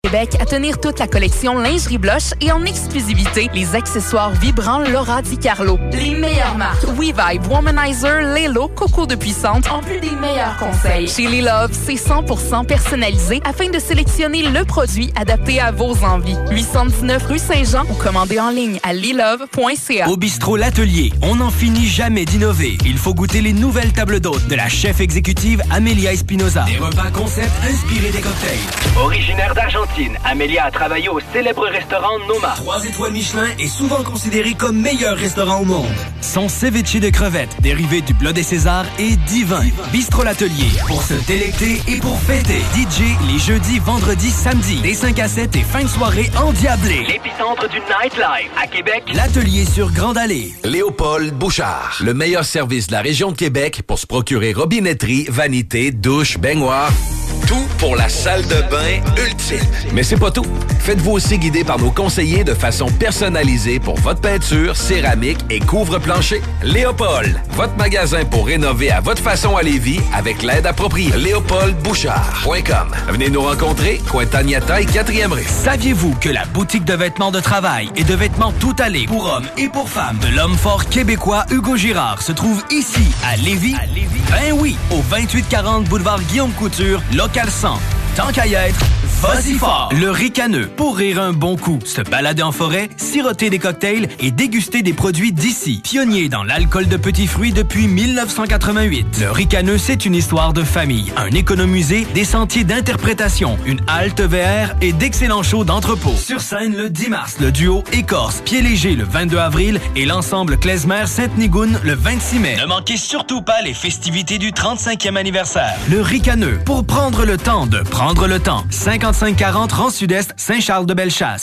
Québec à tenir toute la collection lingerie blush et en exclusivité, les accessoires vibrants Laura Di Carlo. Les meilleures marques WeVibe, Womanizer, Lelo, Coco de Puissante, en plus des meilleurs conseils. Chez Les Love, c'est 100% personnalisé afin de sélectionner le produit adapté à vos envies. 819 rue Saint-Jean ou commandez en ligne à lelove.ca. Au bistrot L'Atelier, on n'en finit jamais d'innover. Il faut goûter les nouvelles tables d'hôtes de la chef exécutive Amélia Espinosa. Des repas concept inspirés des cocktails. Originaire d'Argentine, Amélia a travaillé au célèbre restaurant Noma. 3 étoiles Michelin est souvent considéré comme meilleur restaurant au monde. Son ceviche de crevettes, dérivé du Bleu des Césars, est divin. Bistrot L'Atelier, pour se délecter et pour fêter. DJ les jeudis, vendredis, samedis, des 5 à 7 et fin de soirée endiablée. L'épicentre du nightlife à Québec. L'Atelier sur Grande Allée. Léopold Bouchard, le meilleur service de la région de Québec pour se procurer robinetterie, vanité, douche, baignoire. Tout pour la salle de bain ultime. Mais c'est pas tout. Faites-vous aussi guider par nos conseillers de façon personnalisée pour votre peinture, céramique et couvre-plancher. Léopold, votre magasin pour rénover à votre façon à Lévis avec l'aide appropriée. LéopoldBouchard.com. Venez nous rencontrer, Cointagnata et 4e rue. Saviez-vous que la boutique de vêtements de travail et de vêtements tout allés pour hommes et pour femmes de l'homme fort québécois Hugo Girard se trouve ici à Lévis? Ben oui, au 2840 boulevard Guillaume Couture, local 100. Tant qu'à y être, vas-y fort! Le ricaneux, pour rire un bon coup, se balader en forêt, siroter des cocktails et déguster des produits d'ici. Pionnier dans l'alcool de petits fruits depuis 1988. Le ricaneux, c'est une histoire de famille, un économusée, des sentiers d'interprétation, une halte VR et d'excellents shows d'entrepôt. Sur scène le 10 mars, le duo Écorce, Pied Léger le 22 avril et l'ensemble Klezmer-Sainte-Nigoune le 26 mai. Ne manquez surtout pas les festivités du 35e anniversaire. Le ricaneux, pour prendre le temps de prendre le temps. 5540 rang Sud-Est, Saint-Charles-de-Bellechasse.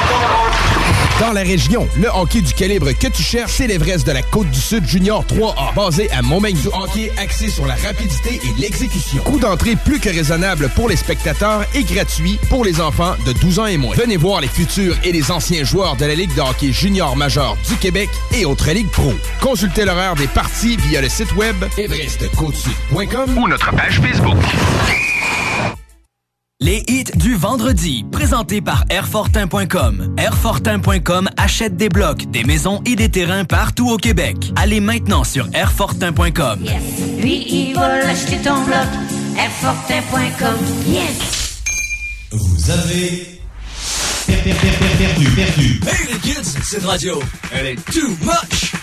Dans la région, le hockey du calibre que tu cherches, c'est l'Everest de la Côte-du-Sud Junior 3A. Basé à Montmagny. Du hockey axé sur la rapidité et l'exécution. Coût d'entrée plus que raisonnable pour les spectateurs et gratuit pour les enfants de 12 ans et moins. Venez voir les futurs et les anciens joueurs de la Ligue de hockey junior majeur du Québec et autres ligues pro. Consultez l'horaire des parties via le site web everestcotesud.com ou notre page Facebook. Les hits du vendredi, présentés par Airfortin.com. Airfortin.com achète des blocs, des maisons et des terrains partout au Québec. Allez maintenant sur Airfortin.com. Yes. Lui, il va l'acheter ton bloc. Airfortin.com. Yes. Vous avez perdu. Hey les kids, cette radio, elle est too much.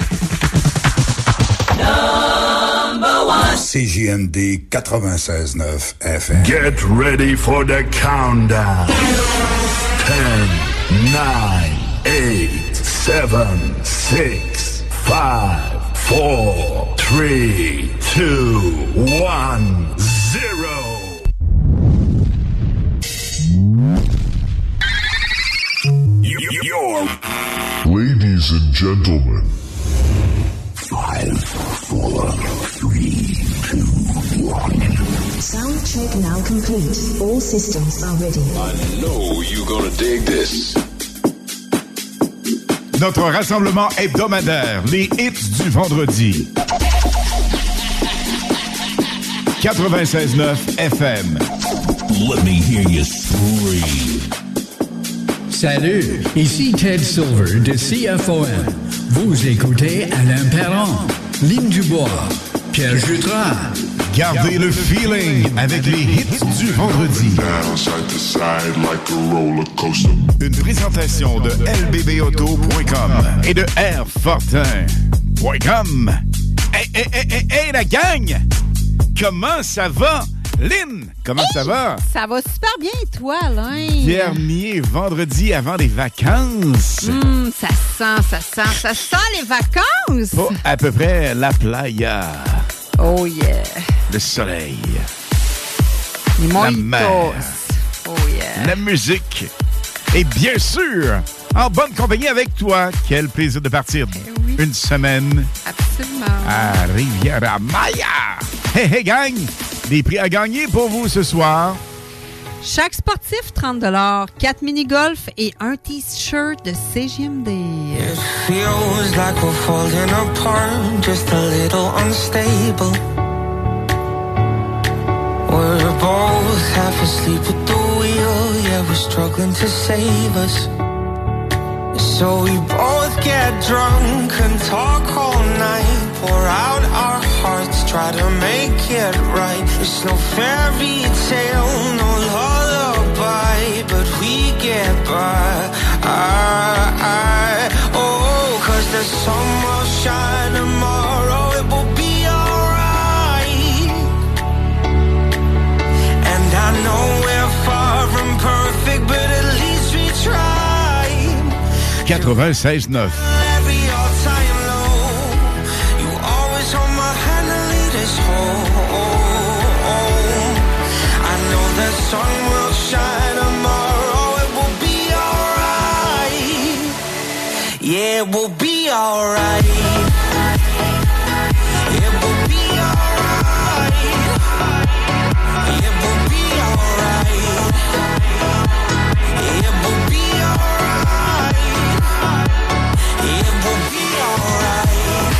Number one. CJMD 96.9 FM. Get ready for the countdown. 10, 9, 8, 7, 6, 5, 4, 3, 2, 1, 0. Ladies and gentlemen. 5, 4, 3, 2, 1. Sound check now complete. All systems are ready. I know you're gonna dig this. Notre rassemblement hebdomadaire, les hits du vendredi. 96.9 FM. Let me hear you scream. Salut, ici Ted Silver de CFOM. Vous écoutez Alain Perron, Lynn Dubois, Pierre Jutras. Gardez le feeling avec les hits du vendredi. Une présentation de lbbauto.com et de airfortin.com. Hey, la gang! Comment ça va? Lynn, comment ça va? Ça va super bien, toi, Alain. Dernier vendredi avant les vacances. Ça sent les vacances. Oh, à peu près la playa. Oh yeah. Le soleil. Les la mer. Oh yeah. La musique. Et bien sûr, en bonne compagnie avec toi. Quel plaisir de partir une semaine. Absolument. À Riviera-Maya. Hey, gang! Des prix à gagner pour vous ce soir. Chaque sportif, 30$, 4 mini-golf et un T-shirt de CJMD. It feels like we're falling apart, just a little unstable. We're both half asleep at the wheel, yeah. that was struggling to save us. So we both get drunk and talk all night, pour out our hearts, try to make it right. It's no fairy tale, no lullaby, but we get by. Oh, 'cause the sun will shine tomorrow, it will be alright. And I know we're far from perfect, but at least we try. 96.9. Yeah, we'll be alright. Yeah, we'll be alright. Yeah, we'll be alright. Yeah, we'll be alright. Yeah, we'll be alright.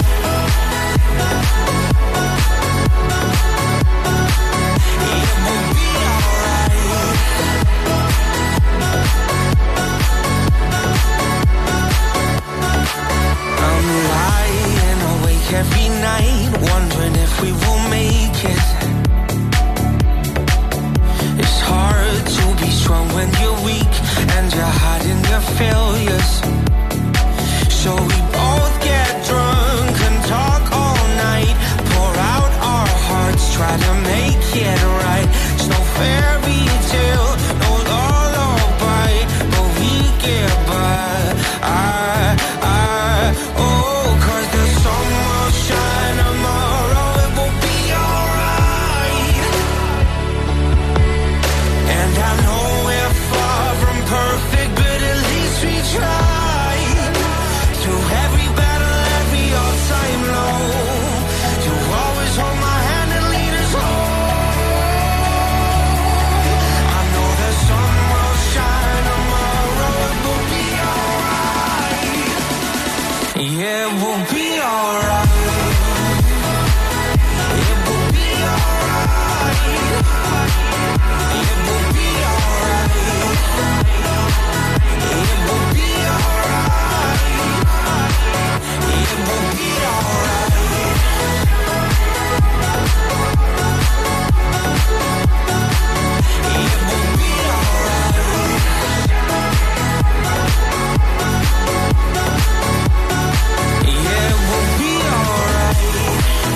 Yeah, we'll be alright. I'm lying awake every night, wondering if we will make it. It's hard to be strong when you're weak and you're hiding your failures. So we both get drunk and talk all night, pour out our hearts, try to make it right. It's no fairy tale, no lullaby, but we get by. Oh, 'cause the sun will shine tomorrow, it will be alright. And I know we're far from perfect, but at least we try. Through every battle, every all-time low, you always hold my hand and lead us home. I know the sun will shine tomorrow, it will be alright. Yeah, we'll be alright. It will be alright. It will be alright. It will be alright. It will be alright. It will be alright. Yeah, we'll be alright.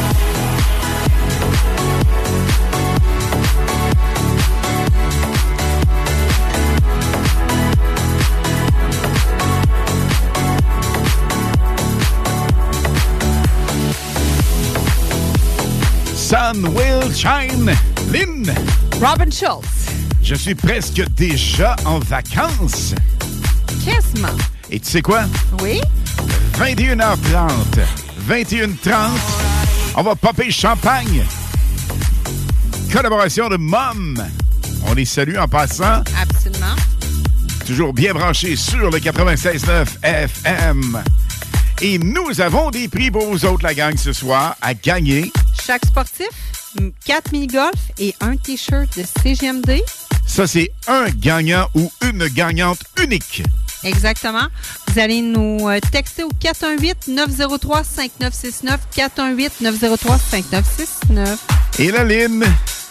Sun will shine. Lynn. Robin Schultz. Je suis presque déjà en vacances. Quasiment. Et tu sais quoi? Oui? 21h30. 21h30. On va popper le champagne. Collaboration de Mom. On les salue en passant. Absolument. Toujours bien branché sur le 96.9 FM. Et nous avons des prix pour vous autres, la gang, ce soir, à gagner. Chaque sportif, 4 mini-golf et un T-shirt de CGMD. Ça, c'est un gagnant ou une gagnante unique. Exactement. Vous allez nous texter au 418-903-5969. 418-903-5969. Et la Lynn,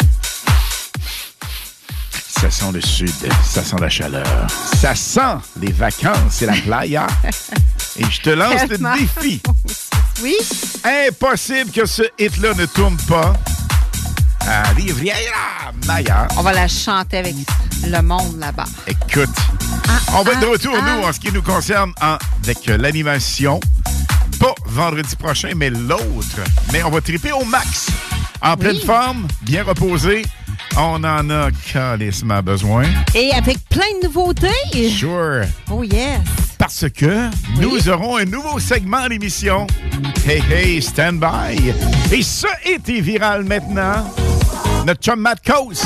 ça sent le sud, ça sent la chaleur, ça sent les vacances et la playa. Et je te lance le défi. Oui? Impossible que ce hit-là ne tourne pas à Riviera Maya. On va la chanter avec le monde là-bas. Écoute, on va être de retour, nous, en ce qui nous concerne, avec l'animation. Pas vendredi prochain, mais l'autre. Mais on va triper au max. En pleine forme, bien reposé. On en a calissement besoin. Et avec plein de nouveautés. Sure. Oh yes. Parce que nous aurons un nouveau segment à l'émission. Hey, hey, stand by. Et ça a été viral maintenant. Notre chum Matt Coase.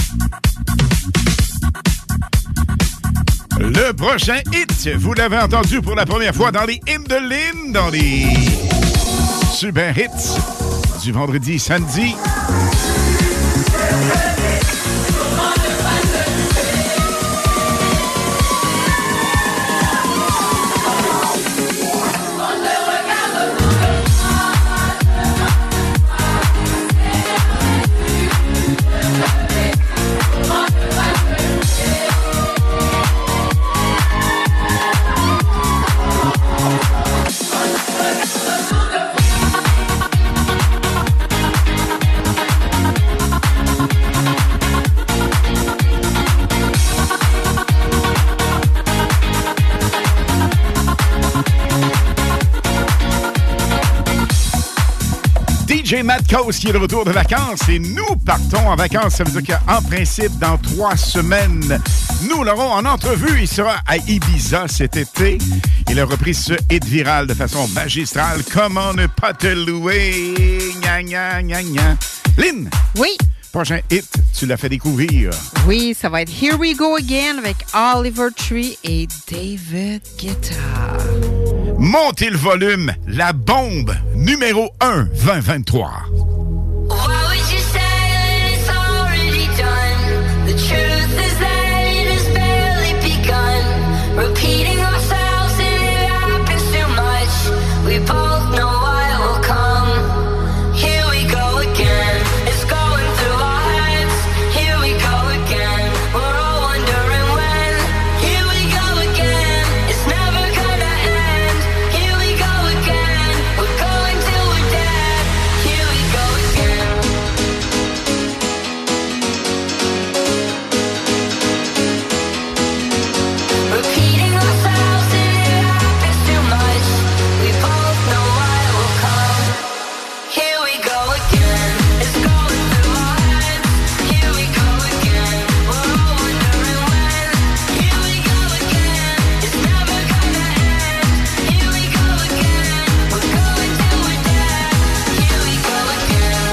Le prochain hit, vous l'avez entendu pour la première fois dans les hymnes de Lynn, dans les super hits du vendredi, samedi. DJ Matt Coase qui est de retour de vacances et nous partons en vacances. Ça veut dire qu'en principe, dans 3 semaines, nous l'aurons en entrevue. Il sera à Ibiza cet été. Il a repris ce hit viral de façon magistrale. Comment ne pas te louer? Gna, gna, gna, gna. Lynn! Oui? Prochain hit, tu l'as fait découvrir. Oui, ça va être Here We Go Again avec Oliver Tree et David Guetta. Montez le volume, la bombe numéro 1 2023. Repeating ourselves and it happens too much. We both know what will come. Here we go again. It's going through our heads. Here we go again. We're all wondering when. Here we go again. It's never gonna end. Here we go again. We're going till we're dead. Here we go again. Repeating ourselves and it happens too much. We both know what will come. Here we go again. It's going through our heads. Here we go again. We're all wondering when. Here we go again. It's never gonna end. Here we go again. We're going till we're dead. Here we go again.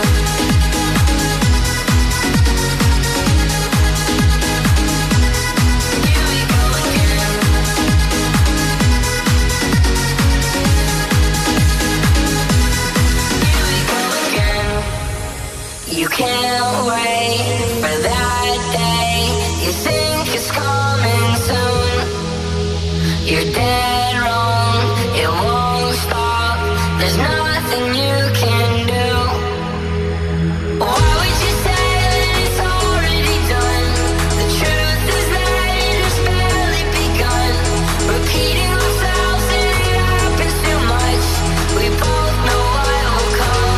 You can't wait for that day. You think it's coming soon. You're dead wrong. It won't stop. There's nothing you can do. Why would you say that it's already done? The truth is that it has barely begun. Repeating ourselves and it happens too much. We both know what will come.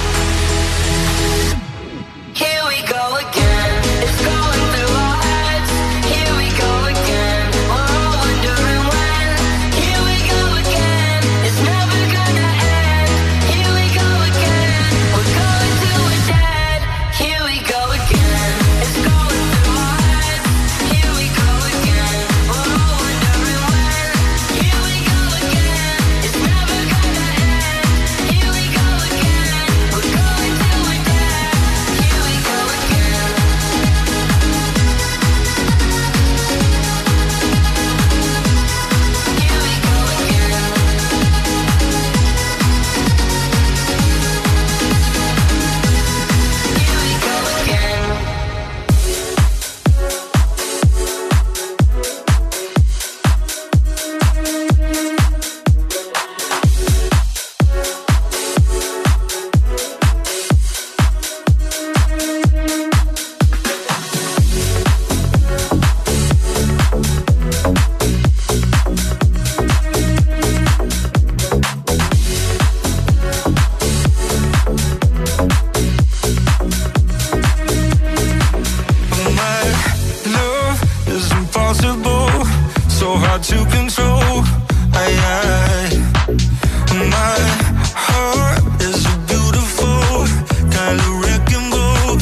Here we go again. It's going through our heads. Here we go again. We're all wondering when. Here we go again. It's never gonna end. Here we go again. We're going till we're dead. Here we go again. It's going through our heads. Here we go again. We're all wondering when. Here we go again. It's never gonna end. Here we go again. We're going till we're dead. Here we go again. Here we go again. Here we go again. My love is impossible, so hard to control. My heart is a beautiful kind of wrecking ball.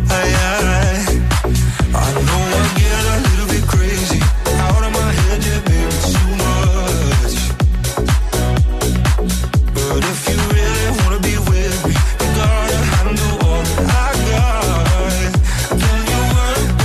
I know I get a little bit crazy, out of my head, yeah, baby, it's too much. But if you really wanna be with me, you gotta handle all that I got. Can you work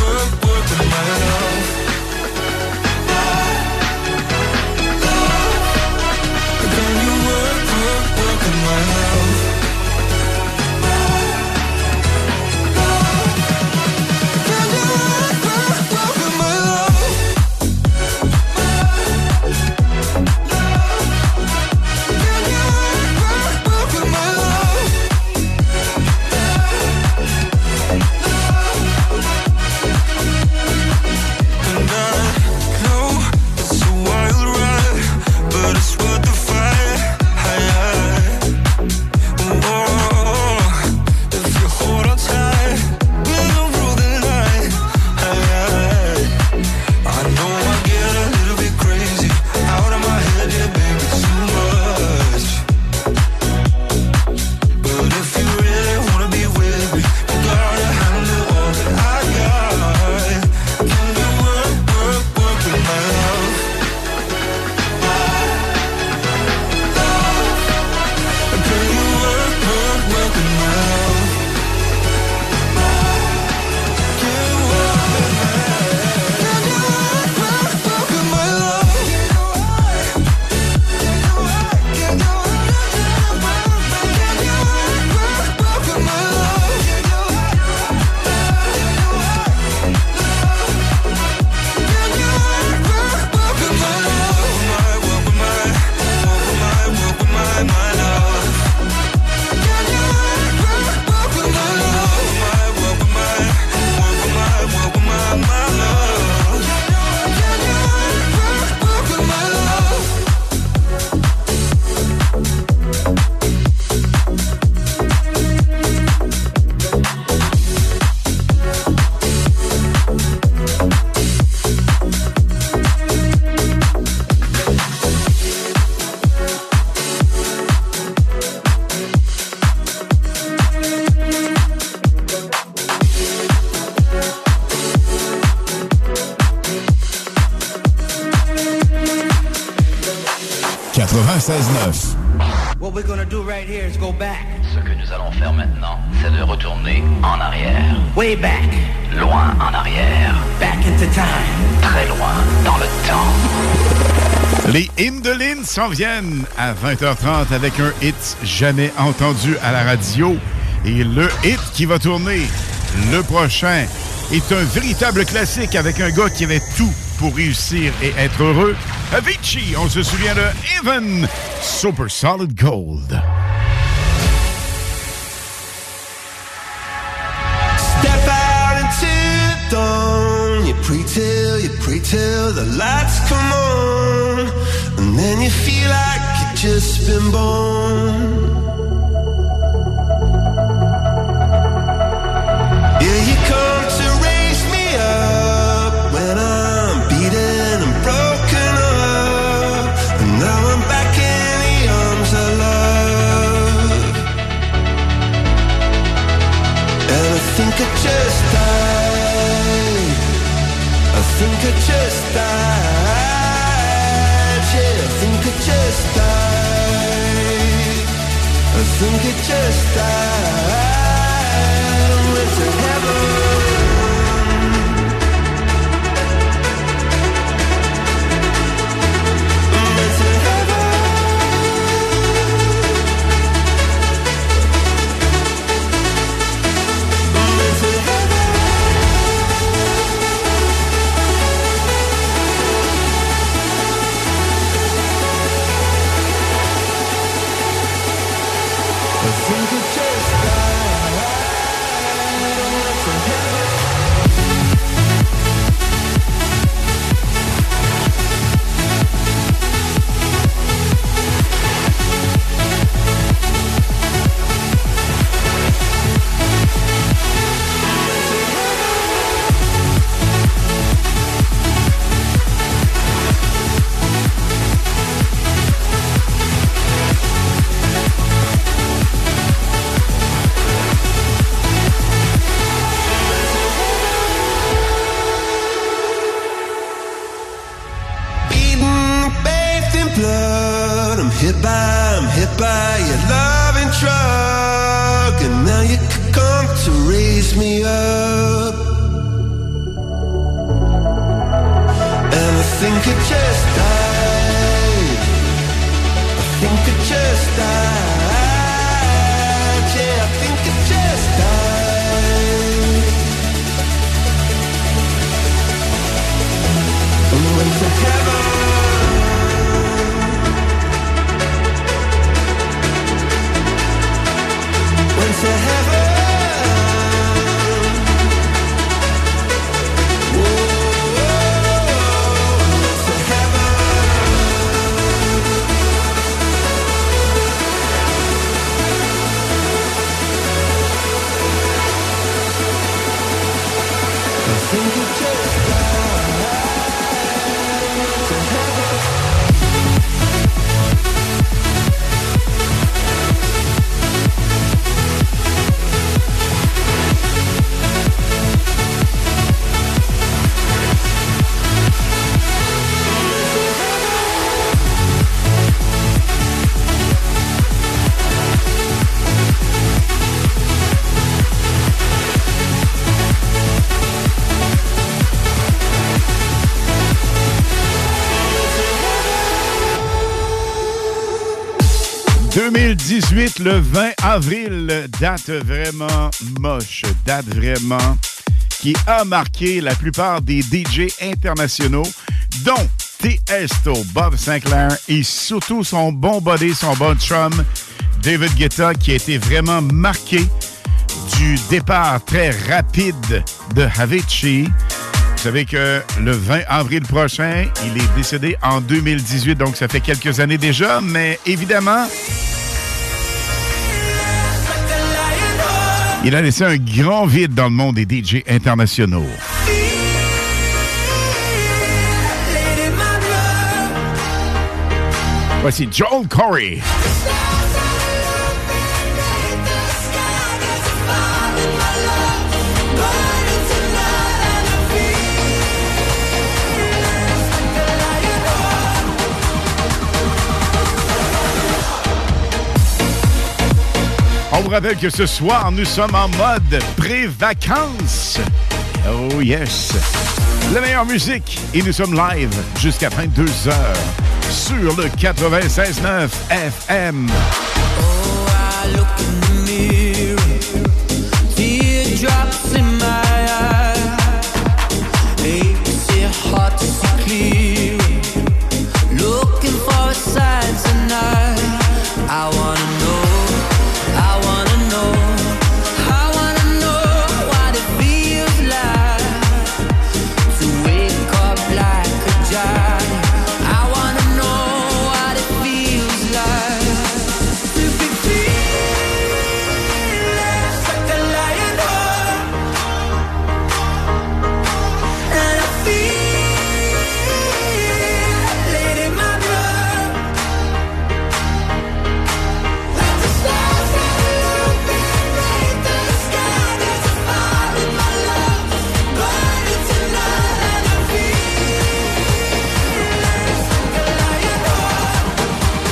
96.9. What we're gonna do right here is go back. Ce que nous allons faire maintenant, c'est de retourner en arrière. Way back. Loin en arrière. Back into time. Très loin dans le temps. Les Indolines s'en viennent à 20h30 avec un hit jamais entendu à la radio. Et le hit qui va tourner le prochain est un véritable classique avec un gars qui avait tout pour réussir et être heureux. Avicii, on se souvient de Even, Super Solid Gold. Step out into the dawn. You pray till the lights come on. And then you feel like you've just been born. Yeah, you come to raise me up when I'm beaten and broken up. And now I'm back in the arms of love. And I think I just died. I think I just died. Yeah, I think I just died. I think I just died. I went to heaven. I'm hit by your loving drug. And now you come to raise me up. And I think I just died. I think I just died. Yeah, I think I just died. And went to heaven. To heaven. Whoa, to heaven. I think it just died. To heaven. « 2018, le 20 avril, date vraiment moche, date vraiment qui a marqué la plupart des DJ internationaux, dont Tiesto, Bob Sinclair et surtout son bon buddy, son bon chum, David Guetta, qui a été vraiment marqué du départ très rapide de Avicii. Vous savez que le 20 avril prochain, il est décédé en 2018, donc ça fait quelques années déjà, mais évidemment, il a laissé un grand vide dans le monde des DJ internationaux. Voici Joel Corey. rappelle que ce soir, nous sommes en mode pré-vacances. Oh yes! La meilleure musique et nous sommes live jusqu'à 22h sur le 96.9 FM. Oh, I look in the mirror, teardrops in my eyes, makes it hard to see clear, looking for a sign tonight. I wanna know, I wanna know, I wanna know what it feels like to wake up like a giant. I wanna know what it feels like to be feeling like a lion heart. And I feel it in my blood. Like the stars that illuminate the sky, there's a fire in my love, burning tonight. And I feel like a lion heart.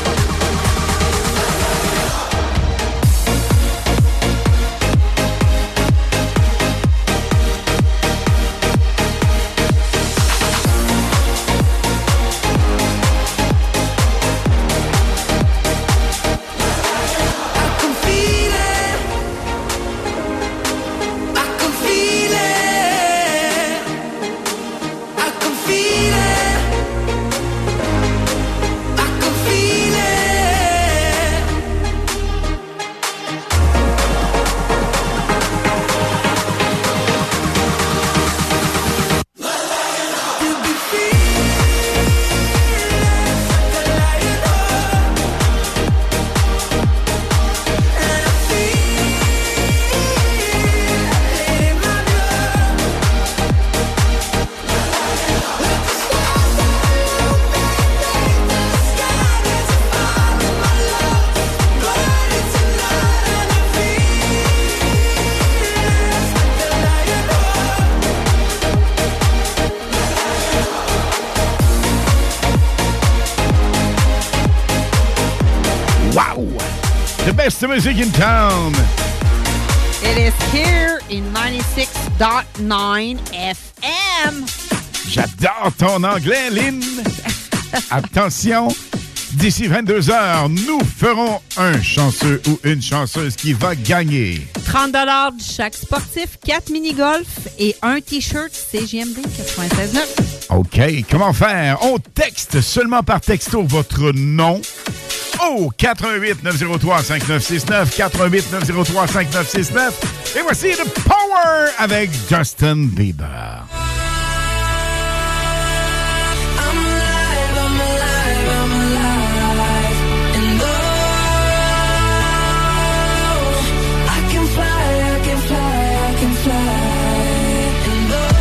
I can feel it. I can feel it. I can feel it. I can feel it. To be feeling like a lion heart. And I feel it in my blood. Like the stars that illuminate the sky, there's a fire in my love, burning tonight. And I feel like a lion heart. Wow! The best music in town. It is here in 96.9 FM. J'adore ton anglais, Lynn. Attention, d'ici 22h, nous ferons un chanceux ou une chanceuse qui va gagner. 30 de chaque sportif, 4 mini-golf et un T-shirt CJMD 96.9. OK, comment faire? On texte seulement par texto votre nom au 88 903 5969, 88 903 5969. Et voici The Power avec Justin Bieber. I'm alive, I'm alive, I'm alive. And oh, I can fly, I can fly, I can fly. And oh,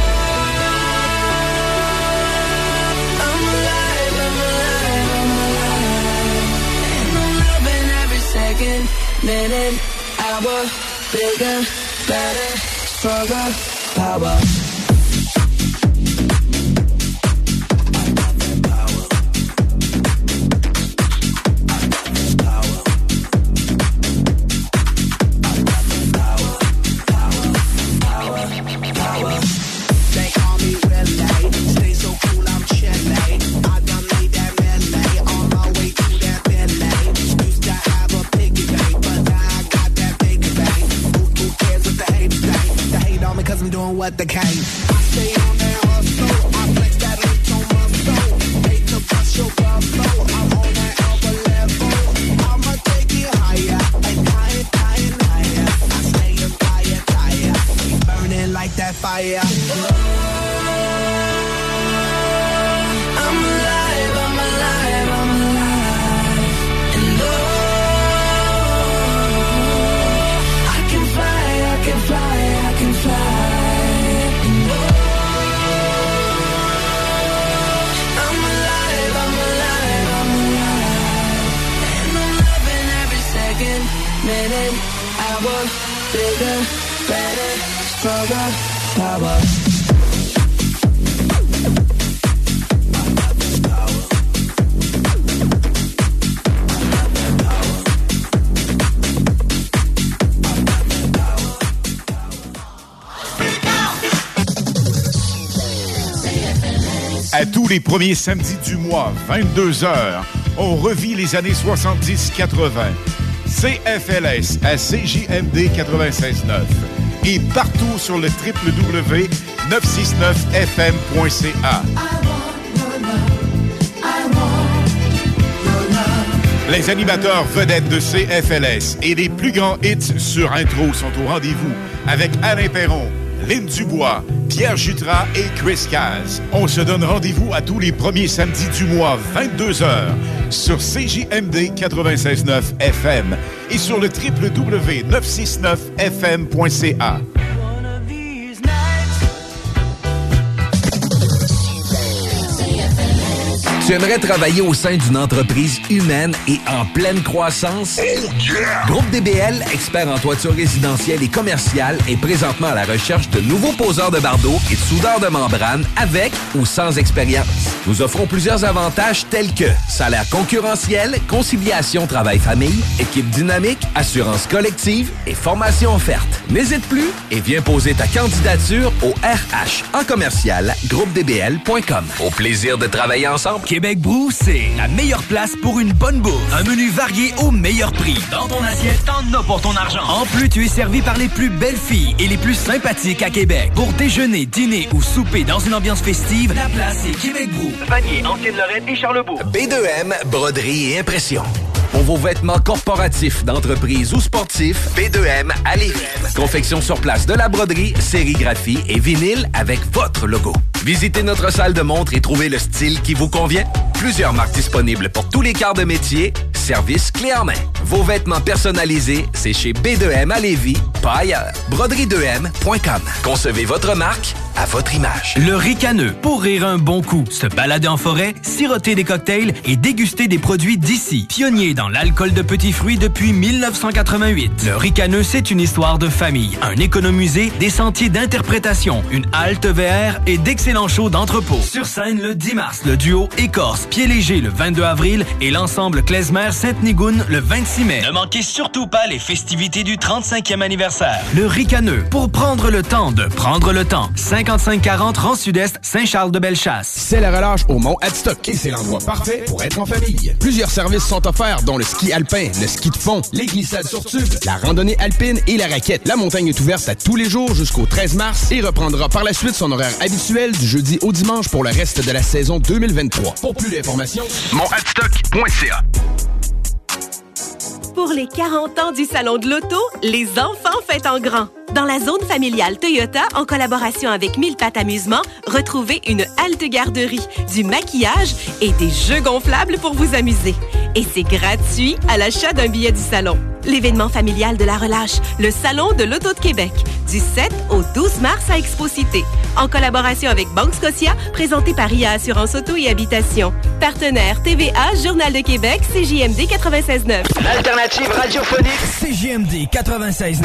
I'm alive, I'm alive, I'm alive. And I'm loving every second, minute, hour, bigger, better, stronger, power. They call me Relay, stay so cool, I'm Chile. I done made that melee, on my way to that Bentley. Used to have a piggy bank, but now I got that big bank. Who cares what the haters say? They hate on me cause I'm doing what they can. I stay on that hustle, I flex that bitch on my soul. Hate to bust your buffalo, I'm on that upper level. I'ma take it higher, and higher, higher, higher. I stay in fire, fire, keep burning like that fire. I'm alive, I'm alive, I'm alive. And oh, I can fly, I can fly, I can fly. And oh, I'm alive, I'm alive, I'm alive. And I'm loving every second, minute, hour, bigger, better, stronger, power. À tous les premiers samedis du mois, 22h, on revit les années 70-80. CFLS à CJMD 96.9 et partout sur le www.969fm.ca. Les animateurs vedettes de CFLS et les plus grands hits sur intro sont au rendez-vous avec Alain Perron, Lynn Dubois, Pierre Jutras et Chris Caz. On se donne rendez-vous à tous les premiers samedis du mois, 22h, sur CJMD 96.9 FM et sur le www.969fm.ca. Tu aimerais travailler au sein d'une entreprise humaine et en pleine croissance? Oh yeah! Groupe DBL, expert en toiture résidentielle et commerciale, est présentement à la recherche de nouveaux poseurs de bardeaux et de soudeurs de membrane avec ou sans expérience. Nous offrons plusieurs avantages tels que salaire concurrentiel, conciliation travail-famille, équipe dynamique, assurance collective et formation offerte. N'hésite plus et viens poser ta candidature au RH en commercial groupedbl.com. Au plaisir de travailler ensemble. Québec Brou, c'est la meilleure place pour une bonne bouffe. Un menu varié au meilleur prix. Dans ton assiette, t'en as pour ton argent. En plus, tu es servi par les plus belles filles et les plus sympathiques à Québec. Pour déjeuner, dîner ou souper dans une ambiance festive, la place est Québec Brou. Vanier, Ancienne-Lorraine et Charlebourg. B2M, broderie et impression. Pour vos vêtements corporatifs, d'entreprise ou sportifs, B2M à Lévis. Confection sur place de la broderie, sérigraphie et vinyle avec votre logo. Visitez notre salle de montre et trouvez le style qui vous convient. Plusieurs marques disponibles pour tous les quarts de métier. Service clé en main. Vos vêtements personnalisés, c'est chez B2M à Lévis, pas ailleurs. Broderie2M.com. Concevez votre marque à votre image. Le ricaneux, pour rire un bon coup, se balader en forêt, siroter des cocktails et déguster des produits d'ici. Pionnier dans l'alcool de petits fruits depuis 1988. Le ricaneux, c'est une histoire de famille, un économusée, des sentiers d'interprétation, une halte VR et d'excellents shows d'entrepôt. Sur scène le 10 mars, le duo Écorce, Pied Léger le 22 avril et l'ensemble Klezmer-Sainte-Nigoune le 26 mai. Ne manquez surtout pas les festivités du 35e anniversaire. Le ricaneux, pour prendre le temps de prendre le temps. 5540 rang Sud-Est, Saint-Charles-de-Bellechasse. C'est la relâche au Mont Adstock et c'est l'endroit parfait pour être en famille. Plusieurs services sont offerts, dont le ski alpin, le ski de fond, les glissades sur tube, la randonnée alpine et la raquette. La montagne est ouverte à tous les jours jusqu'au 13 mars et reprendra par la suite son horaire habituel du jeudi au dimanche pour le reste de la saison 2023. Pour plus d'informations, monadstock.ca. Pour les 40 ans du Salon de l'Auto, les enfants fêtent en grand. Dans la zone familiale Toyota, en collaboration avec Mille Pattes Amusement, retrouvez une halte garderie, du maquillage et des jeux gonflables pour vous amuser. Et c'est gratuit à l'achat d'un billet du salon. L'événement familial de la relâche, le Salon de l'Auto de Québec, du 7 au 12 mars à Expo-Cité. En collaboration avec Banque Scotia, présenté par IA Assurance Auto et Habitation. Partenaire TVA, Journal de Québec, CJMD 96.9. L'alternative radiophonique. CJMD 96.9.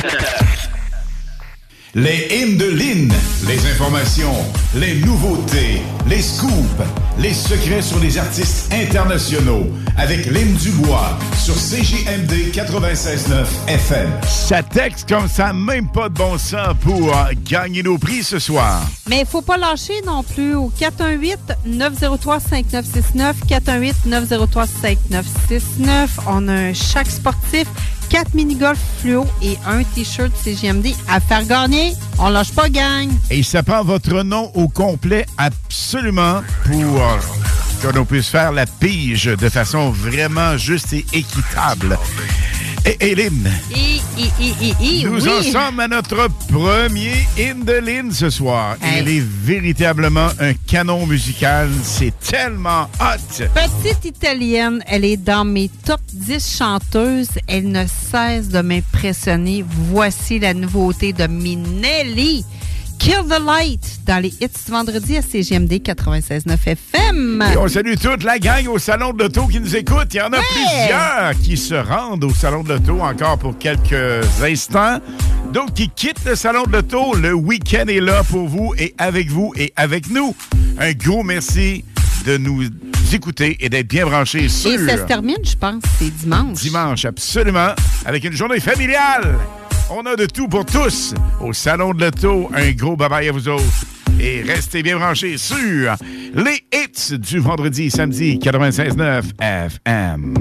Les hymnes de Lynn, les informations, les nouveautés, les scoops, les secrets sur les artistes internationaux avec Lynn Dubois sur CJMD 96.9 FM. Ça texte comme ça, même pas de bon sens pour gagner nos prix ce soir. Mais il faut pas lâcher non plus au 418-903-5969, 418-903-5969. On a chaque sportif 4 mini-golf fluo et un T-shirt CJMD à faire gagner. On lâche pas, gang! Et ça prend votre nom au complet absolument pour que l'on puisse faire la pige de façon vraiment juste et équitable. Et Lynn, nous en sommes à notre premier hymne de Lynn ce soir. Hey. Elle est véritablement un canon musical. C'est tellement hot. Petite Italienne, elle est dans mes top 10 chanteuses. Elle ne cesse de m'impressionner. Voici la nouveauté de Minelli. Kill the Light dans les hits du vendredi à CJMD 96.9 FM. Et on salue toute la gang au Salon de l'Auto qui nous écoute. Il y en a plusieurs qui se rendent au Salon de l'Auto encore pour quelques instants. D'autres qui quittent le Salon de l'Auto. Le week-end est là pour vous et avec nous. Un gros merci de nous écouter et d'être bien branchés sur... Et ça se termine, je pense, c'est dimanche. Dimanche, absolument, avec une journée familiale. On a de tout pour tous au Salon de l'Auto. Un gros bye-bye à vous autres. Et restez bien branchés sur les hits du vendredi et samedi 96.9 FM.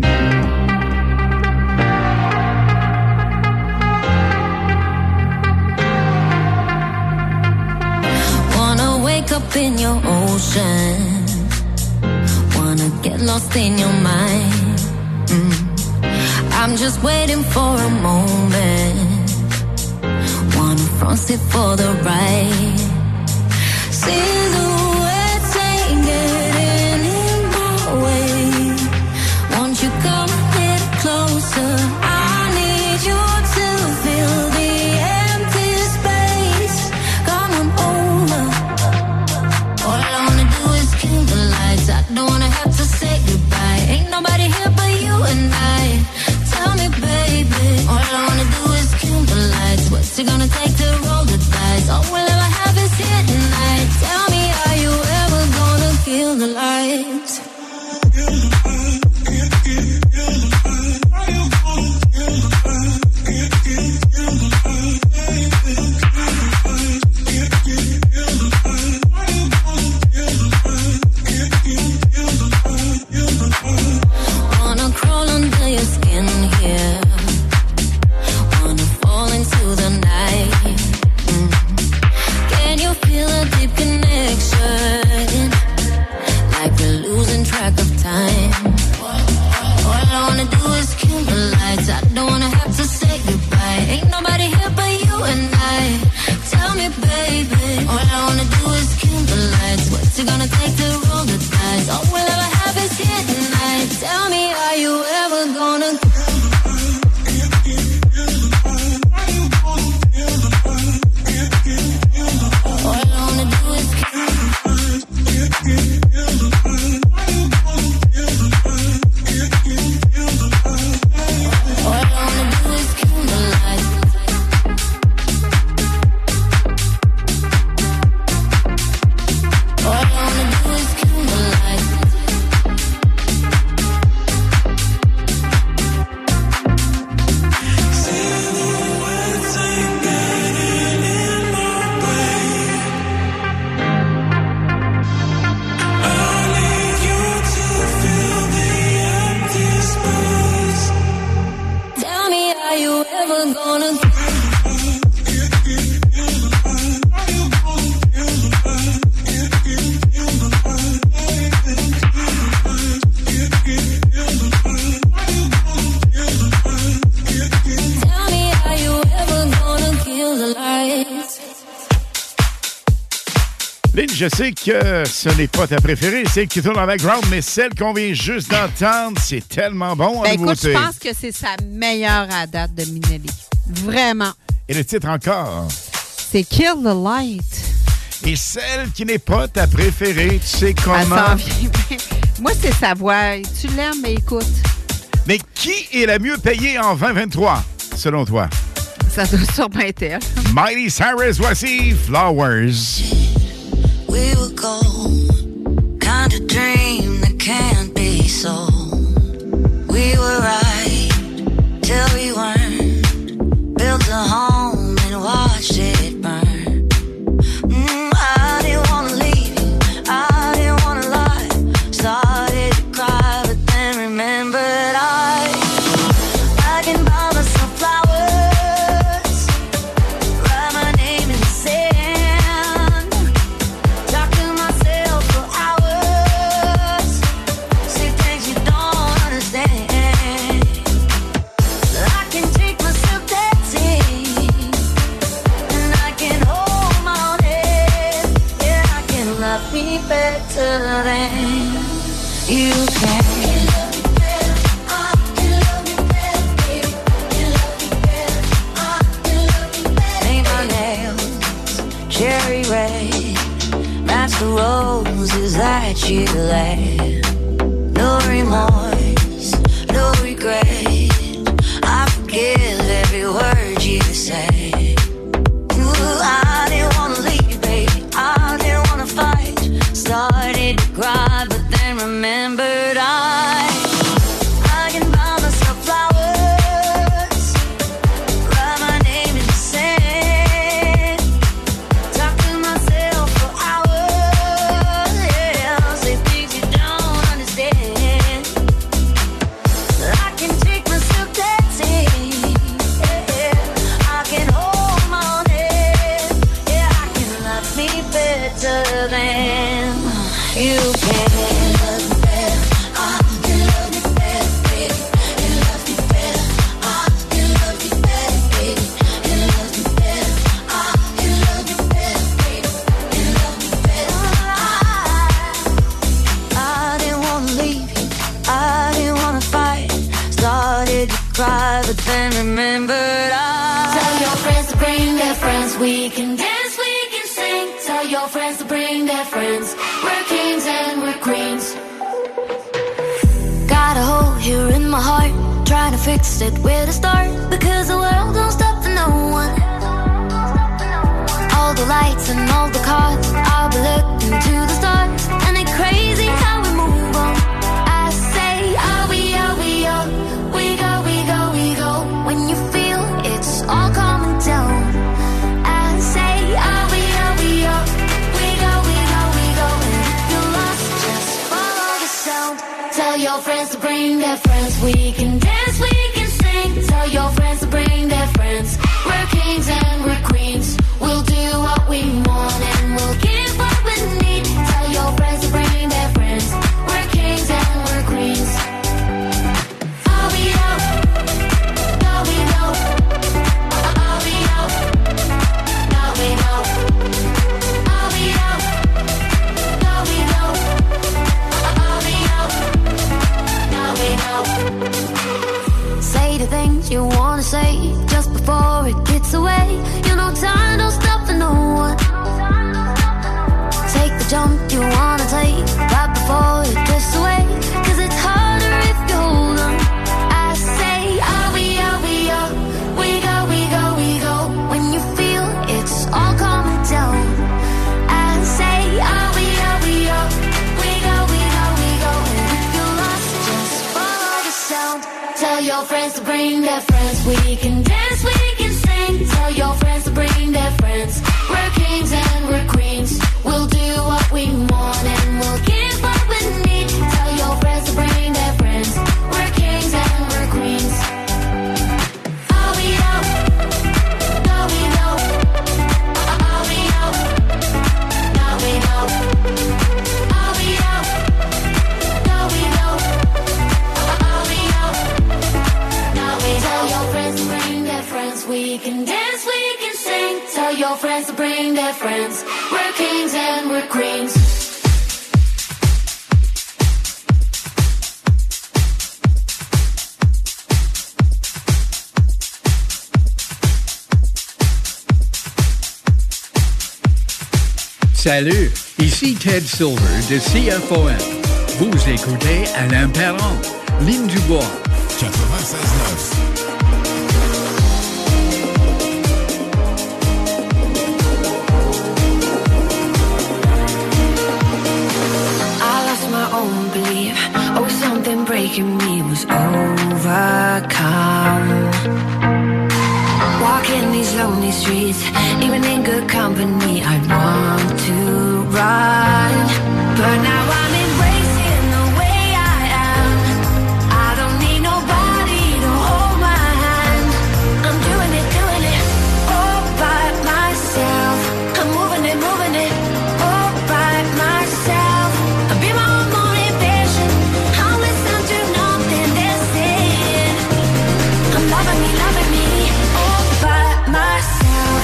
Wanna wake up in your ocean, wanna get lost in your mind. I'm just waiting for a moment, wanna front it for the ride. Silhouettes ain't getting in my way. Won't you come a little closer? I need you to fill the empty space. Come on over. All I wanna do is kill the lights. I don't wanna have to say goodbye. Ain't nobody here but you and I. Tell me, baby. All I wanna do is kill the lights. What's it gonna take to roll the dice? All we'll ever have is here tonight. Tell me, are you ever gonna kill the lights? Wanna crawl under your skin here, wanna fall into the night. Can you feel a deep connection? Like we're losing track of time. All I wanna do is kill the lights. I don't wanna have to say goodbye. Ain't nobody here but you and I. Tell me, baby. All I wanna do is kill the lights. What's it gonna take to roll the dice? All we'll ever have is here tonight. Tell me, are you ever gonna? All I wanna do is kill the lights. All I wanna do is kill the lights. Silhouettes ain't getting in my way. I need you to fill the empty space. Tell me, are you ever gonna? Tell me, are you ever gonna kill the lights? Lynn, je sais que ce n'est pas ta préférée, celle qui tourne en background, mais celle qu'on vient juste d'entendre, c'est tellement bon en Ben écoute, nouveauté. je pense que c'est sa meilleure à date de Minelli. Vraiment. Et le titre encore. C'est Kill the Light. Et celle qui n'est pas ta préférée, tu sais Elle comment... s'en vient. Moi, c'est sa voix. Tu l'aimes, mais écoute. Mais qui est la mieux payée en 2023, selon toi? Ça doit sûrement être elle. Miley Cyrus, voici Flowers. We were gold, kind of dream that can't be sold. We were right till we weren't. Built a home and watched it burn. I didn't wanna leave you, I didn't wanna lie. Started to cry, but then remembered I can buy myself flowers, write my name in the sand. Talk to myself for hours, say things you don't understand. I can take myself dancing, and I can hold my own head. Yeah, I can love me better than you can. Paint my nails cherry red, match the roses that you laid. No remorse, no regret. I forgive every word you say. Ooh, I didn't wanna leave, baby. I didn't wanna fight. Started to cry, but then remembered I can buy myself flowers, write my name in the sand. Talk to myself for better than you can. Cry, but then remembered I tell your friends to bring their friends. We can dance, we can sing. Tell your friends to bring their friends. We're kings and we're queens. Got a hole here in my heart, trying to fix it where to start. Because the world don't stop for no one. All the lights and all the cars, I'll be looking to the stars. And it's crazy how we move on. I say, are we, we go. When you feel it's all coming down, I say, are we, we go. And if you're lost, just follow the sound. Tell your friends to bring their friends. We can dance, we can sing. Tell your friends to bring their friends. We're kings and we're queens. We'll do what we want and we'll give what we need. Tell your friends to bring their friends. We're kings and we're queens. Are we out? Say the things you wanna say just before it gets away. You know time don't stop for no one. Take the jump you wanna take right before it drifts away. 'Cause it's harder if you hold on. I say, are we, we go. When you feel it's all coming down, I say, are we, we go. And if you're lost, just follow the sound. Tell your friends to bring their friends. We can dance, we can sing. Tell your friends to bring their friends. We're kings and we're queens. We'll do what we want and we'll give what we need. Tell your friends to bring their friends. We're kings and we're queens. Are we out? No, we go. Are we out? No, we go. Are we out? No, we go. Are we out? No, we tell your friends to bring their friends. We can dance, we can sing. Tell your friends to bring their friends. We're kings and we're queens. Salut, ici Ted Silver de CFOM. Vous écoutez Alain Perron, Ligne du Bois, 96.9. My own belief, oh, something breaking me was overcome. Walking these lonely streets, even in good company, I want to run. But now I'm embracing the way I am. I don't need nobody to hold my hand. I'm doing it all by myself. I'm moving it all by myself. I'll be my own motivation. I'll listen to nothing they're saying. I'm loving me all by myself.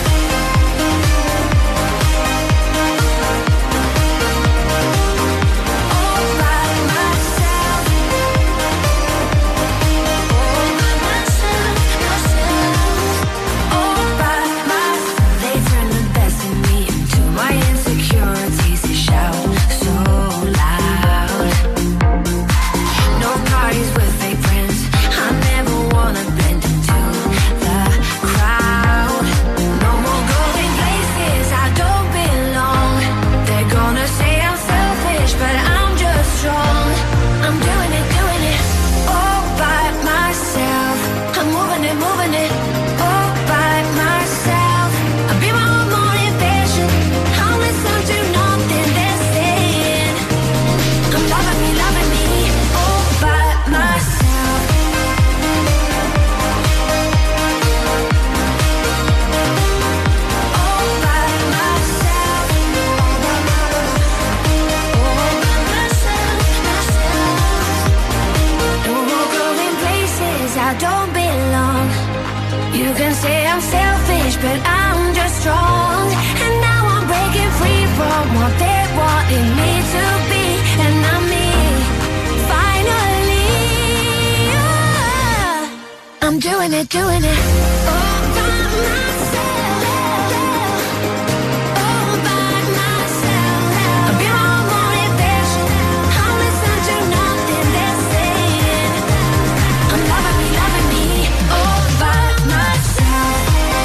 but I'm just strong. And now I'm breaking free from what they wanted me to be. And I'm me, finally. I'm doing it, doing it. All by myself. All by myself. I'll be my own motivation. I'll listen to nothing they're saying. I'm loving me, all by myself.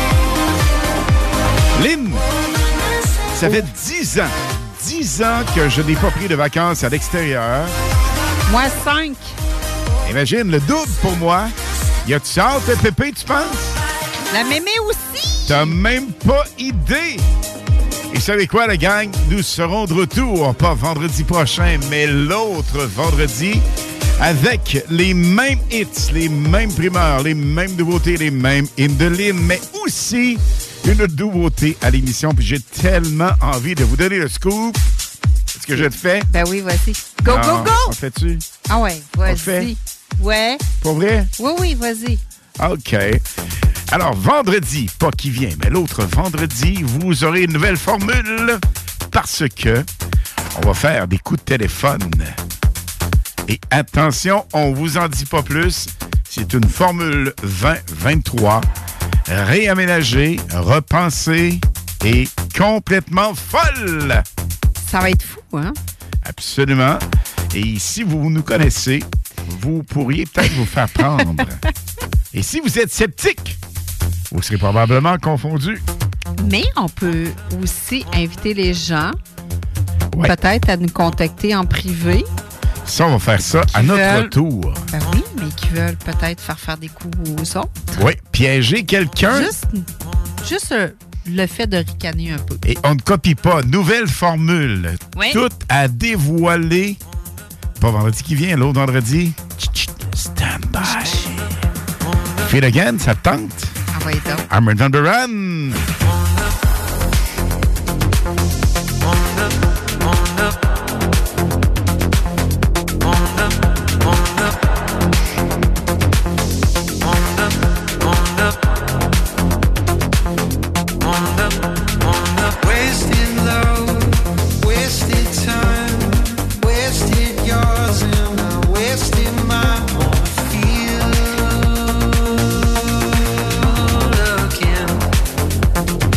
Lynn, ça fait 10 ans. 10 ans que je n'ai pas pris de vacances à l'extérieur. Moi, 5. Imagine, le double pour moi. Y a-tu hâte, Pépé, tu penses? La mémé aussi. T'as même pas idée. Et savez quoi, la gang? Nous serons de retour, pas vendredi prochain, mais l'autre vendredi, avec les mêmes hits, les mêmes primeurs, les mêmes nouveautés, les mêmes hymnes de Lynn, mais aussi une nouveauté à l'émission. Puis j'ai tellement envie de vous donner le scoop. Est-ce que je te fais? Ben oui, voici. Go, go, go! On fait-tu? Ah ouais, vas-y. Ouais. Pour vrai? Oui, vas-y. OK. Alors, vendredi, pas qui vient, mais l'autre vendredi, vous aurez une nouvelle formule parce que on va faire des coups de téléphone. Et attention, on vous en dit pas plus. C'est une formule 2023 réaménagée, repensée et complètement folle. Ça va être fou, hein? Absolument. Et si vous nous connaissez, vous pourriez peut-être vous faire prendre. Et si vous êtes sceptique, vous serez probablement confondu. Mais on peut aussi inviter les gens, peut-être à nous contacter en privé. Ça, on va faire ça à notre tour. Ben oui, mais qui veulent peut-être faire des coups aux autres. Oui, piéger quelqu'un. Juste le fait de ricaner un peu. Et on ne copie pas. Nouvelle formule. Oui. Tout à dévoiler. Pas vendredi qui vient, l'autre vendredi. Stand by. Feel again, ça te tente? Ah ouais, donc. Armored Van Buren. Wasted love, wasted time, wasted yours and I wasted mine. Wanna feel again.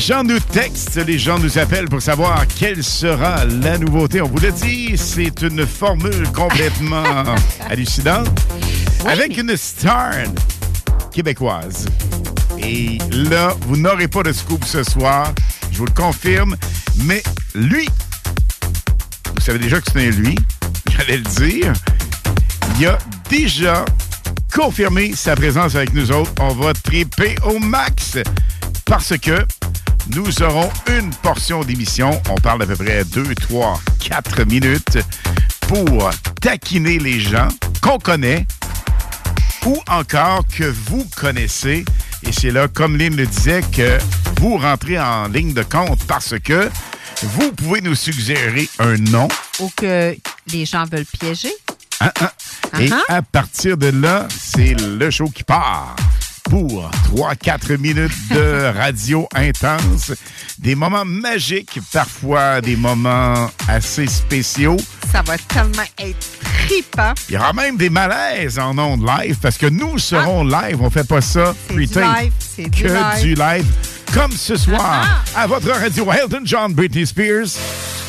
gens nous textent, les gens nous appellent pour savoir quelle sera la nouveauté. On vous l'a dit, c'est une formule complètement hallucinante avec une star québécoise. Et là, vous n'aurez pas de scoop ce soir, je vous le confirme, mais lui, vous savez déjà que c'est un lui, j'allais le dire, il a déjà confirmé sa présence avec nous autres. On va triper au max parce que nous aurons une portion d'émission. On parle d'à peu près 2, 3, 4 minutes pour taquiner les gens qu'on connaît ou encore que vous connaissez. Et c'est là, comme Lynn le disait, que vous rentrez en ligne de compte parce que vous pouvez nous suggérer un nom. Ou que les gens veulent piéger. Et à partir de là, c'est le show qui part pour 3-4 minutes de radio intense. Des moments magiques, parfois des moments assez spéciaux. Ça va tellement être trippant. Il y aura même des malaises en ondes live parce que nous serons live. On fait pas ça pre-tape. C'est du live. Du live. Comme ce soir, à votre radio Elton John, Britney Spears.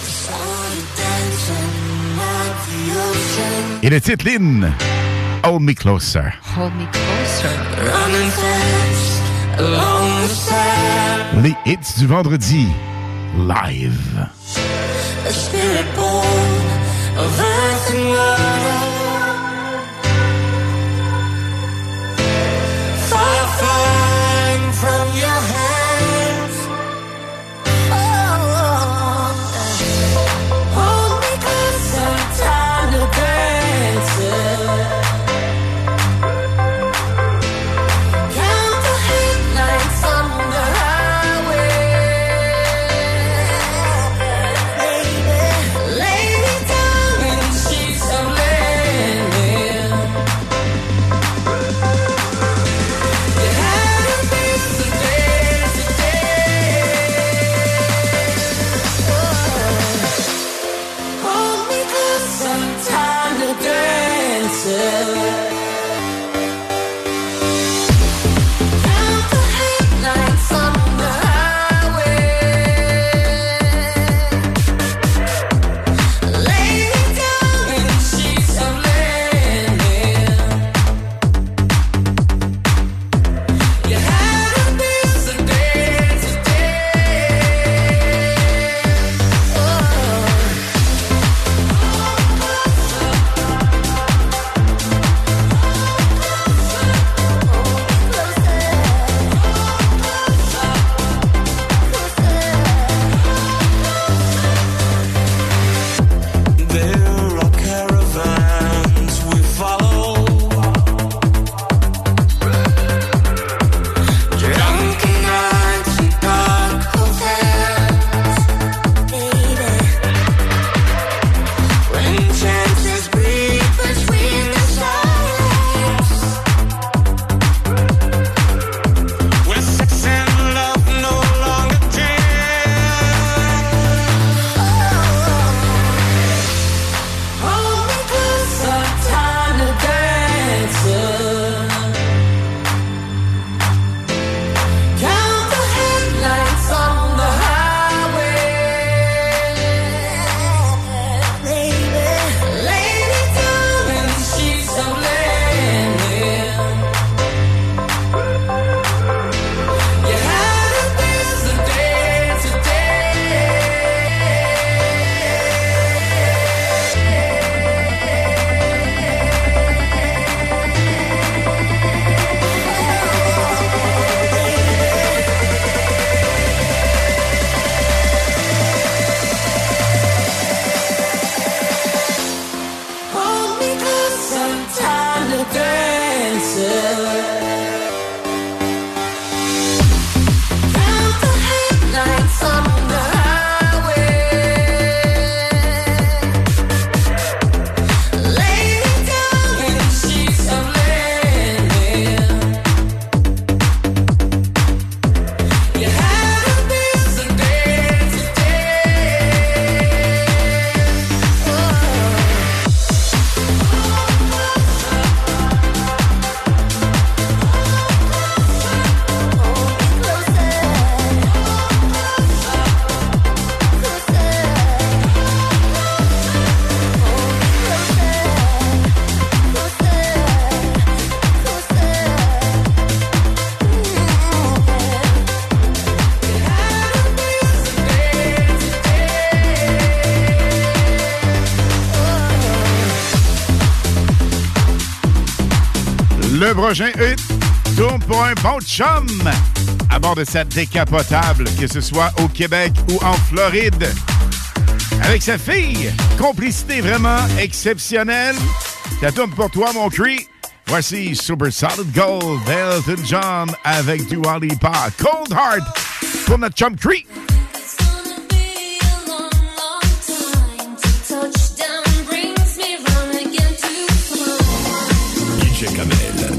Et le titre, Lynn, Hold Me Closer. Hold Me Closer. Running fast along the sand. Les hits du vendredi, live. A spirit born of earth and water. Fire flying from your hands. Oh, hold me closer, time to dance. Count the headlights on the highway. Lay me down in the sheets of Le prochain hit tourne pour un bon chum à bord de sa décapotable, que ce soit au Québec ou en Floride. Avec sa fille, complicité vraiment exceptionnelle. Ça tourne pour toi, mon Cree. Voici Super Solid Gold d'Elton John avec Dua Lipa. Cold Heart pour notre chum Cree. DJ Kamel.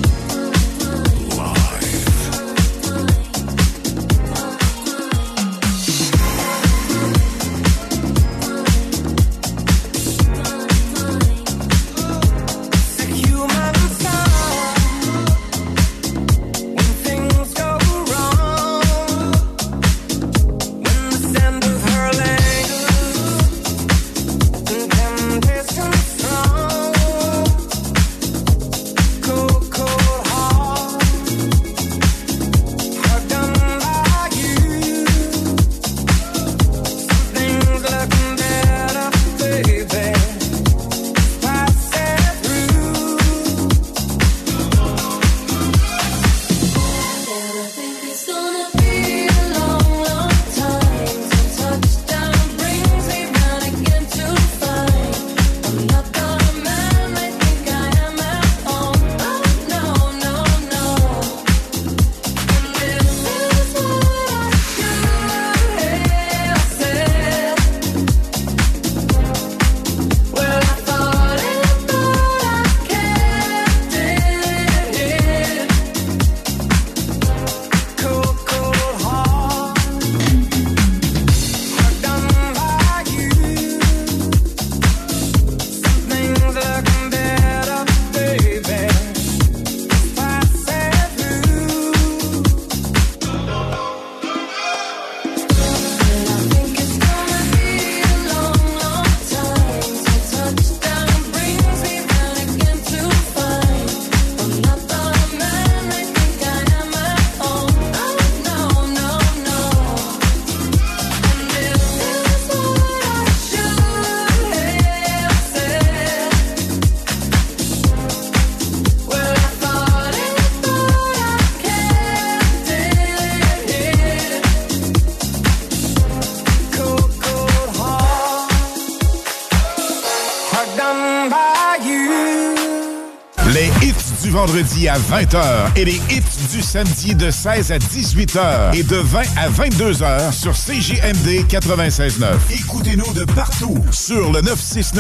Vendredi à 20h et les hits du samedi de 16 à 18h et de 20 à 22h sur CJMD 96.9. Écoutez-nous de partout sur le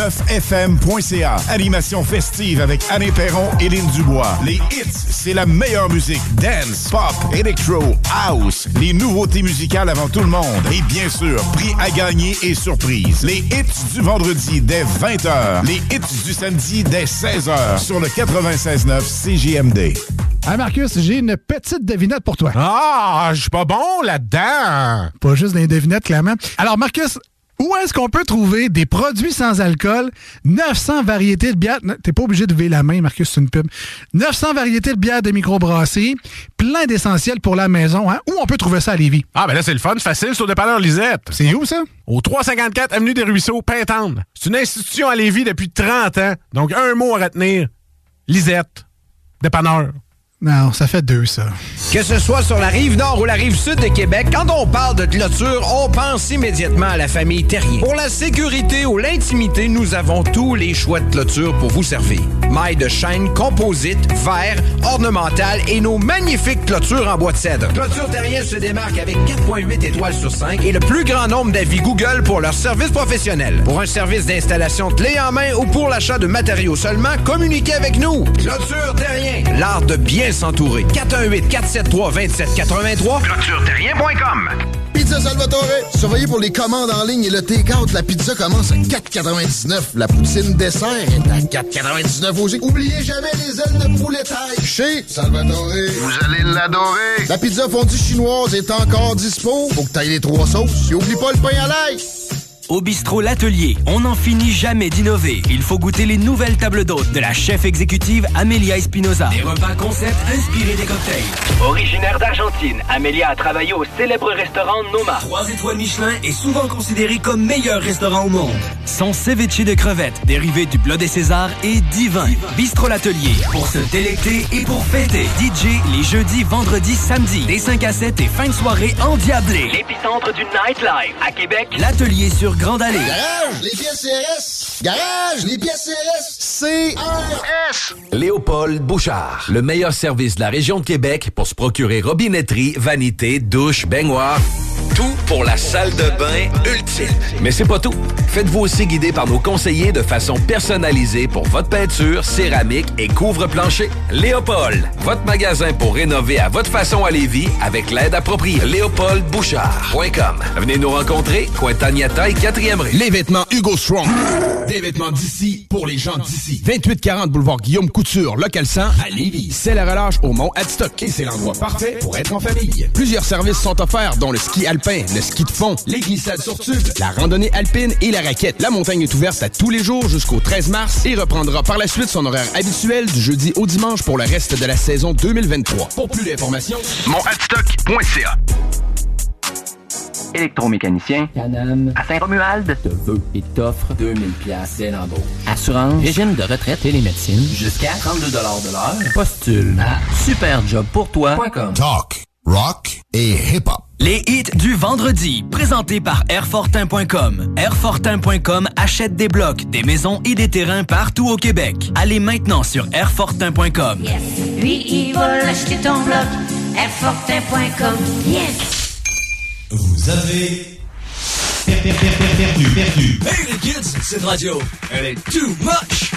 969fm.ca. Animation festive avec Anne Perron et Lynn Dubois. Les hits, c'est la meilleure musique. Dance, pop, electro, house. Les nouveautés musicales avant tout le monde. Et bien sûr, prix à gagner et surprise. Les hits du vendredi dès 20h. Les hits du samedi dès 16h sur le 96.9 CJMD. Hey Marcus, j'ai une petite devinette pour toi. Ah, je suis pas bon là-dedans. Pas juste des devinettes, clairement. Alors Marcus, où est-ce qu'on peut trouver des produits sans alcool, 900 variétés de bières... T'es pas obligé de lever la main, Marcus, c'est une pub. 900 variétés de bières de microbrasserie, plein d'essentiels pour la maison. Hein? Où on peut trouver ça à Lévis? Ah, ben là, c'est le fun, facile, c'est au dépanneur Lisette. C'est où, ça? Au 354 Avenue des Ruisseaux, Pintendre. C'est une institution à Lévis depuis 30 ans. Donc, un mot à retenir. Lisette. Dépanneur. Non, ça fait 2, ça. Que ce soit sur la rive nord ou la rive sud de Québec, quand on parle de clôture, on pense immédiatement à la famille Terrien. Pour la sécurité ou l'intimité, nous avons tous les choix de clôture pour vous servir. Mailles de chêne, composite, verre, ornementales et nos magnifiques clôtures en bois de cèdre. Clôture Terrien se démarque avec 4,8 étoiles sur 5 et le plus grand nombre d'avis Google pour leur service professionnel. Pour un service d'installation clé en main ou pour l'achat de matériaux seulement, communiquez avec nous. Clôture Terrien, l'art de bien s'entourer. 418-473-2783. ClôtureTerrien.com. Pizza Salvatore. Surveillez pour les commandes en ligne et le take-out. La pizza commence à 4,99. La poutine dessert est à 4,99 aussi. Oubliez jamais les ailes de poulet taille. Chez Salvatore. Vous allez l'adorer. La pizza fondue chinoise est encore dispo. Faut que t'ailles les 3 sauces. Et oublie pas le pain à l'ail. Au bistrot L'Atelier, on n'en finit jamais d'innover. Il faut goûter les nouvelles tables d'hôtes de la chef exécutive Amelia Espinosa. Des repas concept inspirés des cocktails. Originaire d'Argentine, Amelia a travaillé au célèbre restaurant Noma. 3 étoiles Michelin est souvent considéré comme meilleur restaurant au monde. Son ceviche de crevettes, dérivé du plat des Césars, est divin. Bistrot L'Atelier, pour se délecter et pour fêter. DJ les jeudis, vendredis, samedis, des 5 à 7 et fin de soirée endiablée. L'épicentre du nightlife à Québec. L'Atelier sur Grande Allée. Garage, les pièces CRS. Garage, les pièces CRS. CRS. Léopold Bouchard. Le meilleur service de la région de Québec pour se procurer robinetterie, vanité, douche, baignoire. Tout pour la salle de bain ultime. Mais c'est pas tout. Faites-vous aussi guider par nos conseillers de façon personnalisée pour votre peinture, céramique et couvre-plancher. Léopold, votre magasin pour rénover à votre façon à Lévis avec l'aide appropriée. LéopoldBouchard.com. Venez nous rencontrer, Cointagnata et 4e rue. Les vêtements Hugo Strong. Des vêtements d'ici pour les gens d'ici. 2840 boulevard Guillaume Couture, local 100 à Lévis. C'est la relâche au Mont Adstock et c'est l'endroit parfait pour être en famille. Plusieurs services sont offerts, dont le ski alpin, le ski de fond, les glissades sur tube, la randonnée alpine et la raquette. La montagne est ouverte à tous les jours jusqu'au 13 mars et reprendra par la suite son horaire habituel du jeudi au dimanche pour le reste de la saison 2023. Pour plus d'informations, monadstock.ca. Électromécanicien Canam à Saint-Romuald te veut et t'offre 2000$ dès l'embauche. Assurance, régime de retraite et les médecines jusqu'à 32$ de l'heure. Postule à superjobpourtoi.com. Talk, rock et hip-hop. Les hits du vendredi, présentés par Airfortin.com. Airfortin.com achète des blocs, des maisons et des terrains partout au Québec. Allez maintenant sur Airfortin.com. Yes. Lui, il va l'acheter ton bloc. Airfortin.com. Yes. Vous avez perdu. Hey les kids, cette radio, elle est too much.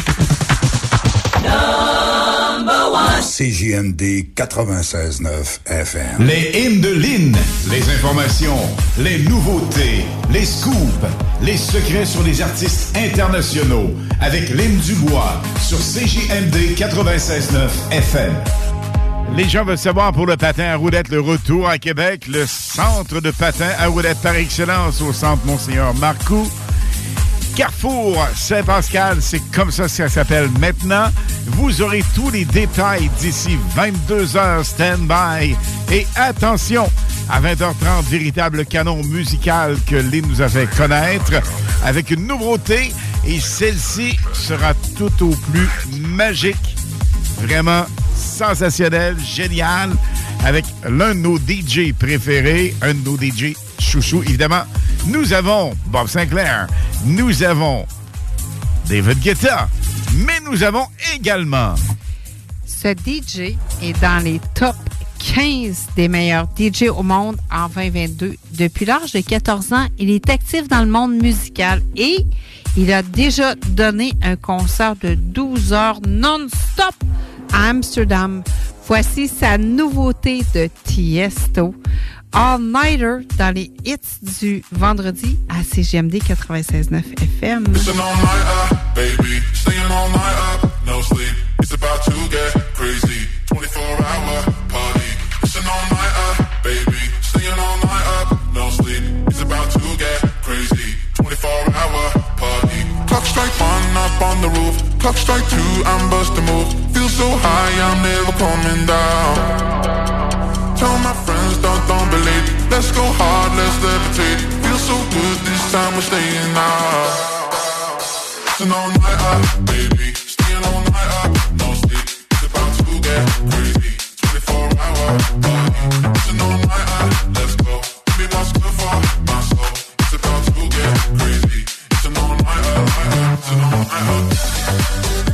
Number one. CJMD 96.9 FM. Les hymnes de Lynn, les informations, les nouveautés, les scoops, les secrets sur les artistes internationaux avec Lynn Dubois sur CJMD 96.9 FM. Les gens veulent savoir pour le patin à roulettes, le retour à Québec, le centre de patin à roulettes par excellence au centre Monseigneur Marcoux. Carrefour Saint-Pascal, c'est comme ça que ça s'appelle maintenant. Vous aurez tous les détails d'ici 22h stand-by. Et attention, à 20h30, véritable canon musical que Lynn nous a fait connaître avec une nouveauté. Et celle-ci sera tout au plus magique. Vraiment sensationnel, génial, avec l'un de nos DJ préférés, un de nos DJ chouchous. Évidemment, nous avons Bob Sinclair, nous avons David Guetta, mais nous avons également... Ce DJ est dans les top 15 des meilleurs DJ au monde en 2022. Depuis l'âge de 14 ans, il est actif dans le monde musical et il a déjà donné un concert de 12 heures non-stop à Amsterdam. Voici sa nouveauté de Tiesto, All Nighter, dans les hits du vendredi à CGMD 96.9 FM. It's an all-nighter, baby. Staying all night up, no sleep. It's about to get crazy. 24-hour party. It's an all-nighter, baby. Staying all night up, no sleep. It's about to get crazy. 24-hour party. Clock strike 1 up on the roof. Clock strike 2, I'm busting moves. Feel so high, I'm never coming down. Tell my friends, don't believe. Let's go hard, let's levitate. Feel so good, this time we're staying out. It's an all-nighter, baby. Staying all night up, no sleep. It's about to get crazy. 24-hour party. It's an all-nighter, let's go. Give me what's good for my soul. It's about to get crazy. It's an all-nighter, it's an all-nighter.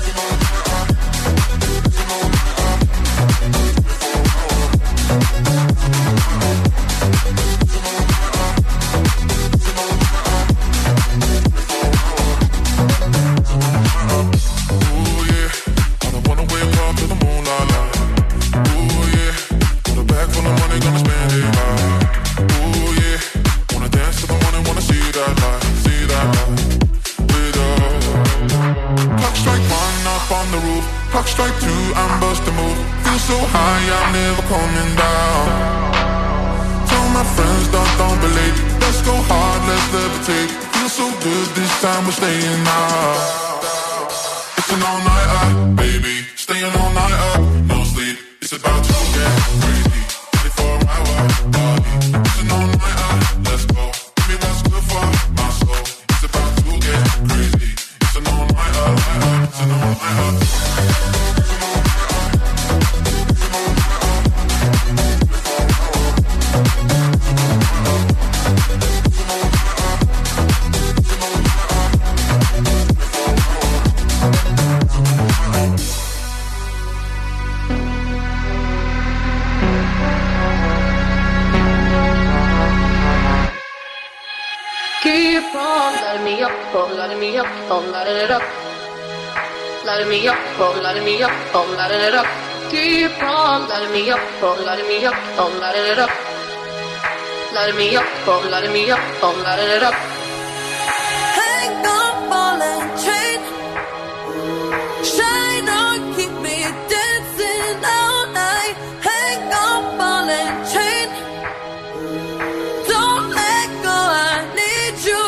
Clock strike 2, I'm busting move. Feel so high, I'm never coming down. Tell my friends, don't believe. Let's go hard, let's levitate. good this time, we're staying out. It's an all-nighter, baby. Staying all night up, no sleep. It's about to get crazy. 24-hour party. It's an all-nighter, let's go. Give me what's good for my soul. It's about to get crazy. It's an all-nighter, it's an all-nighter. Keep on lighting me up, oh, lighting me up, oh, lighting it up. Lighting me up, oh, lighting me up, oh, lighting it up. Keep on lighting me up, oh, lighting me up, oh, lighting it up. Lighting me up, oh, lighting me up, oh, lighting it up. Hang on, ball and chain. Shine on, keep me dancing all night. Hang on, ball and chain. Don't let go, I need you.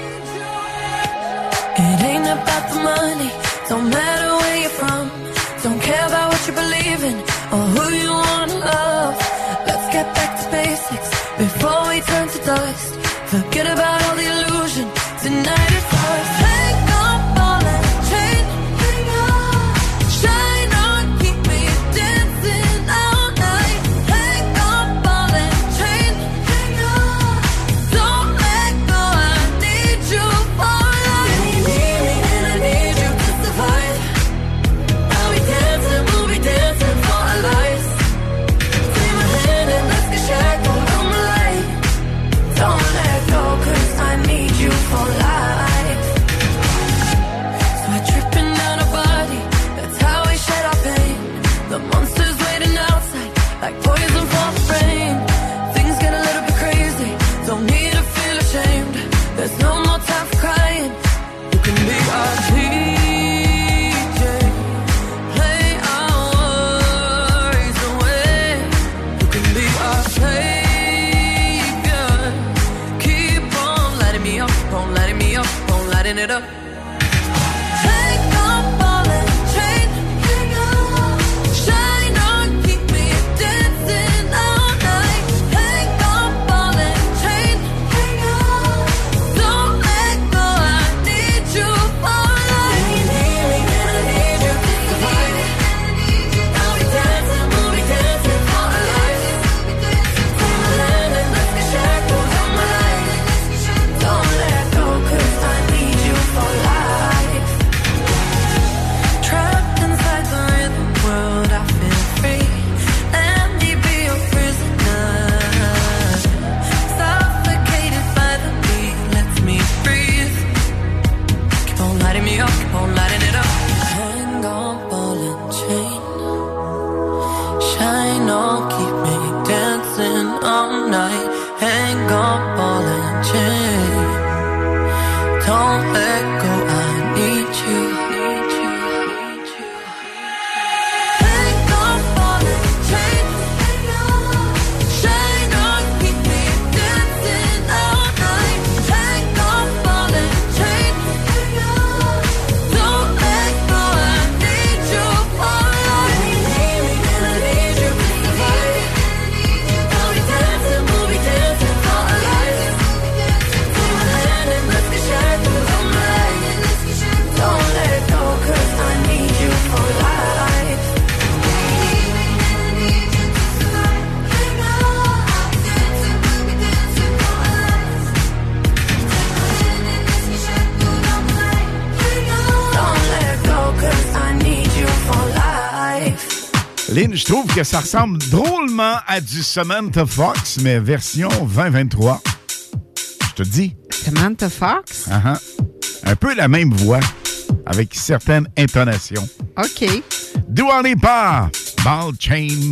It ain't about the money, don't matter where you're from. Don't care about what you believe in or who you wanna love. Let's get back to basics before we turn to dust. Forget about all the illusion, tonight it's ours. Hang on, ball and chain. Hang on, shine on, keep me dancing all night. Hang on, ball and chain. Hang on, don't let go, I need you for life. You need me and I need you to survive. I'll be dancing, we'll be dancing for our lives. Take my hand and let's get shackled on the light. Don't let go, 'cause I need you for life. Sweat dripping down our body, that's how we shed our pain. The monster's waiting outside, like poison for the rain. Things get a little bit crazy, don't need to feel ashamed. There's no more time for crying. You can be our DJ, play our worries away. You can be our savior. Keep on lighting me up, on lighting me up, on lighting it up. Hang on, ball and chain. Hang on, shine on, keep me dancing all night. Hang on, ball and chain. Hang on, don't let go, I need you for life. You need me and I need you to survive. I'll be dancing, we'll be dancing for our lives. Take my hand and let's get shackled on my life. Don't let go, 'cause I need you for life. Trapped inside the rhythm world, I feel free. Let me be your prisoner. Suffocated by the beat, lets me breathe. Keep on lighting me up, keep on lighting it up. Hang on, ball and chain. Shine on, keep me dancing all night. Hang on, ball and chain. Don't let go, I need you. Hang on, ball and chain. Hang on, shine on, keep me dancing all night. Hang on, ball and chain. Hang on, don't let go, I need you for life. You need me and I need you to survive. I'll be dancing, we'll be dancing for our lives. Take my hand and let's get shackled on my life. Don't let go, 'cause I need you for life. Don't let go, 'cause I need you for life. Lynn, je trouve que ça ressemble drôlement à du Samantha Fox, mais version 2023. Je te dis. Samantha Fox? Uh-huh. Un peu la même voix, avec certaines intonations. OK. Dua Lipa, Ball Chain.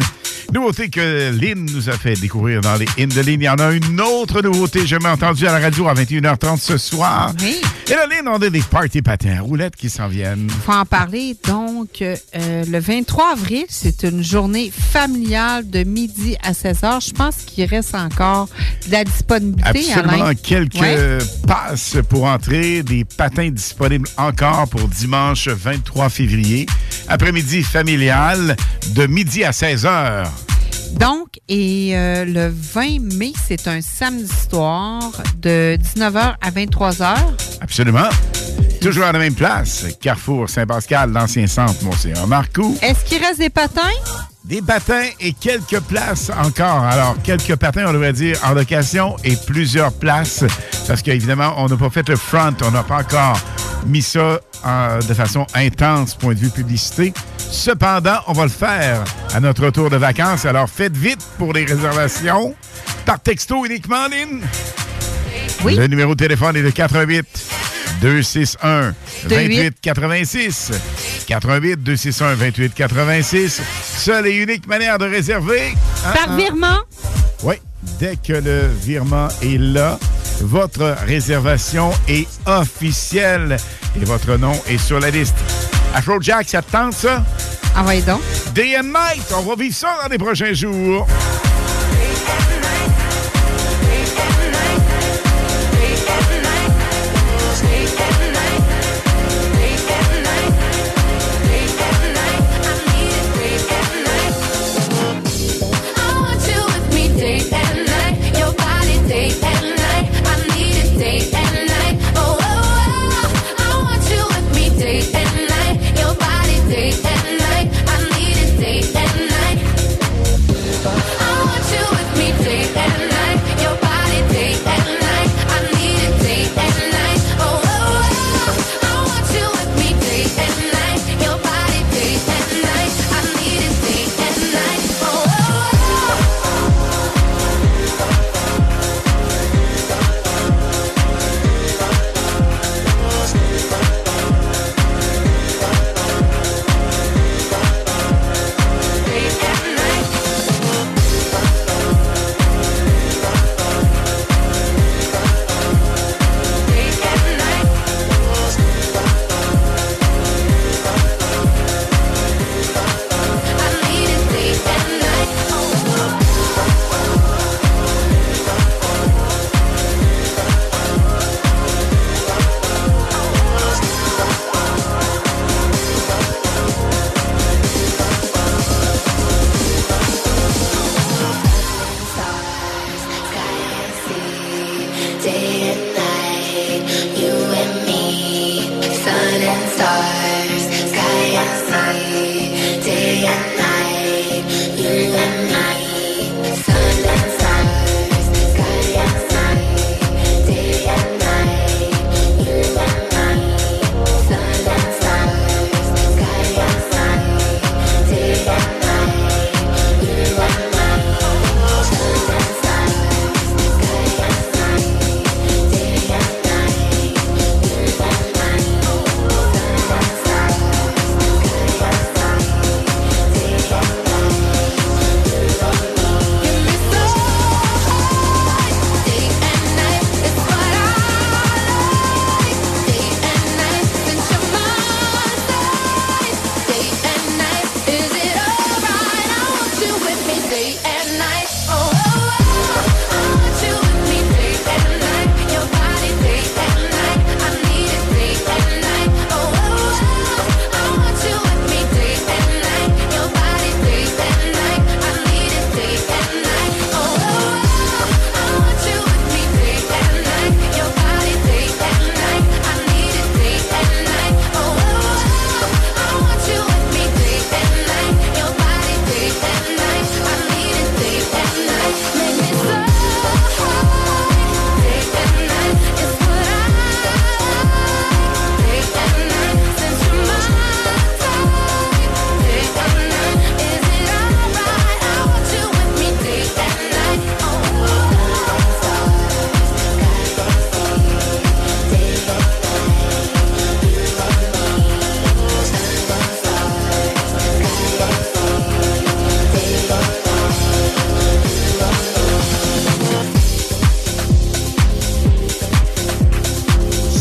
Nouveauté que Lynn nous a fait découvrir dans les In de Lynn. Il y en a une autre nouveauté jamais entendue à la radio à 21h30 ce soir. Oui. Et là, Lynn, on a des parties patins à roulettes qui s'en viennent. Il faut en parler. Donc, le 23 avril, c'est une journée familiale de midi à 16h. Je pense qu'il reste encore de la disponibilité. Absolument. Alain. Quelques passes pour entrer. Des patins disponibles encore pour dimanche 23 février. Après-midi familial de midi à 16h. Donc, et le 20 mai, c'est un samedi soir de 19h à 23h. Absolument. Toujours à la même place. Carrefour Saint-Pascal, l'ancien centre Monseigneur Marcoux. Est-ce qu'il reste des patins? Des patins et quelques places encore. Alors, quelques patins, on devrait dire, en location et plusieurs places. Parce qu'évidemment, on n'a pas fait le front. On n'a pas encore mis ça de façon intense, point de vue publicité. Cependant, on va le faire à notre retour de vacances. Alors, faites vite pour les réservations. Par texto uniquement, Lynn. Oui. Le numéro de téléphone est de 88 261 2886. 88 261 2886. Seule et unique manière de réserver. Par virement? Oui. Dès que le virement est là, votre réservation est officielle et votre nom est sur la liste. Afrojack, ça te tente, ça? Envoyez donc. Day and Night, on va vivre ça dans les prochains jours.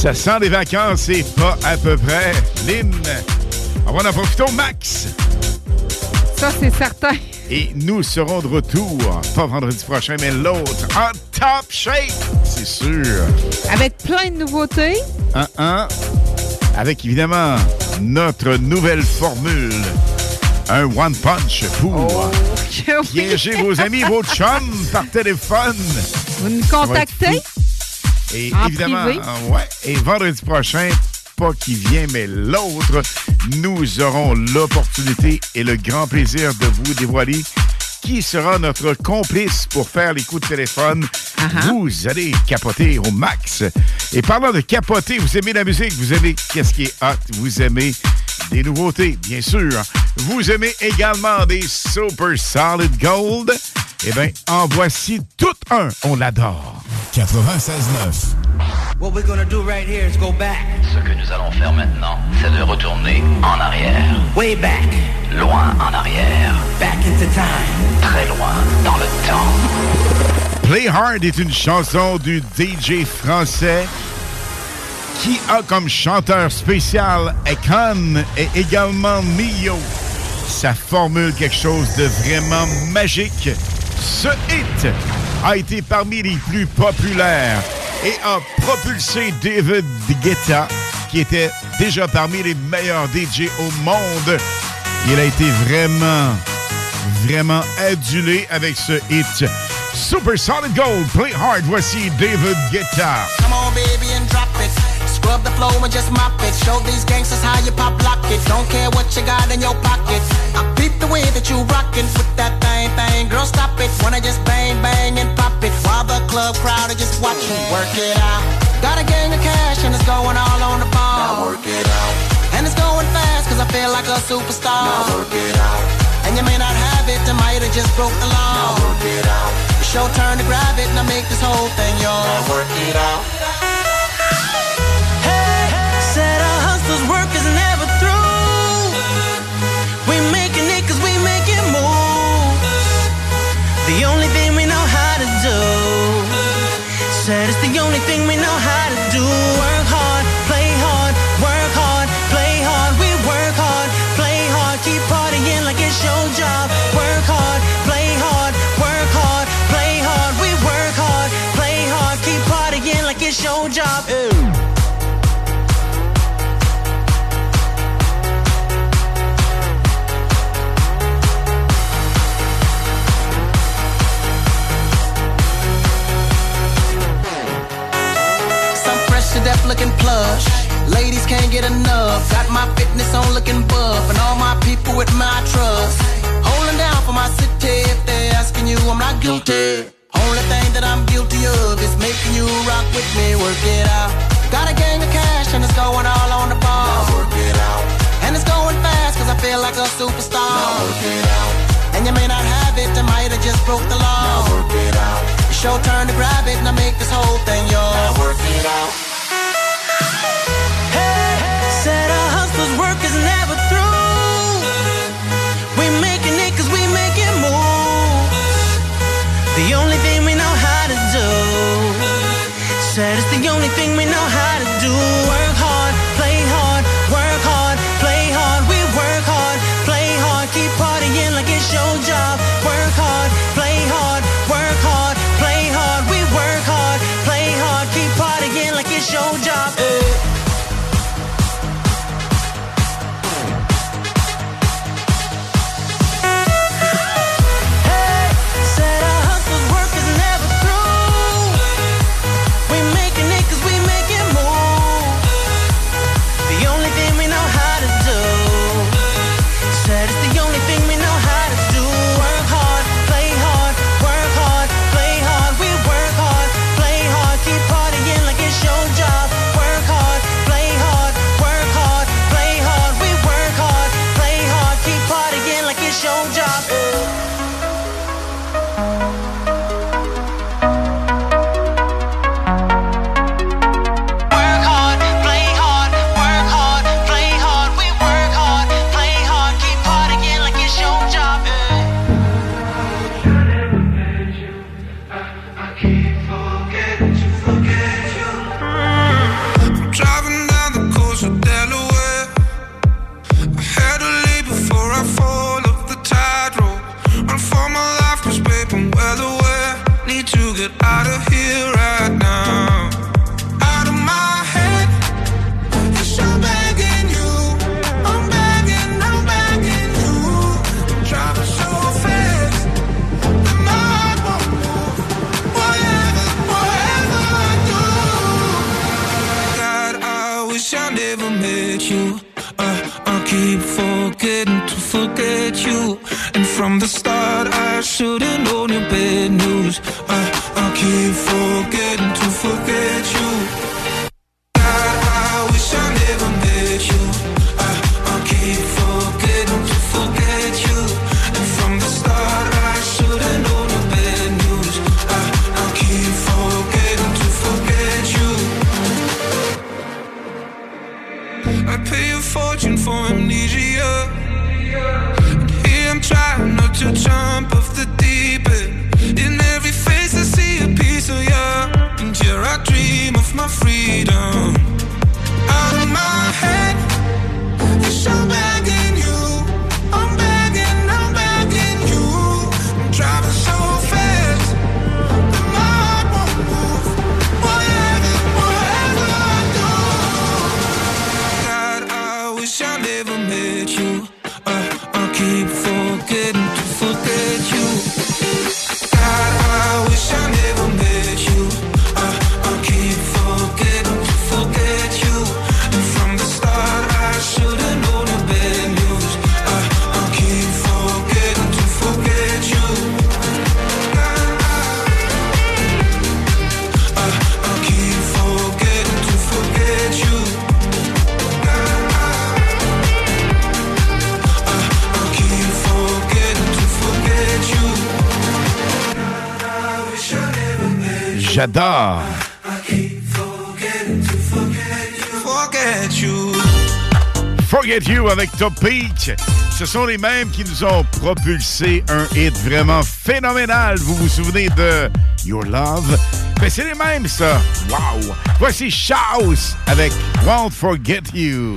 Ça sent des vacances et pas à peu près. Lynn, on va en profiter au max. Ça, c'est certain. Et nous serons de retour, pas vendredi prochain, mais l'autre, en top shape, c'est sûr. Avec plein de nouveautés. Avec évidemment notre nouvelle formule. Un one punch pour piéger vos amis, vos chums par téléphone. Vous nous contactez. Et en évidemment, privé. et vendredi prochain, pas qui vient, mais l'autre, nous aurons l'opportunité et le grand plaisir de vous dévoiler qui sera notre complice pour faire les coups de téléphone. Vous allez capoter au max. Et parlant de capoter, vous aimez la musique, vous aimez qu'est-ce qui est hot, vous aimez des nouveautés, bien sûr. Vous aimez également des Super Solid Gold. Eh bien, en voici tout un. On l'adore. 96.9. What we're gonna do right here is go back. Ce que nous allons faire maintenant, c'est de retourner en arrière. Way back. Loin en arrière. Back into time. Très loin dans le temps. Play Hard est une chanson du DJ français qui a comme chanteur spécial Akon et également Neo. Ça formule quelque chose de vraiment magique. Ce hit a été parmi les plus populaires et a propulsé David Guetta, qui était déjà parmi les meilleurs DJ au monde. Il a été vraiment adulé avec ce hit. Super Solid Gold, Play Hard, voici David Guetta. Come on, baby, and drop it. Scrub the flow and just mop it. Show these gangsters how you pop lock it. Don't care what you got in your pocket. I peep the way that you rockin' with that thing. Girl, stop it. Wanna just bang, bang, and pop it. While the club crowd are just watching. Work it out. Got a gang of cash and it's going all on the ball. Now work it out. And it's going fast cause I feel like a superstar. Now work it out. And you may not have it, I might have just broke the law. Now work it out. It's your turn to grab it and I make this whole thing yours. Now work it out. Said our hustlers' work is never through. We making it cause we making moves. The only thing we know how to do. Said it's the only thing we know how to do. Work hard, play hard, work hard, play hard. We work hard, play hard, keep partying like it's your job. Work hard, play hard, work hard, play hard. We work hard, play hard, keep partying like it's your job. To death looking plush. Ladies can't get enough. Got my fitness on looking buff. And all my people with my trust. Holding down for my city. If they're asking you, I'm not guilty. Only thing that I'm guilty of is making you rock with me. Work it out. Got a gang of cash and it's going all on the ball. Now work it out. And it's going fast cause I feel like a superstar. Now work it out. And you may not have it, I might have just broke the law. Now work it out. It's your turn to grab it and I make this whole thing yours. Now work it out. Said our hustlers' work is never through. We making it cause we making moves. The only thing we know how to do. Said it's the only thing we know how to do. Work hard, play hard, work hard, play hard. We work hard, play hard, keep partying like it's your job. Work hard, play hard, work hard, play hard. We work hard, play hard, keep partying like it's get out of here right now. Out of my head, yes, I'm begging you. I'm begging you. I'm driving so fast that my heart won't move. Whatever I do. God, I wish I never met you. I keep forgetting to forget you. And from the start I should've known your bad news. I keep forgetting to forget you. God, I wish I never met you. I keep forgetting to forget you. And from the start I should've known your bad news. I keep forgetting to forget you. I pay a fortune for amnesia. And here I'm trying not to jump off the deep end. In every face I see a piece of you. And here I dream of my freedom. Out of my head, yes, I'm begging you. I'm begging you. I'm driving so fast that my heart won't move. Whatever I do. God, I wish I never met you. I keep forgetting to forget you. God, I wish I never met you. I keep forgetting to forget you. And from the start I should've known the bad news. I keep forgetting to forget you. I keep forgetting to forget you. J'adore. Forget You avec Top Peach. Ce sont les mêmes qui nous ont propulsé un hit vraiment phénoménal. Vous vous souvenez de Your Love? Ben, c'est les mêmes, ça. Wow! Voici Shouse avec Won't Forget You.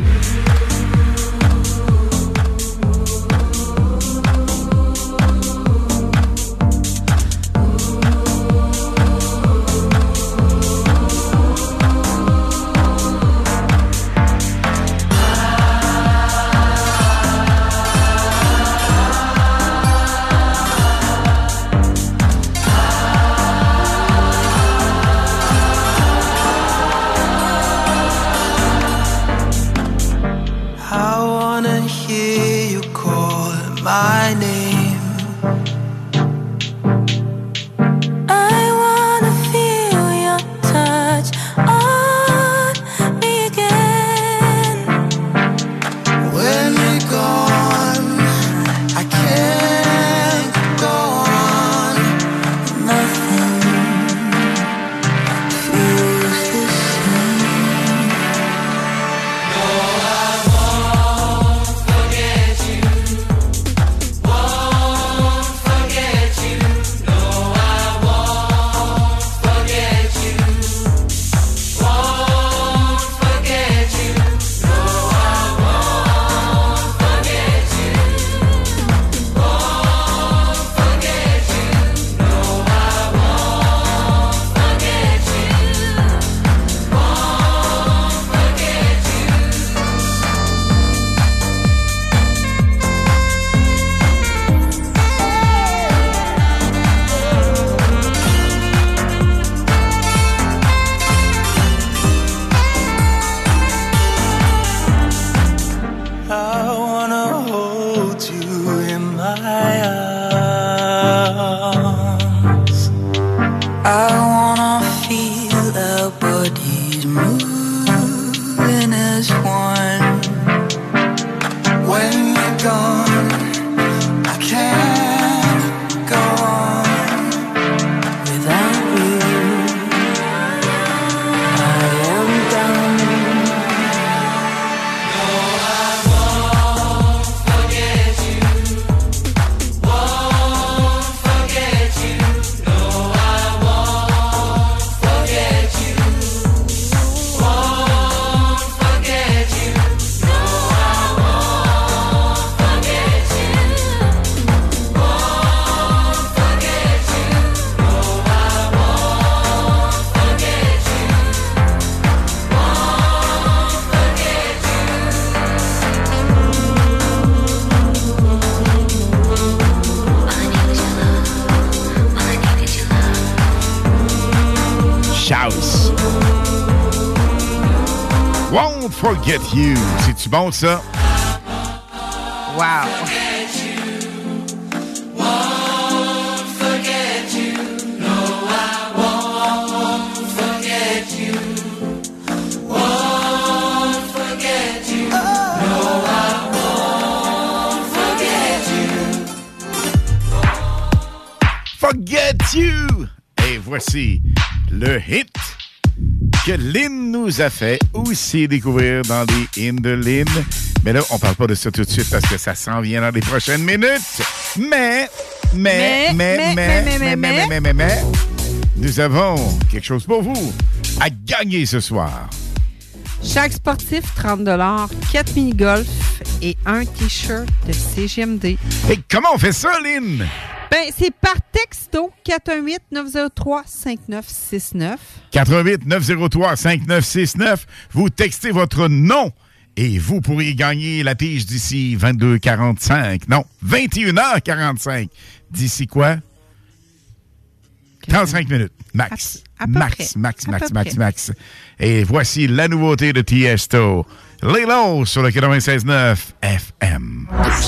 Forget You. C'est-tu bon, ça? Wow! Forget You! Et voici le hit que Lynn nous a fait aussi découvrir dans les hymnes de Lynn. Mais là, on parle pas de ça tout de suite parce que ça s'en vient dans les prochaines minutes. Mais, nous avons quelque chose pour vous à gagner ce soir. Chaque sportif, 30 $, 4 mini-golf et un T-shirt de CGMD. Et comment on fait ça, Lynn? Ben, c'est par texto 418-903-5969. 418-903-5969. Vous textez votre nom et vous pourrez gagner la pige d'ici 22h45. Non, 21h45. D'ici quoi? 35 minutes. Max. Max. Et voici la nouveauté de Tiesto. Lilo sur le 96.9 FM.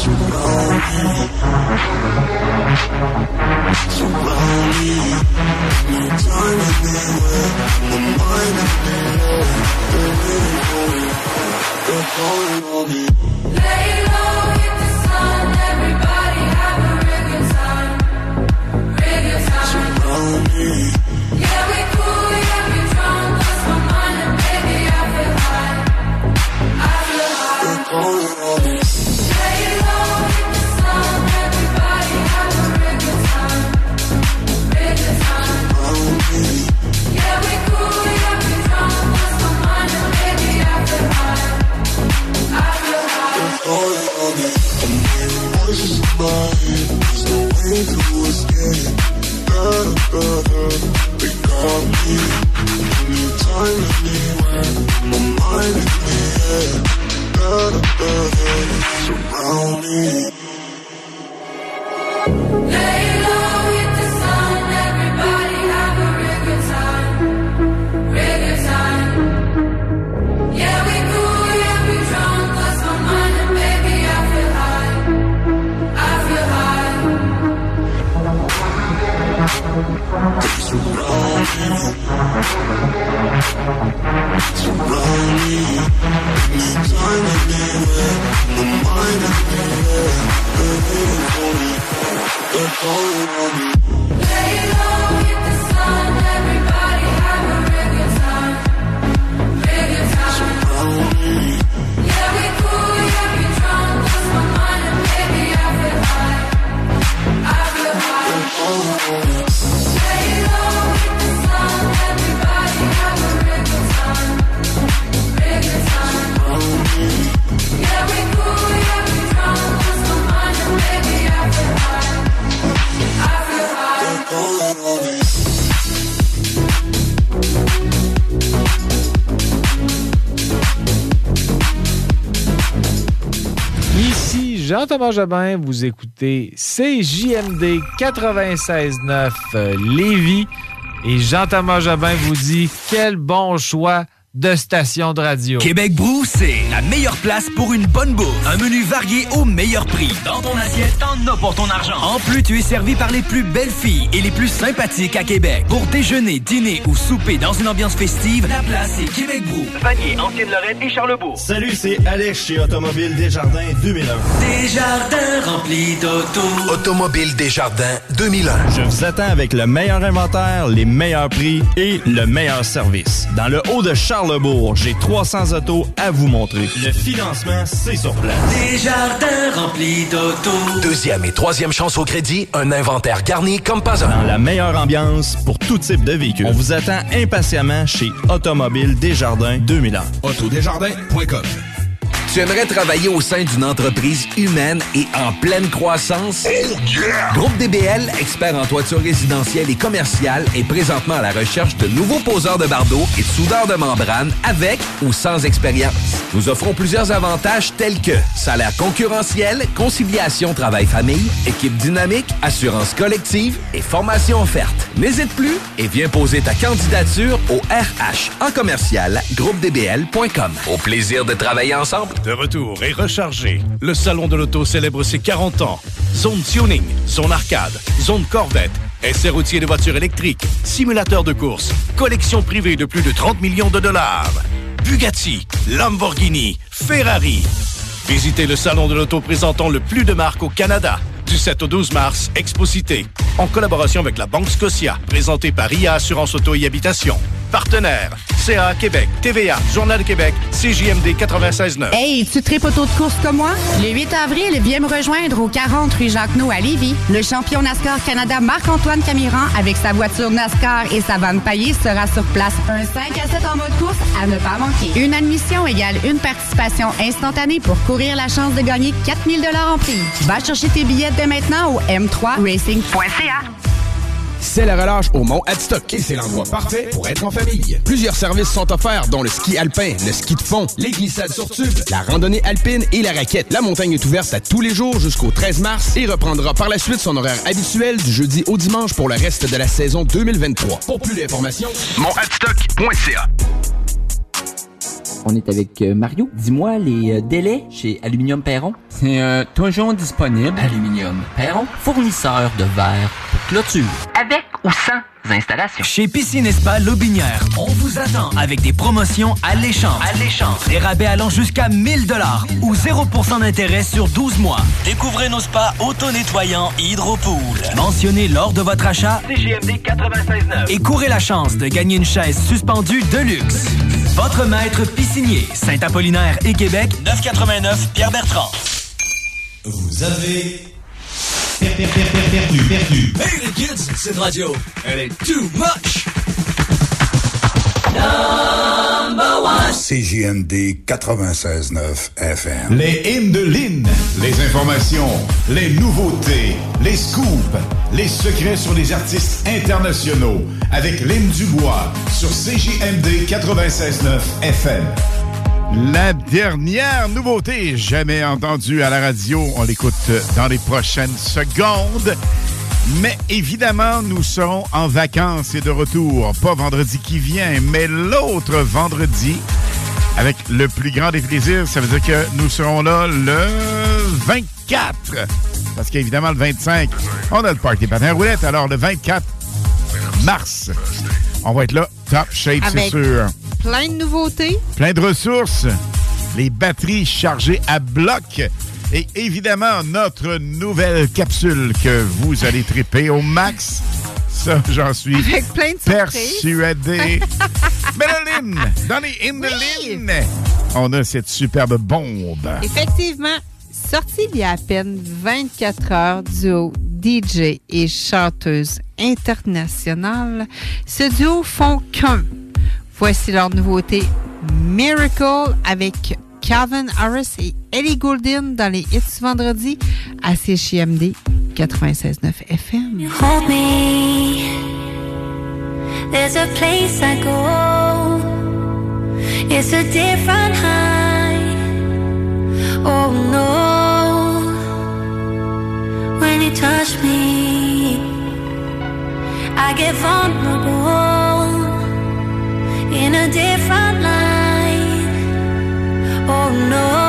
Jean-Thomas Jobin, vous écoutez CJMD 96.9 Lévis. Et Jean-Thomas Jobin vous dit quel bon choix de station de radio. Québec Brou, c'est la meilleure place pour une bonne bouffe. Un menu varié au meilleur prix. Dans ton assiette, t'en as pour ton argent. En plus, tu es servi par les plus belles filles et les plus sympathiques à Québec. Pour déjeuner, dîner ou souper dans une ambiance festive, la place est Québec Brou. Vanier, Ancienne-Lorraine et Charlebourg. Salut, c'est Alex chez Automobile Desjardins 2001. Desjardins remplis d'auto. Automobile Desjardins 2001. Je vous attends avec le meilleur inventaire, les meilleurs prix et le meilleur service. Dans le haut de Charlebourg, j'ai 300 autos à vous montrer. Le financement, c'est sur place. Desjardins remplis d'auto. Deuxième et troisième chance au crédit, un inventaire garni comme pas un. Dans la meilleure ambiance pour tout type de véhicule. On vous attend impatiemment chez Automobile Desjardins 2001. Autodesjardins.com. Tu aimerais travailler au sein d'une entreprise humaine et en pleine croissance? Oh yeah! Groupe DBL, expert en toiture résidentielle et commerciale, est présentement à la recherche de nouveaux poseurs de bardeaux et de soudeurs de membrane avec ou sans expérience. Nous offrons plusieurs avantages tels que salaire concurrentiel, conciliation travail-famille, équipe dynamique, assurance collective et formation offerte. N'hésite plus et viens poser ta candidature au RH en commercial groupedbl.com. Au plaisir de travailler ensemble. De retour et rechargé, le Salon de l'Auto célèbre ses 40 ans. Zone tuning, zone arcade, zone Corvette, essai routier de voitures électriques, simulateur de course, collection privée de plus de 30 millions de dollars. Bugatti, Lamborghini, Ferrari. Visitez le Salon de l'Auto présentant le plus de marques au Canada. Du 7 au 12 mars, Exposité, en collaboration avec la Banque Scotia, présenté par IA Assurance Auto et Habitation. Partenaires, CA Québec, TVA, Journal de Québec, CJMD 96.9. Hey, tu tripes auto de course comme moi? Le 8 avril, viens me rejoindre au 40 rue Jacques-No à Lévis. Le champion NASCAR Canada Marc-Antoine Camiran, avec sa voiture NASCAR et sa vanne paillée, sera sur place. Un 5 à 7 en mode course à ne pas manquer. Une admission égale une participation instantanée pour courir la chance de gagner 4 000 $ en prix. Va chercher tes billets dès maintenant au m3racing.ca. C'est la relâche au Mont Adstock et c'est l'endroit parfait pour être en famille. Plusieurs services sont offerts, dont le ski alpin, le ski de fond, les glissades sur tube, la randonnée alpine et la raquette. La montagne est ouverte à tous les jours jusqu'au 13 mars et reprendra par la suite son horaire habituel du jeudi au dimanche pour le reste de la saison 2023. Pour plus d'informations, monadstock.ca. On est avec Mario. Dis-moi, les délais chez Aluminium Perron? C'est toujours disponible. Aluminium Perron, fournisseur de verre pour clôture. Avec ou sans installation. Chez Piscine et Spa Lobinière, on vous attend avec des promotions alléchantes. Des rabais allant jusqu'à 1000 $ ou 0% d'intérêt sur 12 mois. Découvrez nos spas auto-nettoyants Hydropool. Mentionnez lors de votre achat CJMD 96.9. et courez la chance de gagner une chaise suspendue de luxe. Votre maître piscinier, Saint-Apollinaire et Québec, 989 Pierre-Bertrand. Vous avez perdu. Hey les kids, cette radio, elle est too much. Number one. CJMD 96.9 FM. Les hymnes de Lynn, les informations, les nouveautés, les scoops, les secrets sur les artistes internationaux avec Lynn Dubois sur CJMD 96.9 FM. La dernière nouveauté jamais entendue à la radio, on l'écoute dans les prochaines secondes. Mais évidemment, nous serons en vacances et de retour. Pas vendredi qui vient, mais l'autre vendredi. Avec le plus grand des plaisirs, ça veut dire que nous serons là le 24. Parce qu'évidemment, le 25, on a le Party Patin Roulette. Alors, le 24 mars, on va être là, top shape, c'est sûr. Plein de nouveautés. Plein de ressources. Les batteries chargées à bloc. Et évidemment, notre nouvelle capsule que vous allez triper au max. Ça, j'en suis avec plein de persuadé. Mais là, Lynn, dans les hymnes de Lynn, on a cette superbe bombe. Effectivement, sorti il y a à peine 24 heures, duo DJ et chanteuse internationale, ce duo font qu'un. Voici leur nouveauté Miracle avec Calvin Harris et Ellie Goulding dans les hits vendredi à CJMD 96.9 FM. You hold me. There's a place I go. It's a different high. Oh no. When you touch me, I get vulnerable in a different light. Oh no.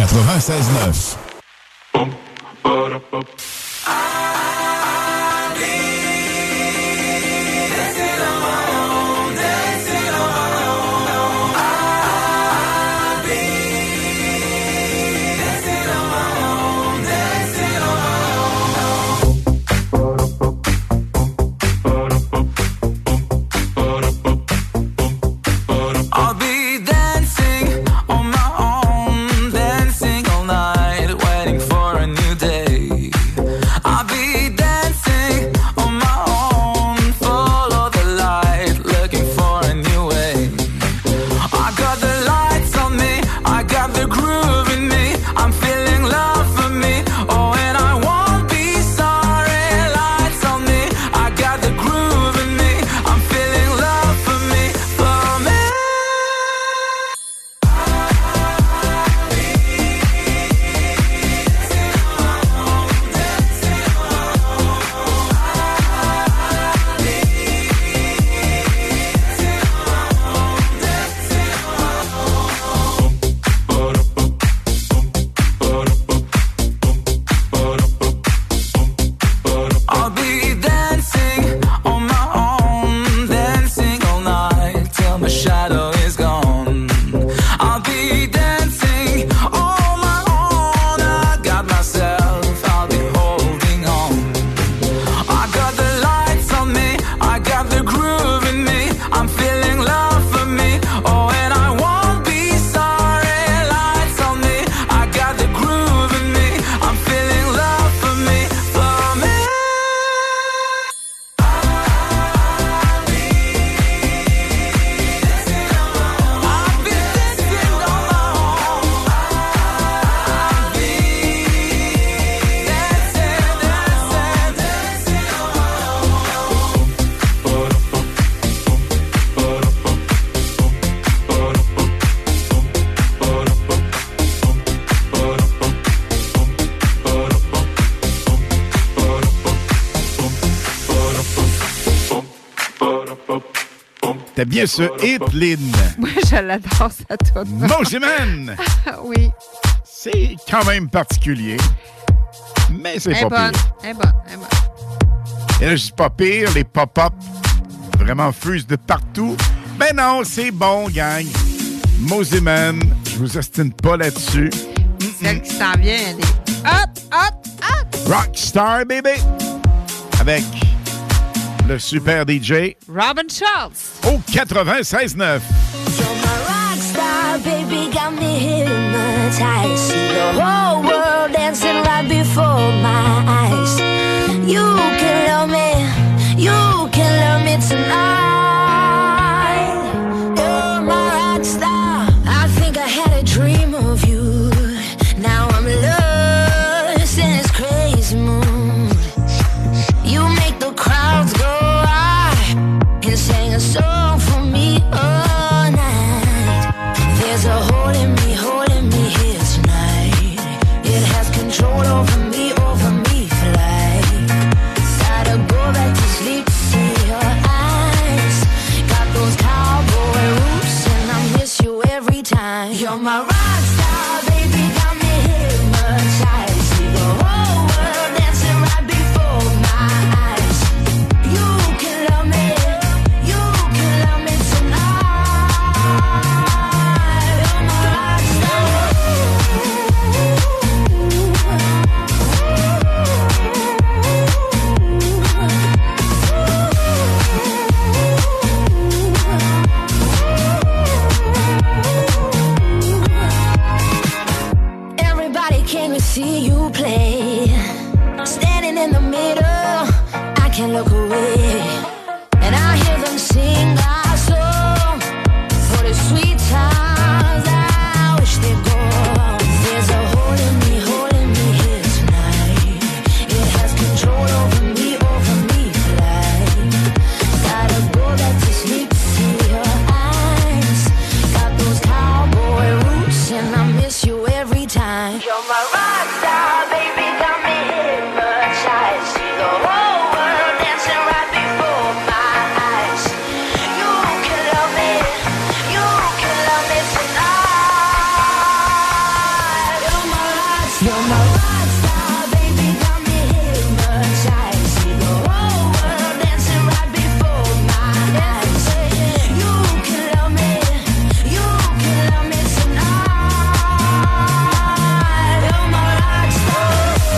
96.9. I'll be dancing on my own, dancing all night, waiting for a new day. I'll be dancing on my own, follow the light, looking for a new way. I got the lights on me, I got the groove in me, I'm feeling love for me, oh and I won't be sorry. Lights on me, I got the groove in me, I'm feeling love for me, for me. I'll be dancing on my own, dancing all night till my shadow is gone. I'll be dancing on my own. I got myself, I'll be holding on. I got the lights on me, I got the groove in me, I'm feeling love for me, oh and I won't be sorry. Lights on me, I got the groove in me, I'm feeling love for me, for me. T'as bien ce hit, Lynn. Moi, je l'adore, cette tune. Moziman! Oui. C'est quand même particulier, mais c'est Elle est pas bonne. pire. Elle est bonne. Elle est bonne. Et là, je dis pas pire, les pop-up vraiment fusent de partout. Ben non, c'est bon, gang. Moziman, je vous ostine pas là-dessus. Celle qui s'en vient, elle est hot, hot, hot. Rockstar, bébé! Avec le super DJ Robin Schultz. au 96.9. Rockstar, baby, got me hypnotized. See the whole world dancing right before my eyes. You can love me, you can love me tonight. You're my rockstar. I think I had a dream of you. Now I'm lost in this crazy mood. You make the crowds go wild and sing a song for me all night. There's a hole in me here tonight. It has control over me for life. Gotta go back to sleep to see your eyes. Got those cowboy roots and I miss you every time. You're my rock star, baby, got me hypnotized. See the whole world dancing right before my eyes. You can love me tonight. You're my rock star. Everybody came to see you play. Standing in the middle, I can't look away. And I hear them sing our song for the sweet times I wish they'd go. There's a hole in me here tonight. It has control over me for life. Gotta go back to sleep to see your eyes. Got those cowboy roots and I miss you every time. You're my rock star, baby, got me hypnotized. See the whole world dancing right before my eyes. You can love me tonight. You're You're my rock star, baby, got me hypnotized. See the whole world dancing right before my eyes. You can love me tonight. You're my rock star.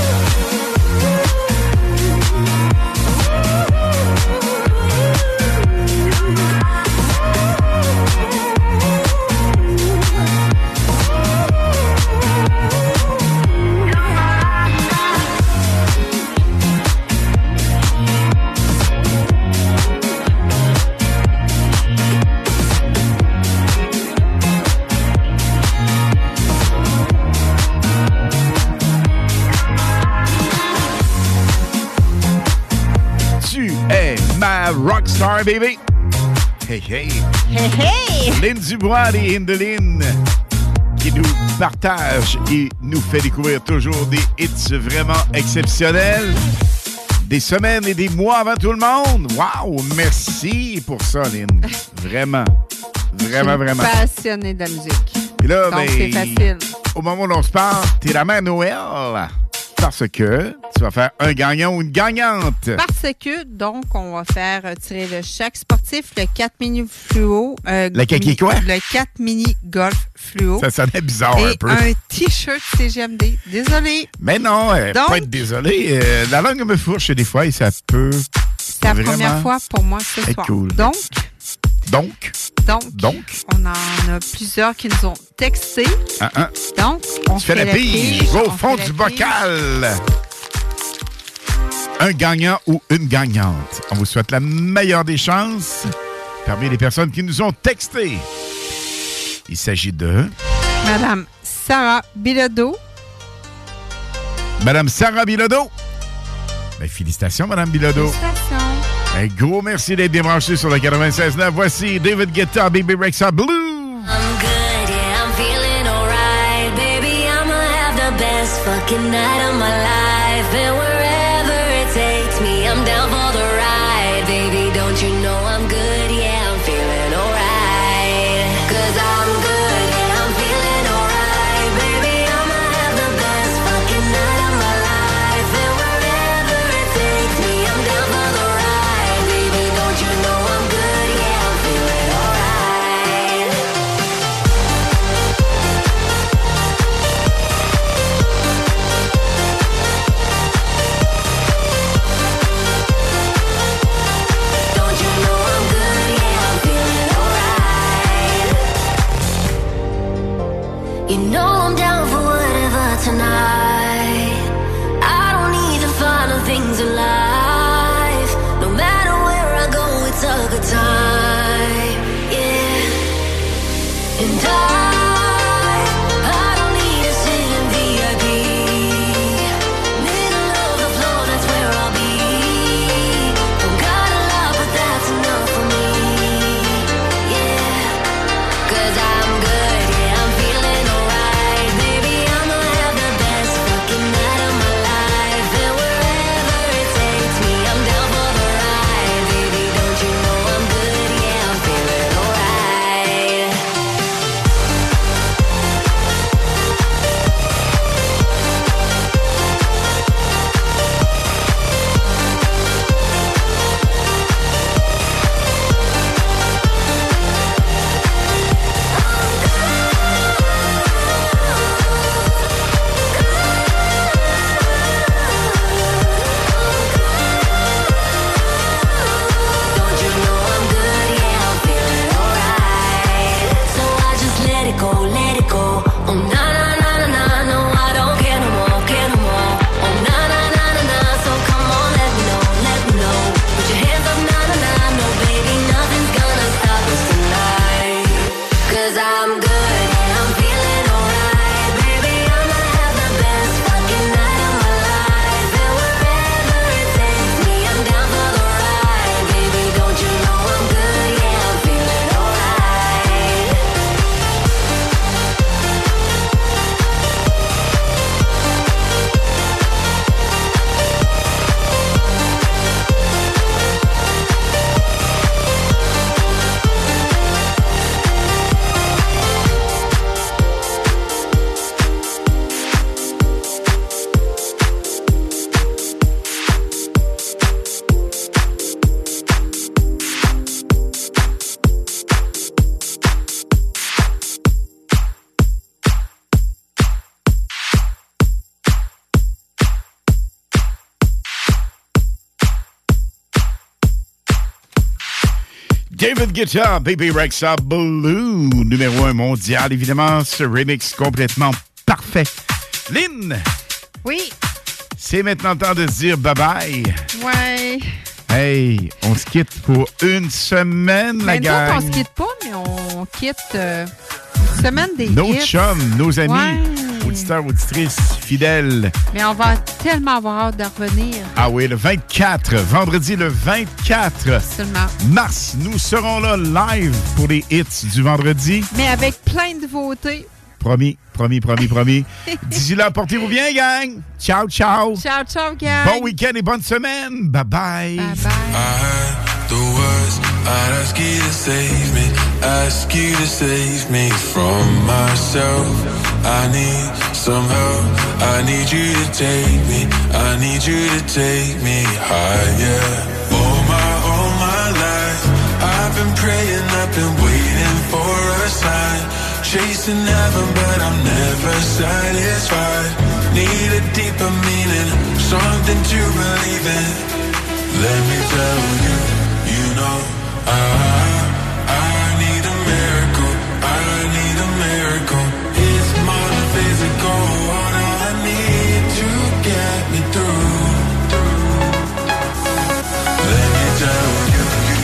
Tu es ma rockstar, baby. Hey, hey. Hey, hey. Lynn Dubois et Indeline qui nous partage et nous fait découvrir toujours des hits vraiment exceptionnels. Des semaines et des mois avant tout le monde. Wow! Merci pour ça, Lynn. Vraiment. Vraiment, vraiment. Passionné de la musique. Et là, Donc, c'est facile. Au moment où l'on se parle, t'es la mère Noël. Parce que tu vas faire un gagnant ou une gagnante. Parce que, donc, on va faire tirer de chaque sportif le 4 mini fluo. Le 4 quoi? Le 4 mini golf fluo. Ça sonnait bizarre et un peu. Un t-shirt CGMD. Désolé. Mais non, Donc, pas être désolé. La langue me fourche des fois et ça peut. C'est la première fois pour moi ce soir. Cool. Donc, Donc, on en a plusieurs qui nous ont texté. Donc, on tu fais la pige. Va au fond du bocal. Un gagnant ou une gagnante. On vous souhaite la meilleure des chances parmi les personnes qui nous ont texté. Il s'agit de Madame Sarah Bilodeau. Madame Sarah Bilodeau. Ben, félicitations, Madame Bilodeau. Félicitations. Un gros merci d'être débranché sur le 96.9. Voici David Guetta, Baby Rexha Blue. I'm good, yeah, I'm feeling alright. Baby, I'ma have the best fucking night of my life. And wherever it takes me, I'm down for the ride. Baby, don't you know I'm good, yeah, I'm feeling alright. 'Cause I'm good, yeah, I'm feeling alright. Baby, I'ma have the best fucking night of my life. And wherever it takes me, I'm down for the ride. Baby, don't you know I'm good, yeah, I'm feeling alright. Don't you know I'm good, yeah, I'm feeling alright. You know I'm down for whatever tonight. I don't need the final things in life. No matter where I go, it's a good time, yeah. And I don't need a sit in VIP. Middle of the floor, that's where I'll be. Don't got a lot, but that's enough for me, yeah. 'Cause I'm good, yeah, I'm feeling alright. Baby, I'ma have the best David Guetta, Baby Rexha Blue, numéro 1 mondial, évidemment, ce remix complètement parfait. Lynn! Oui? C'est maintenant le temps de se dire bye-bye. Ouais. Hey, on se quitte pour une semaine, la gang. Nous, on se quitte pas, mais on quitte une semaine des Nos hits. chums, nos amis, Ouais. auditeurs, auditrices, fidèles. Mais on va tellement avoir hâte de revenir. Ah oui, le 24, vendredi le 24 mars, nous serons là live pour les hits du vendredi. Mais avec plein de nouveautés. Promis. D'ici là, portez-vous bien, gang. Ciao, ciao. Ciao, ciao, gang. Bon week-end et bonne semaine. Bye-bye. The words, I'd ask you to save me, ask you to save me from myself. I need some help, I need you to take me, I need you to take me higher. All my life, I've been praying, I've been waiting for a sign. Chasing heaven, but I'm never satisfied. Need a deeper meaning, something to believe in. Let me tell you, you know, I need a miracle, I need a miracle. It's more than physical, what I need to get me through. Let me tell you.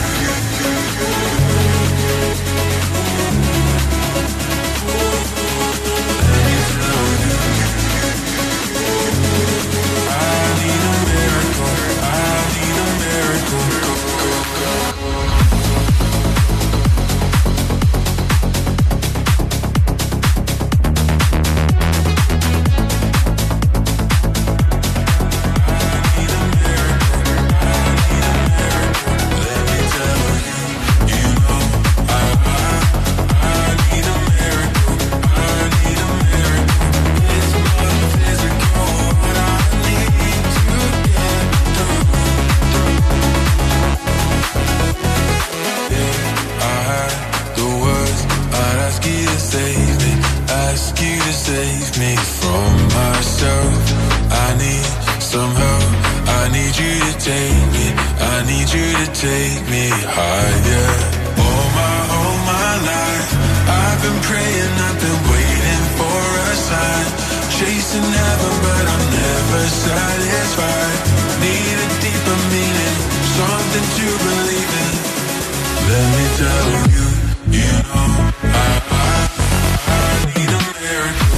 Save me from myself. I need some help. I need you to take me. I need you to take me higher. All my life, I've been praying, I've been waiting for a sign. Chasing heaven, but I'm never satisfied. Need a deeper meaning, something to believe in. Let me tell you, you know, I need a miracle.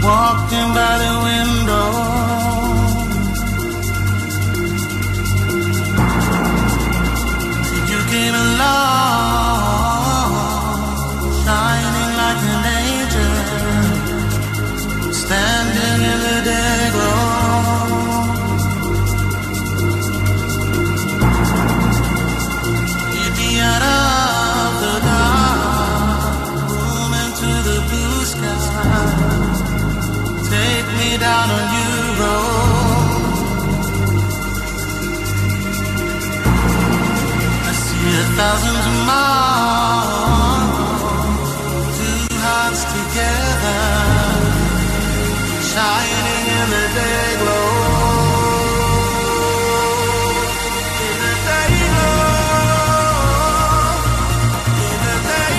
walking by the window. You came along, shining like an angel, standing in the day glow. Get me out of the dark room into the blue sky. Take me down a new road. I see 1,000 miles, two hearts together, shining in the day glow. In the day glow, in the day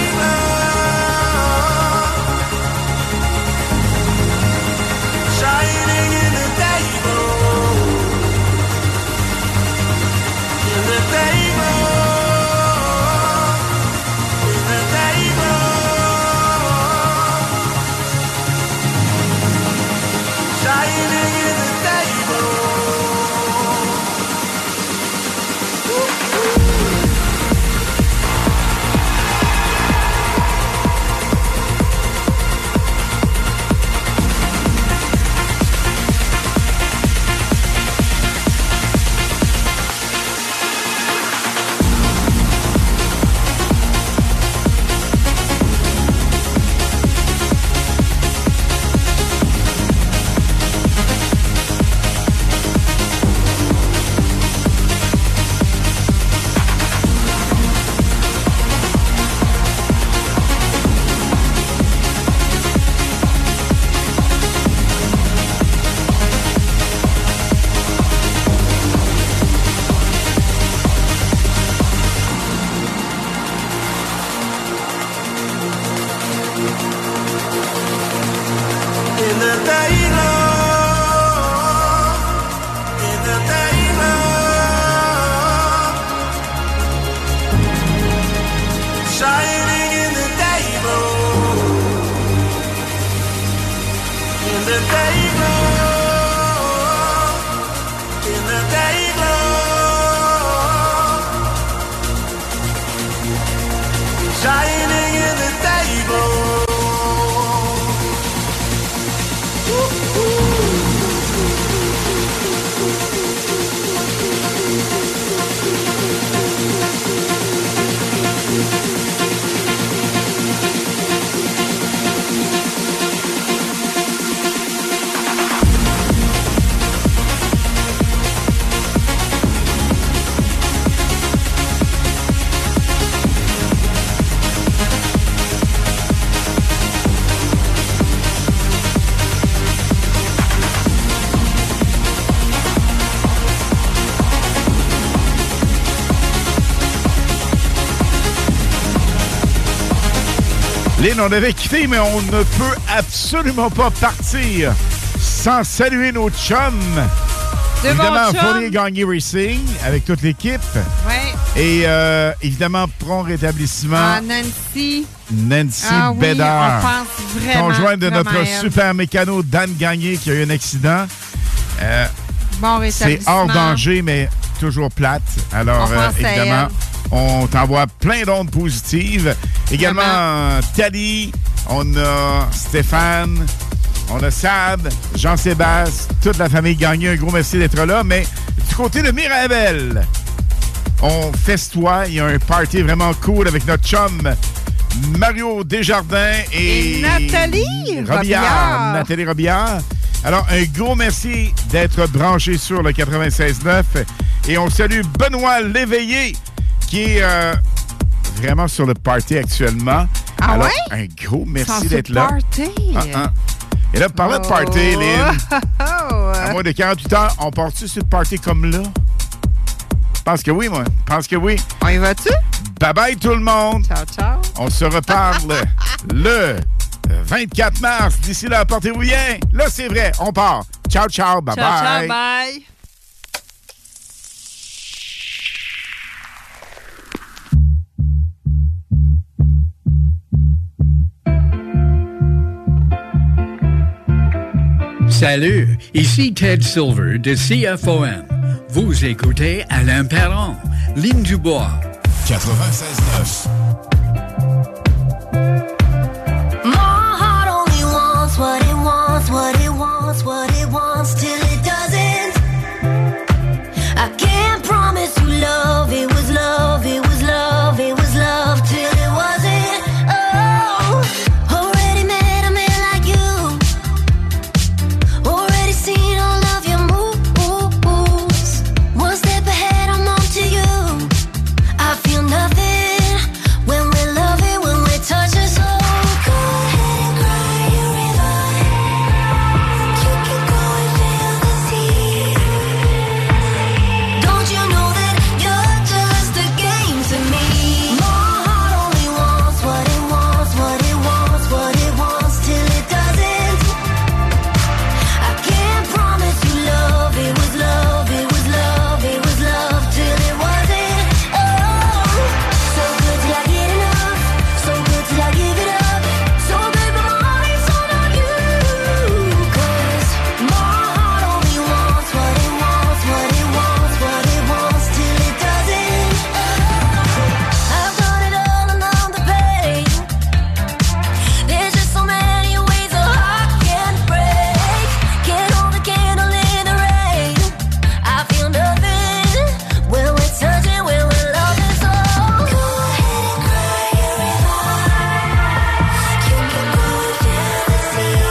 glow, shining in the day glow, in the day glow, in the day glow, shining in the day glow. In the day glow, in the day glow, shining in the day glow, in the day glow, in the day glow, shining in the day glow. Lynn, on avait quitté, mais on ne peut absolument pas partir sans saluer nos chums. Évidemment, Fournier Gagné Racing avec toute l'équipe. Ouais. Et évidemment, prompt rétablissement. Ah, Nancy. Nancy Bédard. On pense vraiment. Conjointe de notre vraiment elle. super mécano Dan Gagné qui a eu un accident. Bon C'est rétablissement. hors danger, mais toujours plate. Alors, On pense à évidemment, elle. on t'envoie plein d'ondes positives. Également, Tali, on a Stéphane, on a Sab, Jean-Sébastien, toute la famille Gagné. Un gros merci d'être là. Mais du côté de Mirabel, on festoie. Il y a un party vraiment cool avec notre chum Mario Desjardins et Nathalie Robillard. Nathalie Robillard. Alors, un gros merci d'être branché sur le 96.9. Et on salue Benoît Léveillé, qui est vraiment sur le party actuellement. Ah alors, ouais? un gros merci Sans d'être ce là. party. Et là, parlant de party, Lynn, à moins de 48 heures, on part-tu sur le party comme là? Je pense que oui, moi. Je pense que oui. On y va-tu? Bye-bye tout le monde. Ciao, ciao. On se reparle le 24 mars. D'ici là, portez-vous bien. Là, c'est vrai, on part. Ciao, ciao. Bye-bye. Ciao, ciao, bye. Salut, ici Ted Silver de CFOM. Vous écoutez Alain Perron, Ligne du Bois. 96.9. My heart only wants what it wants, what it wants, what it wants till it doesn't. I can't promise you love, it was love, it was love, it was love till it wasn't. Oh, already met a man like you, already seen all of your moves. One step ahead, I'm on to you. I feel nothing when we're loving, when we're touching. So go ahead and cry your river. You can go and feel the sea. Don't you know that you're just a game to me? My heart only wants what it wants, what it wants, what it wants till it doesn't. I can't promise you love, it was love, it was love, it was love till it wasn't. Oh, so good till I get enough, so good till I give it up, so good but my heart ain't sold on you. 'Cause my heart only wants what it wants, what it wants, what it wants till it doesn't. I've done it all and I'm the pain. There's just so many ways a heart can break. Can't hold a candle in the rain. I feel nothing when we're touching, when we're loving. So go ahead and cry your river. You can go and feel the sea.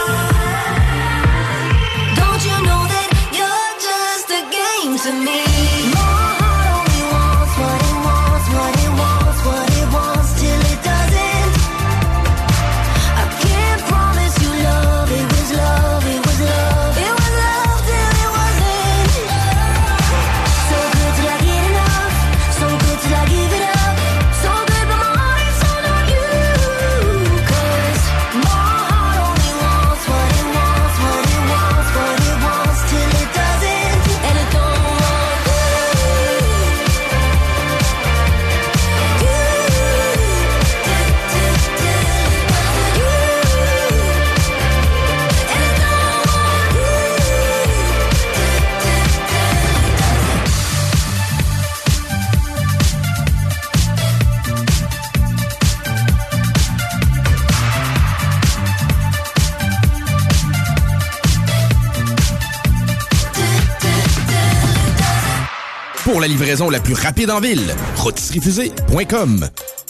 Don't you know that you're just a game to me? My heart only wants what it wants, what it wants, what it wants till it doesn't. I can't promise you love, it was love, it was love, it was love till it wasn't. So good till I get enough, so good till I give it up, so good but my heart ain't sold on you. 'Cause my heart only wants what it wants, what it wants, what it wants till it doesn't. And it don't want you. Pour la livraison la plus rapide en ville, rôtisseriefusée.com.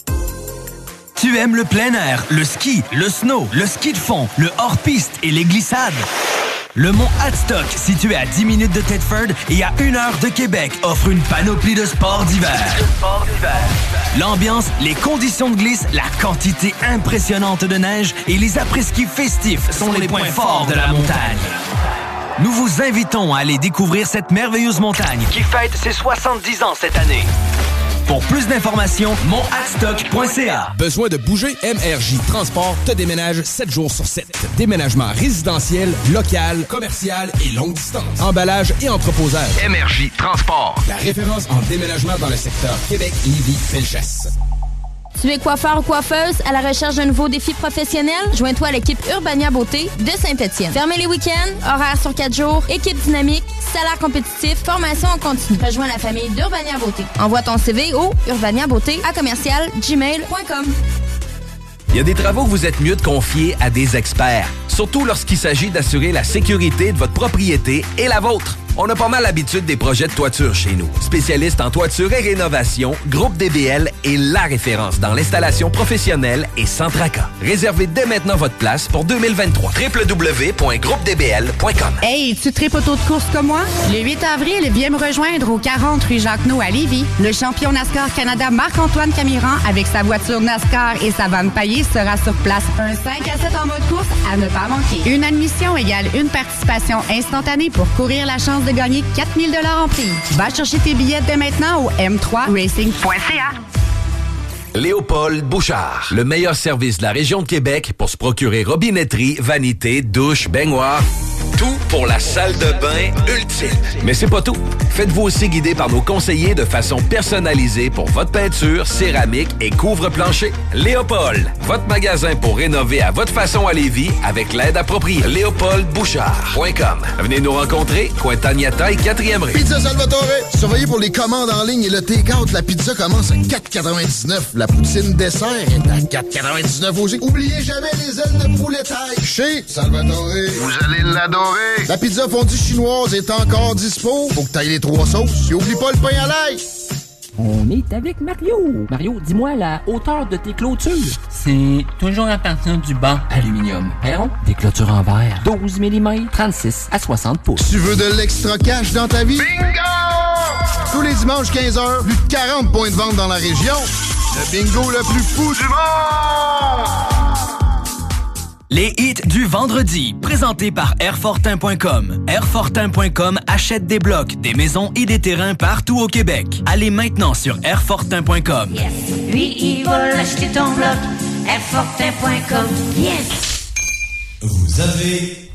Tu aimes le plein air, le ski, le snow, le ski de fond, le hors-piste et les glissades? Le mont Hadstock, situé à 10 minutes de Thetford et à 1 heure de Québec, offre une panoplie de sports d'hiver. L'ambiance, les conditions de glisse, la quantité impressionnante de neige et les après-ski festifs sont les points forts de la montagne. Nous vous invitons à aller découvrir cette merveilleuse montagne qui fête ses 70 ans cette année. Pour plus d'informations, monthadstock.ca. Besoin de bouger? MRJ Transport te déménage 7 jours sur 7. Déménagement résidentiel, local, commercial et longue distance. Emballage et entreposage. MRJ Transport. La référence en déménagement dans le secteur Québec, Lévis, Felchasse. Tu es coiffeur ou coiffeuse à la recherche d'un nouveau défi professionnel? Joins-toi à l'équipe Urbania Beauté de Saint-Étienne. Fermez les week-ends, horaires sur 4 jours, équipe dynamique, salaire compétitif, formation en continu. Rejoins la famille d'Urbania Beauté. Envoie ton CV au urbaniabeauté@gmail.com. Il y a des travaux que vous êtes mieux de confier à des experts, surtout lorsqu'il s'agit d'assurer la sécurité de votre propriété et la vôtre. On a pas mal l'habitude des projets de toiture chez nous. Spécialiste en toiture et rénovation, Groupe DBL est la référence dans l'installation professionnelle et sans tracas. Réservez dès maintenant votre place pour 2023. www.groupedbl.com. Hey, tu tripes auto de course comme moi? Le 8 avril, viens me rejoindre au 40 rue Jacques-No à Lévis. Le champion NASCAR Canada Marc-Antoine Camiran avec sa voiture NASCAR et sa vanne paillée sera sur place. Un 5 à 7 en mode course à ne pas manquer. Une admission égale une participation instantanée pour courir la chance de gagner 4000 $ en prix. Va chercher tes billets dès maintenant au m3racing.ca. Léopold Bouchard, le meilleur service de la région de Québec pour se procurer robinetterie, vanité, douche, baignoire. Tout pour la salle de bain ultime. Mais c'est pas tout. Faites-vous aussi guider par nos conseillers de façon personnalisée pour votre peinture, céramique et couvre-plancher. Léopold, votre magasin pour rénover à votre façon à Lévis avec l'aide appropriée. LéopoldBouchard.com. Venez nous rencontrer, coin Tagnata et 4e rue. Pizza Salvatore. Surveillez pour les commandes en ligne et le take-out. La pizza commence à 4,99. La poutine dessert est à 4,99 aussi. Oubliez jamais les ailes de poulet taille. Chez Salvatore. Vous allez l'adorer. La pizza fondue chinoise est encore dispo. Faut que t'ailles les 3 sauces. Et oublie pas le pain à l'ail. On est avec Mario. Mario, dis-moi la hauteur de tes clôtures. C'est toujours à partir du banc aluminium. Perron, des clôtures en verre. 12 mm, 36 à 60 pouces. Tu veux de l'extra cash dans ta vie? Bingo! Tous les dimanches 15h, plus de 40 points de vente dans la région. Le bingo le plus fou du monde! Les hits du vendredi, présentés par Airfortin.com. Airfortin.com achète des blocs, des maisons et des terrains partout au Québec. Allez maintenant sur Airfortin.com. Yes. Lui, il va l'acheter ton bloc. Airfortin.com. Yes. Vous avez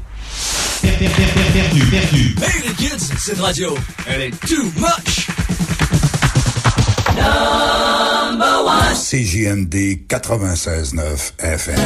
perdu. Hey les kids, cette radio, elle est too much. Number one. CJMD 96.9 FM.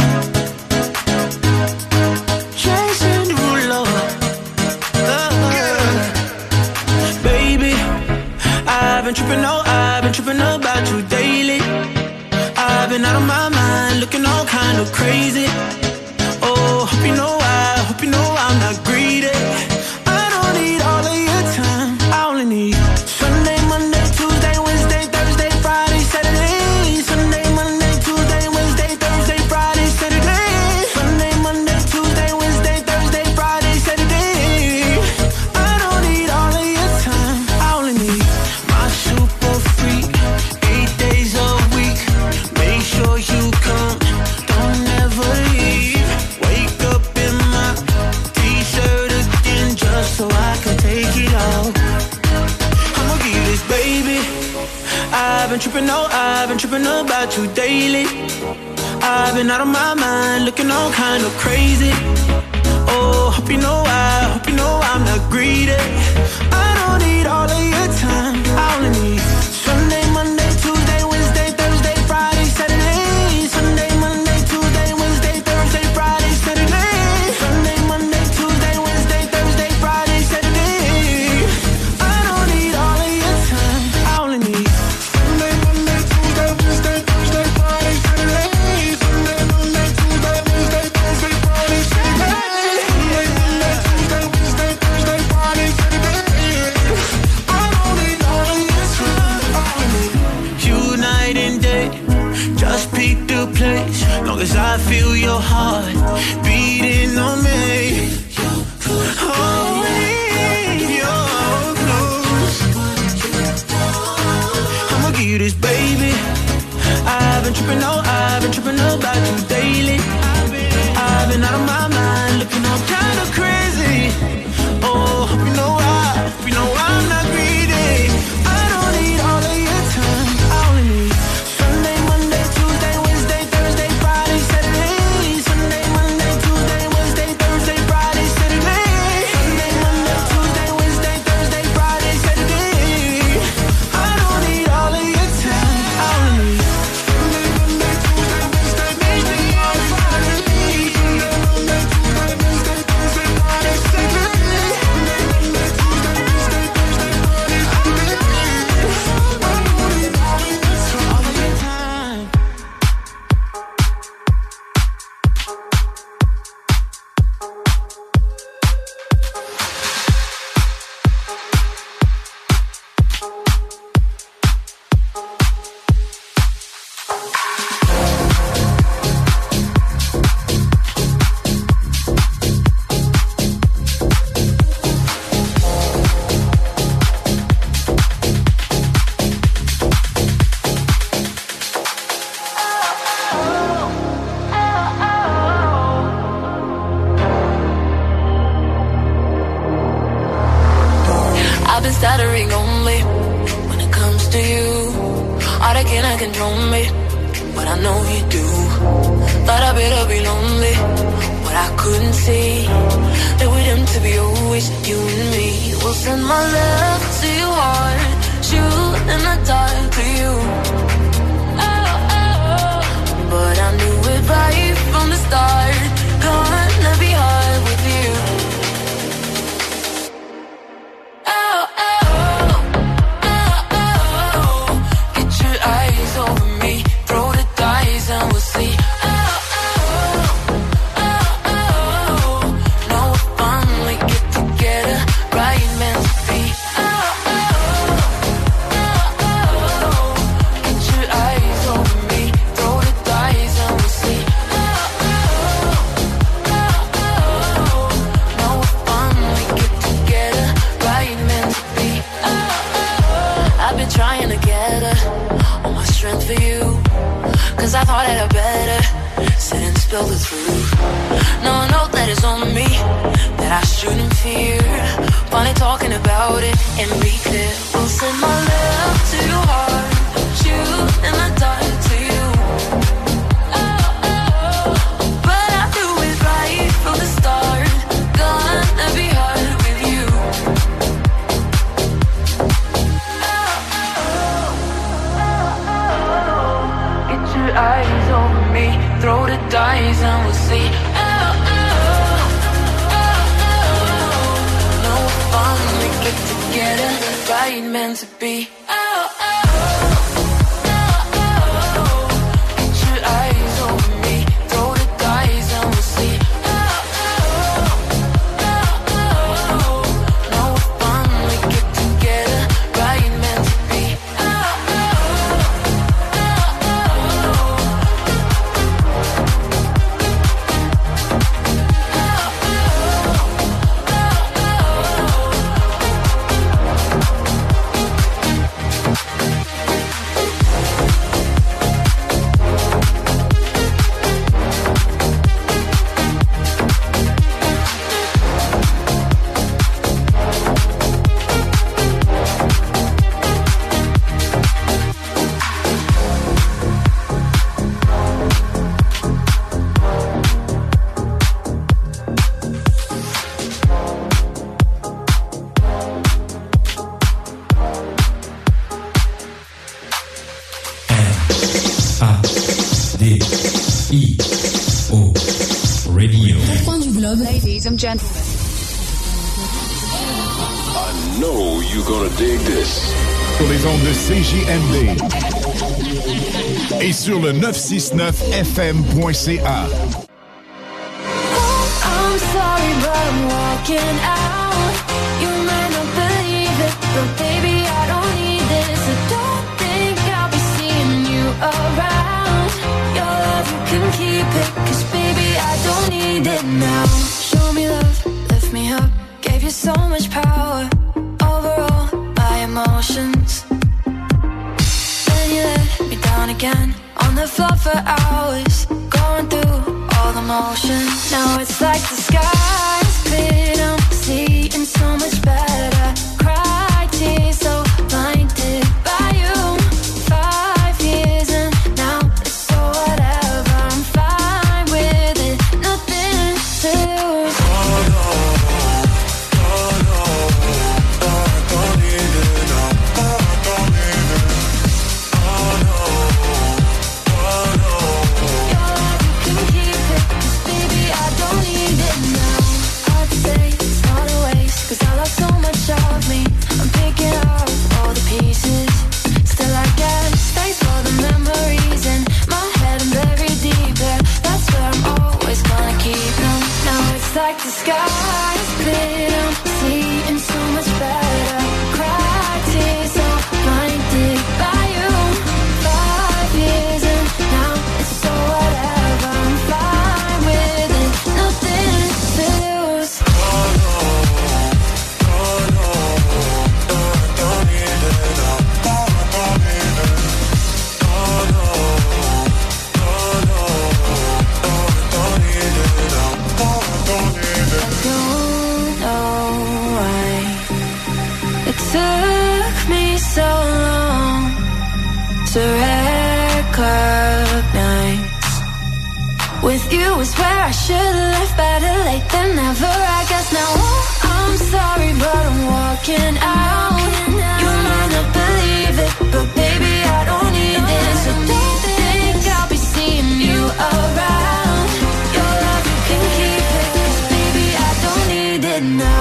I've been tripping about you daily. I've been out of my mind, looking all kind of crazy. Oh, hope you know I'm not greedy. I don't need all of your time, I only need Sunday, Monday, Tuesday, Wednesday, Thursday, Friday, Saturday. Sunday, Monday, Tuesday, Wednesday, Thursday, Friday, Saturday. Sunday, Monday, Tuesday, Wednesday, Thursday, Friday, Saturday. I don't need all of your time, I only need my super freak, 8 days a week. Make sure you come, don't ever leave. Wake up in my t-shirt again just so I can take it off. I'ma give you this, baby. I've been tripping about you daily. I've been out of my mind, looking all kind of crazy. Oh, hope you know I'm not greedy. I don't need all of your time, I only need Sunday, Monday, Tuesday, Wednesday, Thursday, Friday, Saturday. Sunday, Monday, Tuesday, Wednesday, Thursday, Friday, Saturday. Sunday, Monday, Tuesday, Wednesday, Thursday, Friday, Saturday. I don't need all of your time, I only need Sunday, Monday, Tuesday, Wednesday, Thursday, Friday, Saturday. Sunday, Monday, Tuesday, Wednesday, Thursday, Friday, Saturday. Sunday, Monday, Tuesday, Wednesday, Thursday, Friday, Saturday. I don't need all of your time, I only need you night and day. Just pick the place, long as I feel your heart beating on me. Oh, leave your clothes. I'ma give you this, baby. I've been tripping about you daily. I've been out of my mind, looking all kind of crazy. Oh, hope you know I'm not greedy. I don't need all of your time, I only need Sunday, Monday, Tuesday, Wednesday, Thursday, Friday, Saturday. Sunday, Monday, Tuesday, Wednesday, Thursday, Friday, Saturday. Sunday, Monday, Tuesday, Wednesday, Thursday, Friday, Saturday. I don't need all of your time, I only need Sunday, Monday, Tuesday, Wednesday, Thursday, Friday, Saturday. Sunday, Monday, Tuesday, Wednesday, Thursday, Friday, Saturday. Sunday, Monday, Tuesday, Wednesday, Thursday, Friday, Saturday. I don't need all of your time. I've been stuttering only when it comes to you. All that can control me, but I know you do. Thought I better be lonely, but I couldn't see there to be always you and me. We'll send my love to your heart, shoot in the dark to you. But I knew it right from the start. Gonna be hard with you. Get your eyes over me, throw the dice and we'll see. Know what fun we get together, right meant to be. Get your eyes over me, throw the dice and we'll see. Know what fun we get together, right meant to be. I've been trying to get all my strength for you, 'cause I thought that I better sit and spill the truth. No, I know that it's on me, that I shouldn't fear. Finally talking about it and be clear. We'll send my love to your heart, shoot in the dark to you. But I do it right from the start. Gonna be hard with you. Get your eyes over me, throw the dice and we'll see. No fun we get together, right meant to be. Get your eyes over me, throw the dice and we'll see. No fun we get together, right meant to be. R-A-D-I-O Radio. Au coin du globe, ladies and gentlemen. I know you're gonna dig this. Sur les ondes de CJMD et sur le 969fm.ca. I'm sorry, but I'm walking out. You may not believe it, but baby, I don't need this. I don't think I'll be seeing you around. Your love, you can keep it, 'cause baby, I don't need it now. Show me love, lift me up, gave you so much power over all my emotions. Then you let me down again, on the floor for hours, going through all the motions. Now it's like the sky's clear, I'm seeing so much better. Cried tears so blinded by you. 5 years and now it's so whatever. I'm fine with it, nothing to lose. Oh no, I don't need it now. I don't need it. Oh no, your love you can keep it, 'cause baby I don't need it now. I'd say it's not a waste, 'cause I love so much of me. I'm picking up all the pieces. Still I guess thanks for the memories in my head and buried deep there. That's where I'm always gonna keep them. Now it's like the sky is clear, I'm seeing so much better. Cried tears so blinded by you. 5 years and now it's so whatever. I'm fine with it, nothing to lose. Oh no, I don't need it now. I don't need it. Oh no, I don't need it now. I don't need it. I don't know why it took me so long to recognize. With you is where I should've left, better late than never. I guess now walking out. You might not believe it, but baby, I don't need it. So don't think I'll be seeing you around. Your love, you can keep it, 'cause baby, I don't need it now.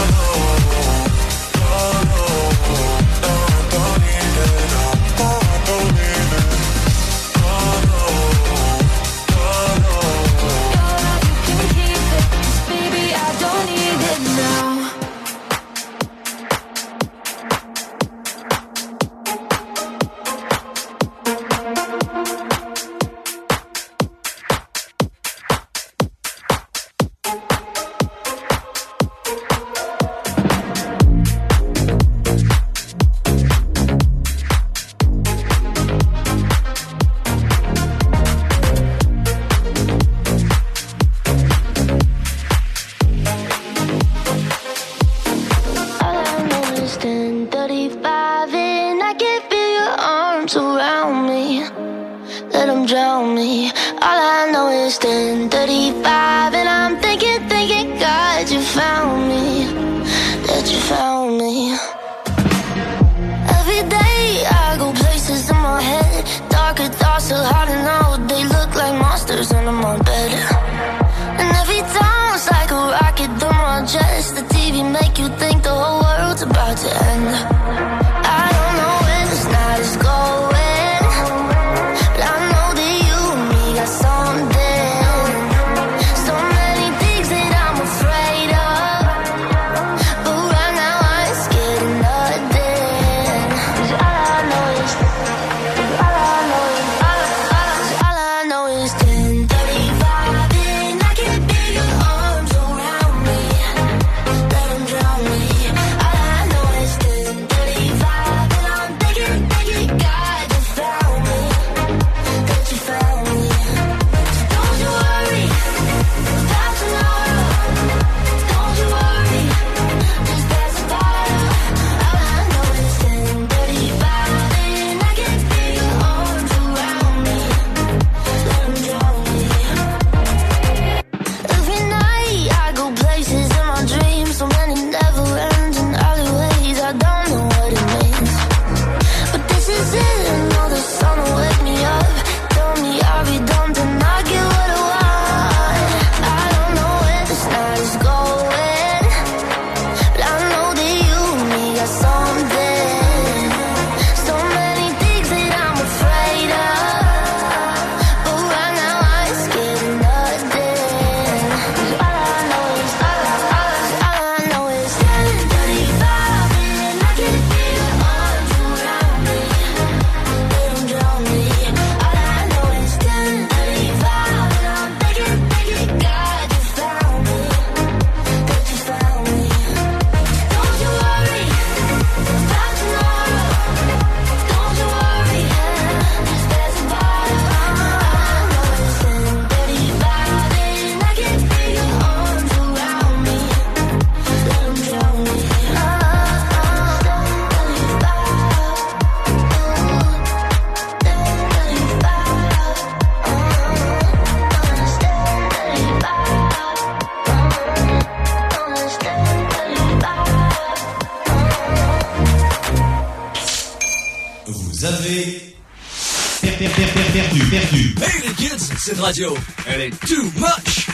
Perdu. Hey les kids, cette radio, elle est too much.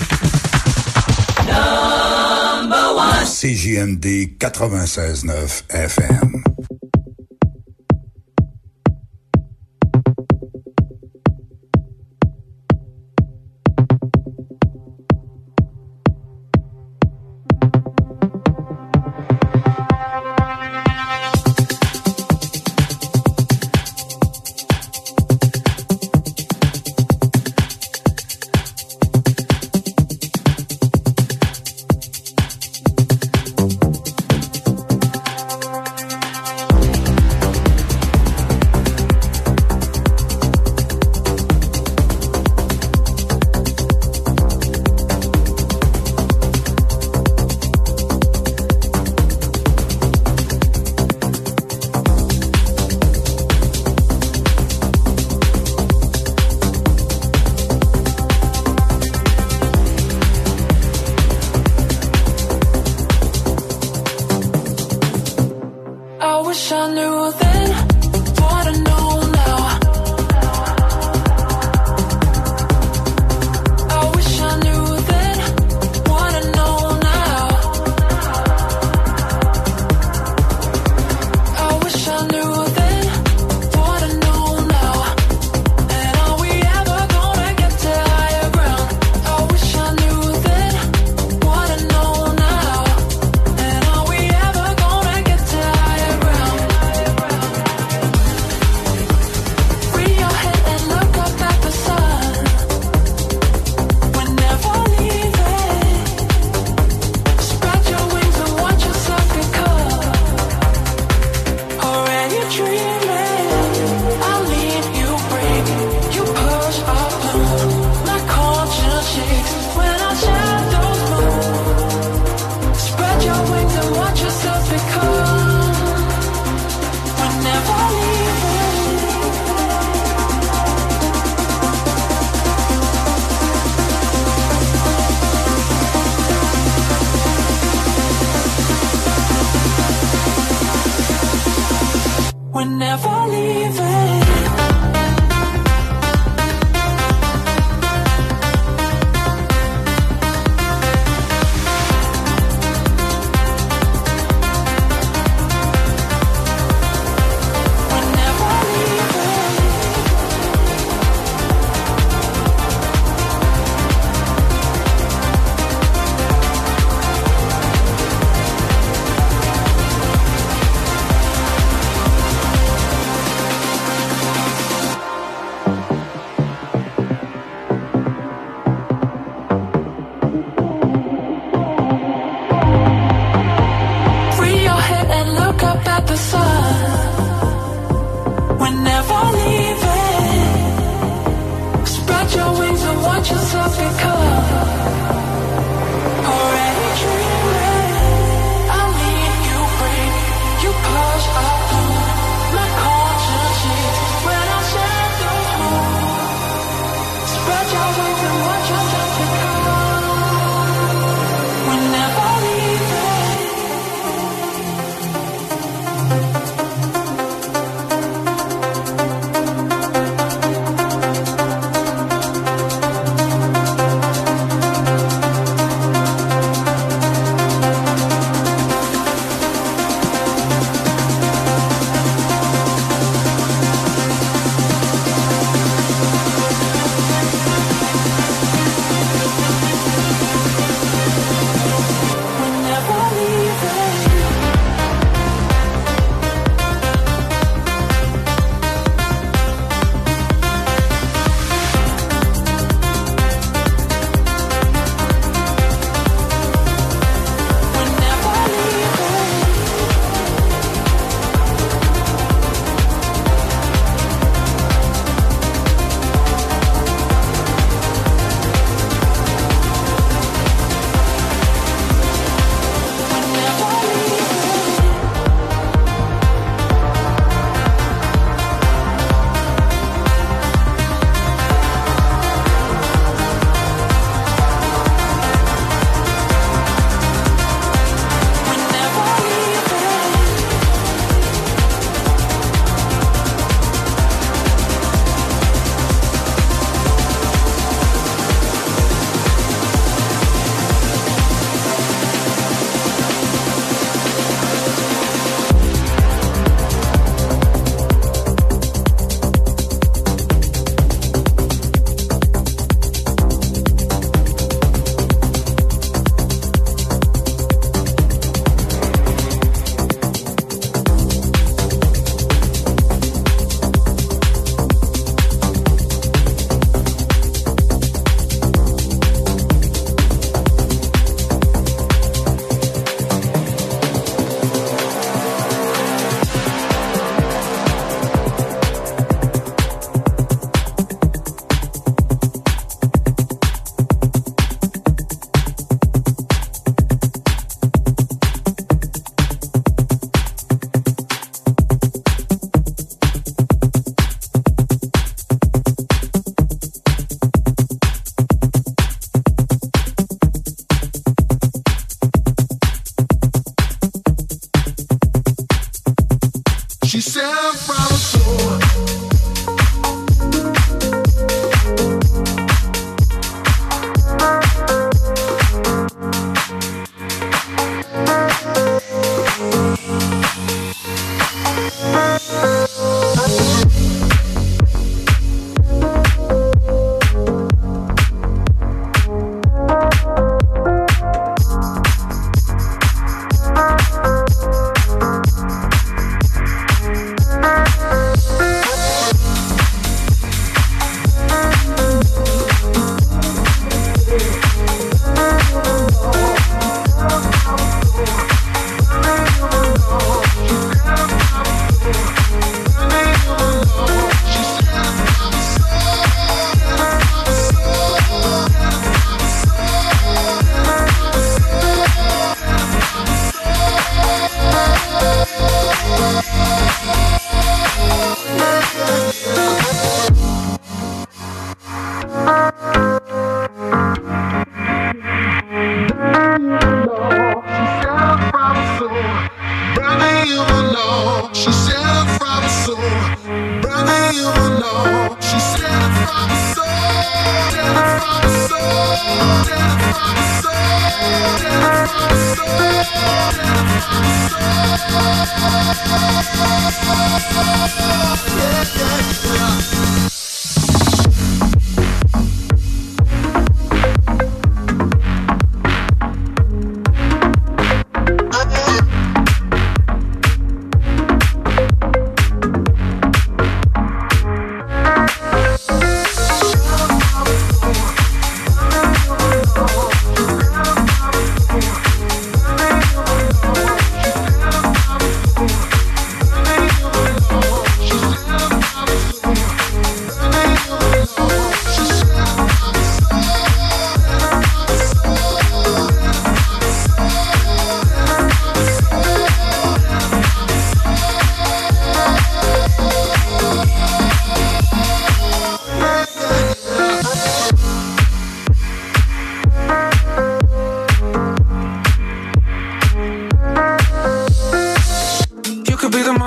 Number one. CJMD 96.9 FM.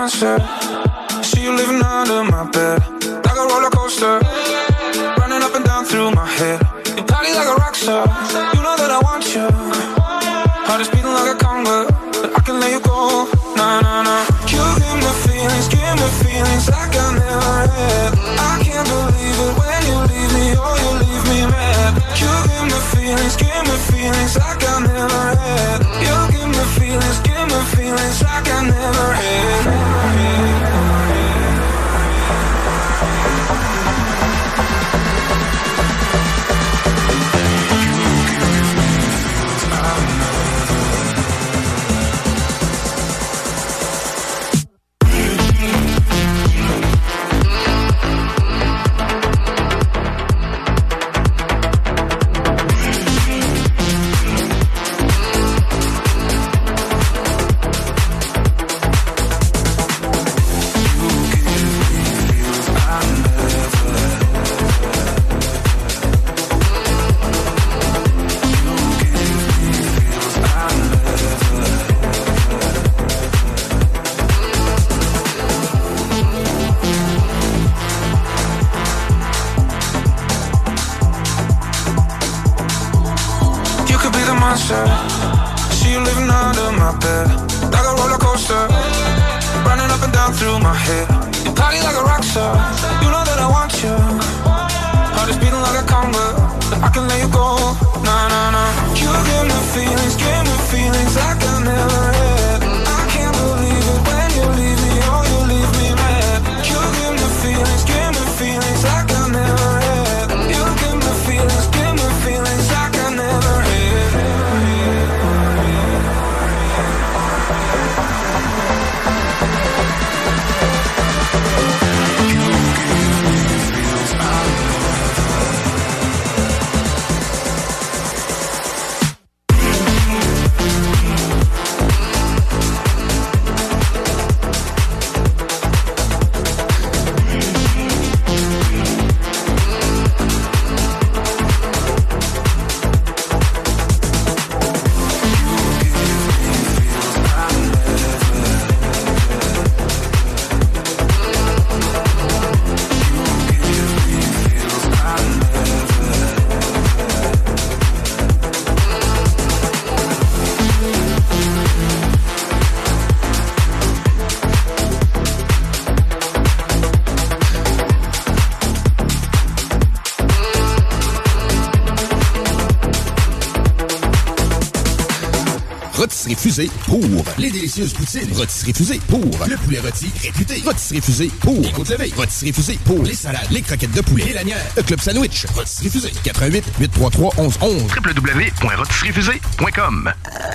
monster. See you living under my bed, like a roller coaster, running up and down through my head. You party like a rock star. You know that I want you. Heart is beating like a conga, but I can let you go. Nah, nah, nah. You give me feelings like I never had. I can't believe it when you leave me, oh, you leave me mad. You give me feelings like I never had. You give me feelings like I never had. See you living under my bed, like a roller coaster, running up and down through my head. You party like a rock star. You know that I want you. Heart is beating like a conga, but I can let you go. Nah, nah, nah. You give me feelings like I never had. I can't believe it when you leave me, oh, you leave me mad. You give me feelings like I never had. You give me feelings like I never had. Rôtisserie Fusée pour les délicieuses poutines. Rôtisserie Fusée pour le poulet rôti réputé. Rôtisserie Fusée pour les côtes levées. Rôtisserie Fusée pour les salades, les croquettes de poulet, les lanières, le club sandwich. Rôtisserie Fusée. 88 833 1111. www.rôtisseriefusée.com.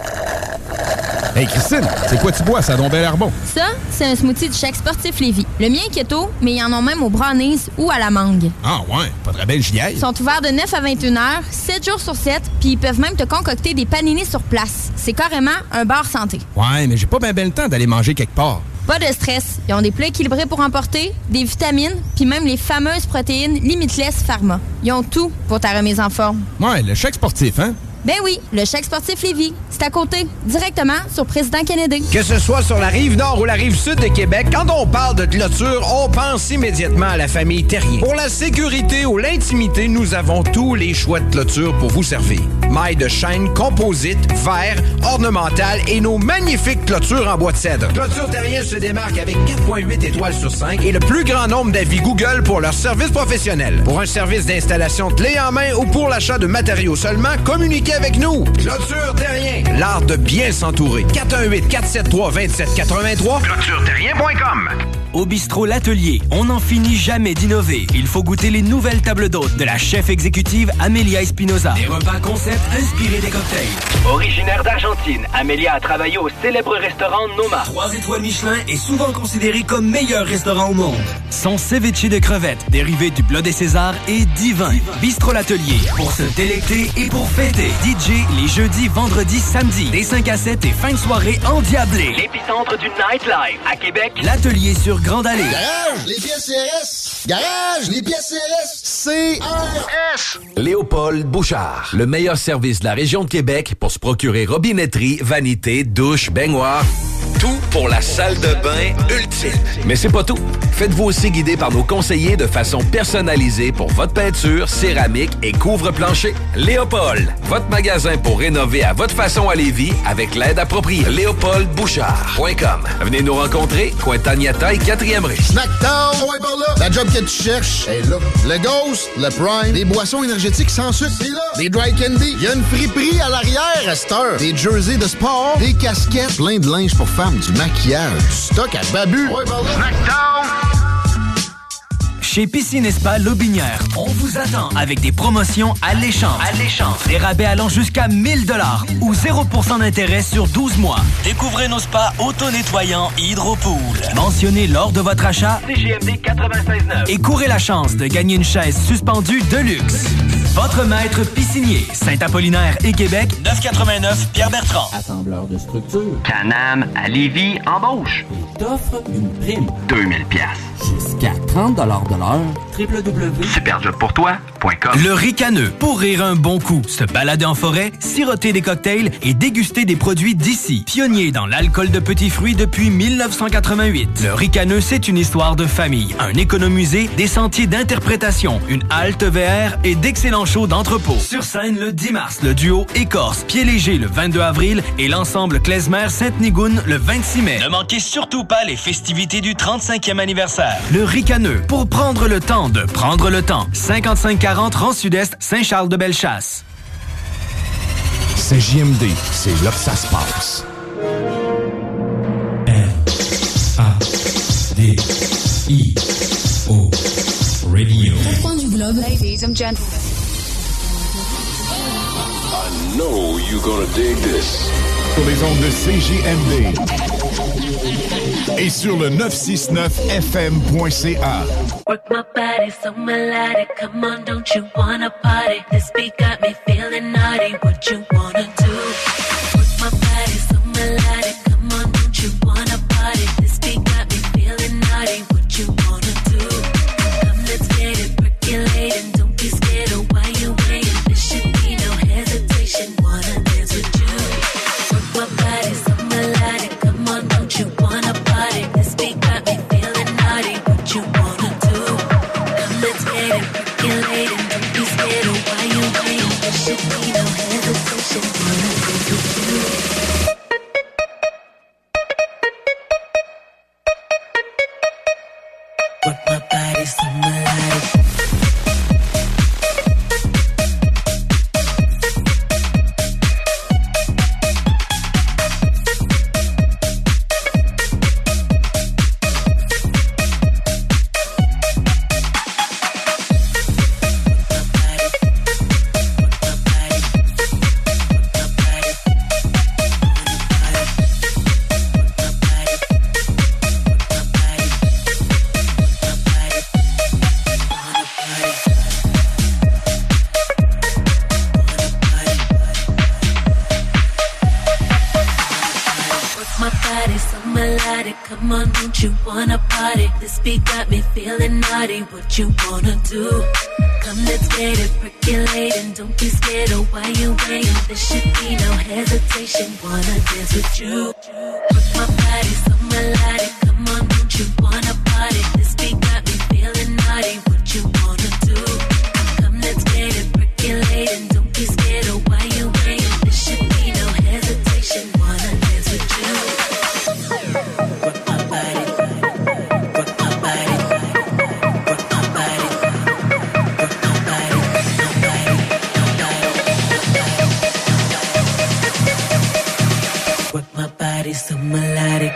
Hey Christine, c'est quoi tu bois, ça don bel arbon? Ça, c'est un smoothie du Chèque Sportif Lévis. Le mien est keto, mais ils en ont même au brownies ou à la mangue. Ah ouais, pas de rabais gilet. Ils sont ouverts de 9 à 21 heures, 7 jours sur 7, puis ils peuvent même te concocter des paninis sur place. C'est carrément un bar santé. Ouais, mais j'ai pas bien le temps d'aller manger quelque part. Pas de stress. Ils ont des plats équilibrés pour emporter, des vitamines, puis même les fameuses protéines Limitless Pharma. Ils ont tout pour ta remise en forme. Ouais, le Chèque Sportif, hein? Ben oui, le Chèque Sportif Lévis. C'est à côté, directement sur Président Kennedy. Que ce soit sur la rive nord ou la rive sud de Québec, quand on parle de clôture, on pense immédiatement à la famille Terrien. Pour la sécurité ou l'intimité, nous avons tous les choix de clôture pour vous servir. Mailles de chaîne, composite, verre, ornementale et nos magnifiques clôtures en bois de cèdre. Clôture Terrien se démarque avec 4,8 étoiles sur 5 et le plus grand nombre d'avis Google pour leur service professionnel. Pour un service d'installation clé en main ou pour l'achat de matériaux seulement, communiquez avec nous. Clôture Terrien, l'art de bien s'entourer. 418-473-2783. ClôtureTerrien.com. Au bistrot L'Atelier, on n'en finit jamais d'innover. Il faut goûter les nouvelles tables d'hôtes de la chef exécutive Amelia Espinosa. Des repas concept inspirés des cocktails. Originaire d'Argentine, Amelia a travaillé au célèbre restaurant Noma. 3 étoiles Michelin est souvent considéré comme meilleur restaurant au monde. Son ceviche de crevettes, dérivé du Blood et César, est divin. Bistrot L'Atelier, pour se délecter et pour fêter. DJ les jeudis, vendredis, samedis, des 5 à 7 et fin de soirée endiablée. L'épicentre du nightlife à Québec. L'Atelier sur Grande Allée. Garage, les pièces CRS. Garage, les pièces CRS. CRS. Léopold Bouchard. Le meilleur service de la région de Québec pour se procurer robinetterie, vanité, douche, baignoire. Tout pour la salle de bain ultime. Mais c'est pas tout. Faites-vous aussi guider par nos conseillers de façon personnalisée pour votre peinture, céramique et couvre-plancher. Léopold, votre magasin pour rénover à votre façon à Lévis avec l'aide appropriée. LéopoldBouchard.com. Venez nous rencontrer, Cointagnata et 4e rue. Snackdown, ouais, par là. La job que tu cherches est là. Le Ghost, le Prime, des boissons énergétiques sans sucre, c'est là. Des dry candy, il y a une friperie à l'arrière à cette heure. Des jerseys de sport, des casquettes, plein de linge pour femmes, du maquillage, du stock à babu. Ouais, par là. Snackdown. Chez Piscine et Spa Lobinière, on vous attend avec des promotions alléchantes. Des rabais allant jusqu'à 1000 $ ou 0% d'intérêt sur 12 mois. Découvrez nos spas auto-nettoyants Hydropool. Mentionnez lors de votre achat CJMD 96.9 et courez la chance de gagner une chaise suspendue de luxe. Votre maître piscinier, Saint-Apollinaire et Québec, 989 Pierre-Bertrand. Assembleur de structure. Canam à Lévis embauche. Et t'offre une prime. 2000 $. Jusqu'à 30 $ de l'heure. www.superjobpourtoi.com. Le ricaneux, pour rire un bon coup, se balader en forêt, siroter des cocktails et déguster des produits d'ici. Pionnier dans l'alcool de petits fruits depuis 1988. Le ricaneux, c'est une histoire de famille, un économusée, des sentiers d'interprétation, une halte VR et d'excellents shows d'entrepôt. Sur scène le 10 mars, le duo Écorce, Pied Léger le 22 avril et l'ensemble Klezmer-Sainte-Nigoune le 26 mai. Ne manquez surtout pas les festivités du 35e anniversaire. Le ricaneux, pour prendre le temps de prendre le temps. 5540 Rang Sud-Est, Saint-Charles-de-Bellechasse. C'est JMD, c'est là que ça se passe. R-A-D-I-O Radio. Au coin du globe, ladies and gentlemen. I know you're gonna dig this. Sur les ondes de CJMD et sur le 969fm.ca. Work my body so melodic, come on, don't you wanna party? This beat got me feeling naughty, what you wanna do? Work my body so melodic, come on, don't you wanna party? This beat got me feeling naughty, what you wanna do? Come, let's get it percolating, don't be scared of why you waiting. There should be no hesitation, wanna dance with you. Work my body so melodic, come on, don't you wanna party? This beat got me feeling naughty, what you wanna do? Come, let's get it percolating, don't be scared of why you waiting. There should be no hesitation, wanna dance with you. Work my body so melodic. My body so melodic, come on, don't you wanna party? This beat got me feeling naughty, what you wanna do? Come, let's get it percolating, don't be scared of why you waiting. There should be no hesitation, wanna dance with you. Work my body so melodic, come on, don't you wanna party? This beat got me feeling naughty, what you wanna do? Come, let's get it percolating, don't be scared of why you waiting. There should be no hesitation, wanna dance with you. Work my body, work my body, work my body, work my body, work my body so melodic.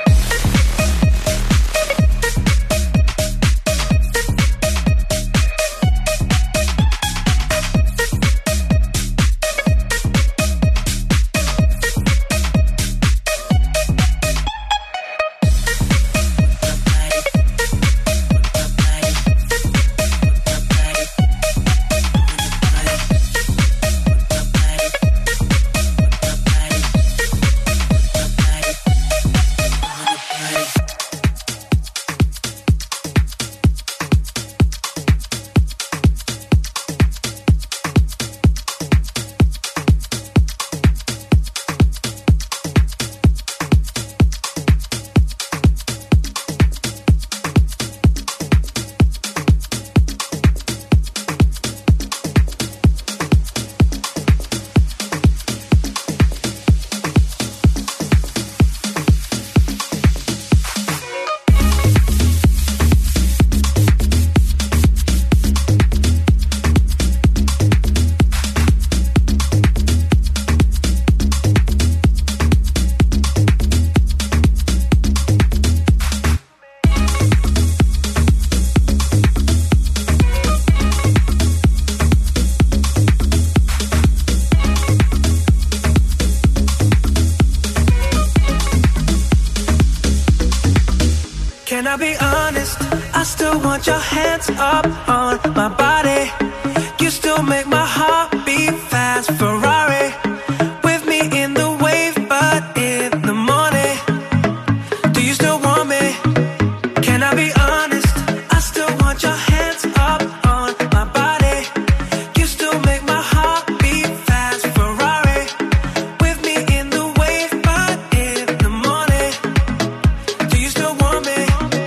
I be honest? I still want your hands up on my body. You still make my heart beat fast. Ferrari with me in the wave, but in the morning. Do you still want me? Can I be honest? I still want your hands up on my body. You still make my heart beat fast. Ferrari with me in the wave, but in the morning. Do you still want me?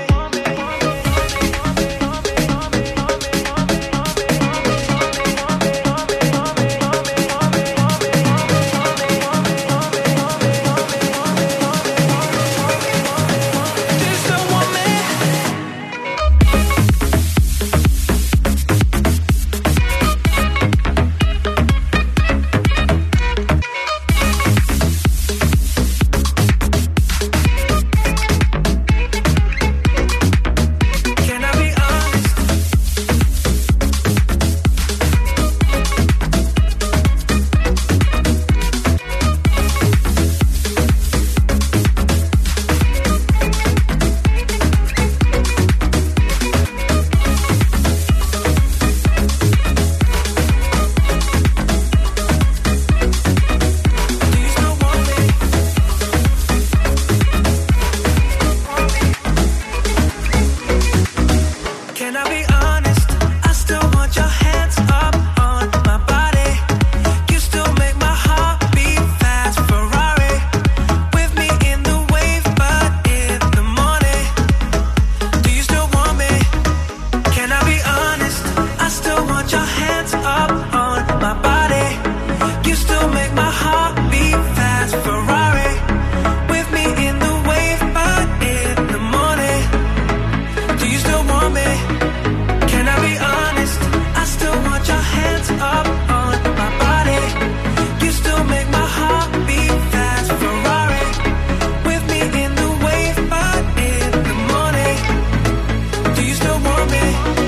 Can I be honest? I still want your hands up on my body. You still make my heart beat fast. Ferrari with me in the wave, but in the morning. Do you still want me? Can I be honest? I still want your hands up on my body. You still make my heart beat fast. Ferrari with me in the wave, but in the morning. Do you still want me? Can I be honest? I still want your hands up on my body. You still make my heart beat fast. Ferrari with me in the wave, but in the morning. Do you still want me?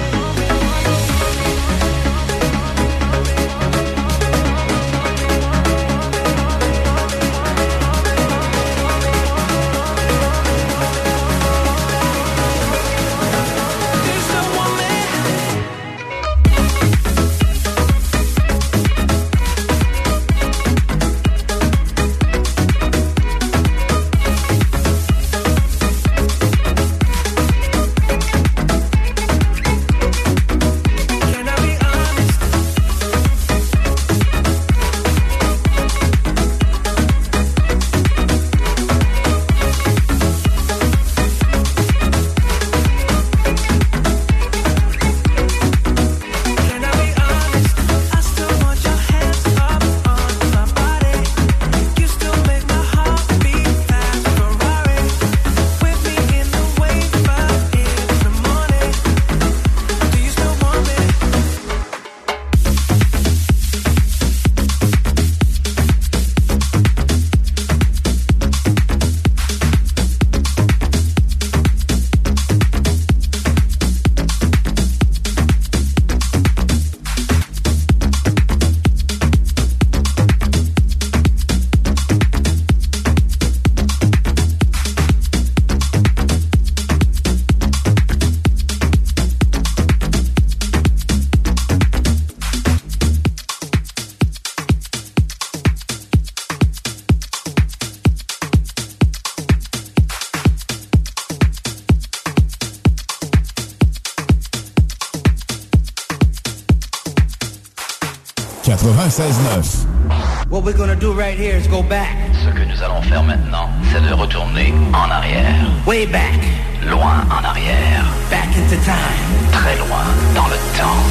What we're gonna do right here is go back. Ce que nous allons faire maintenant, c'est de retourner en arrière. Way back. Loin en arrière. Back into time. Très loin dans le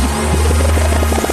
temps.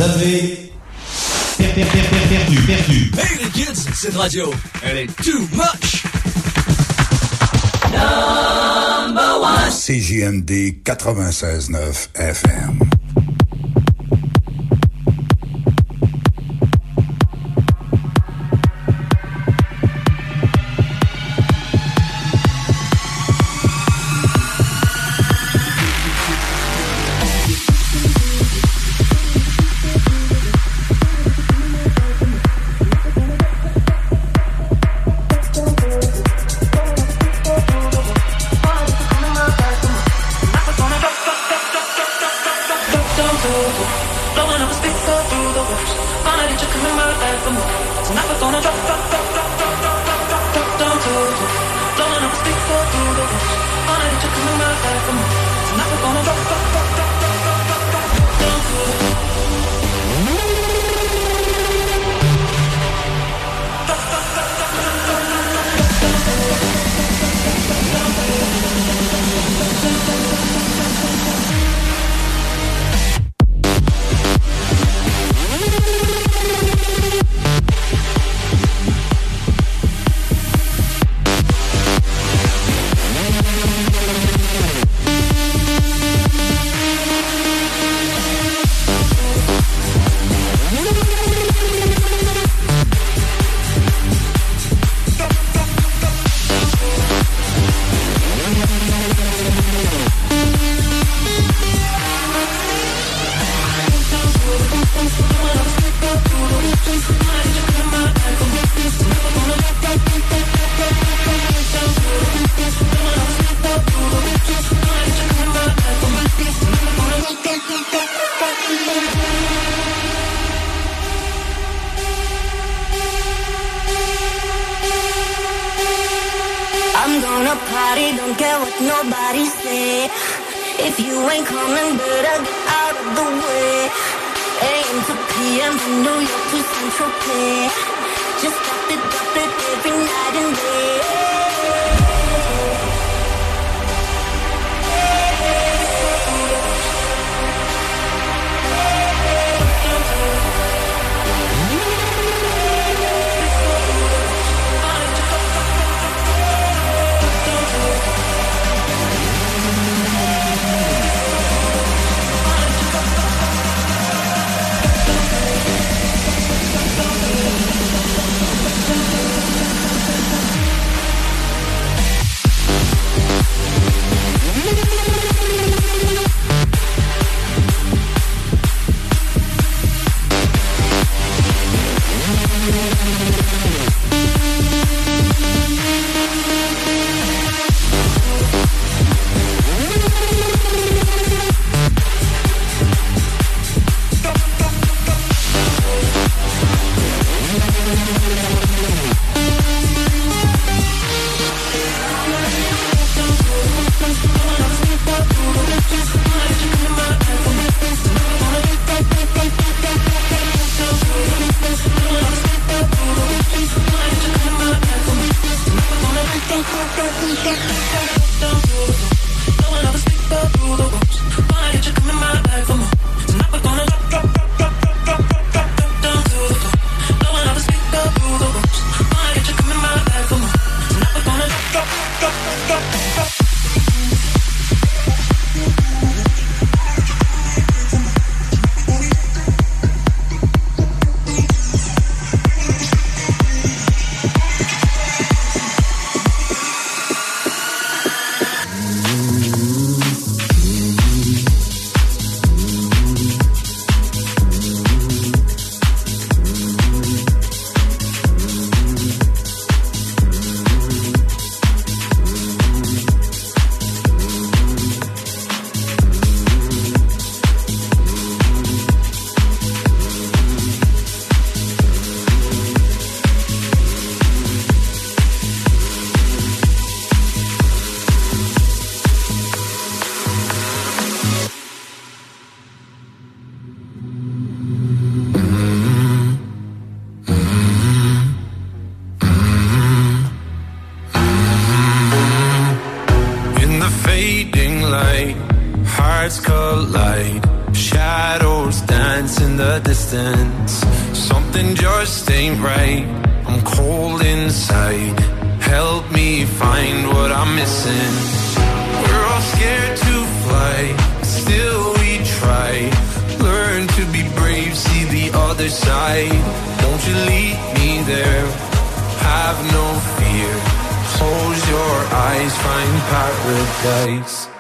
avez perdu. Hey les kids, cette radio, elle est too much! Number one. CJMD 96.9 FM. I'm gonna party, don't care what nobody say. If you ain't coming, better get out of the way. AM to PM from New York to Central Pay. Just drop it every night and day. something just ain't right. I'm cold inside. Help me find what I'm missing. We're all scared to fly, still we try. Learn to be brave, see the other side. Won't you lead me there? Have no fear. Close your eyes, find paradise.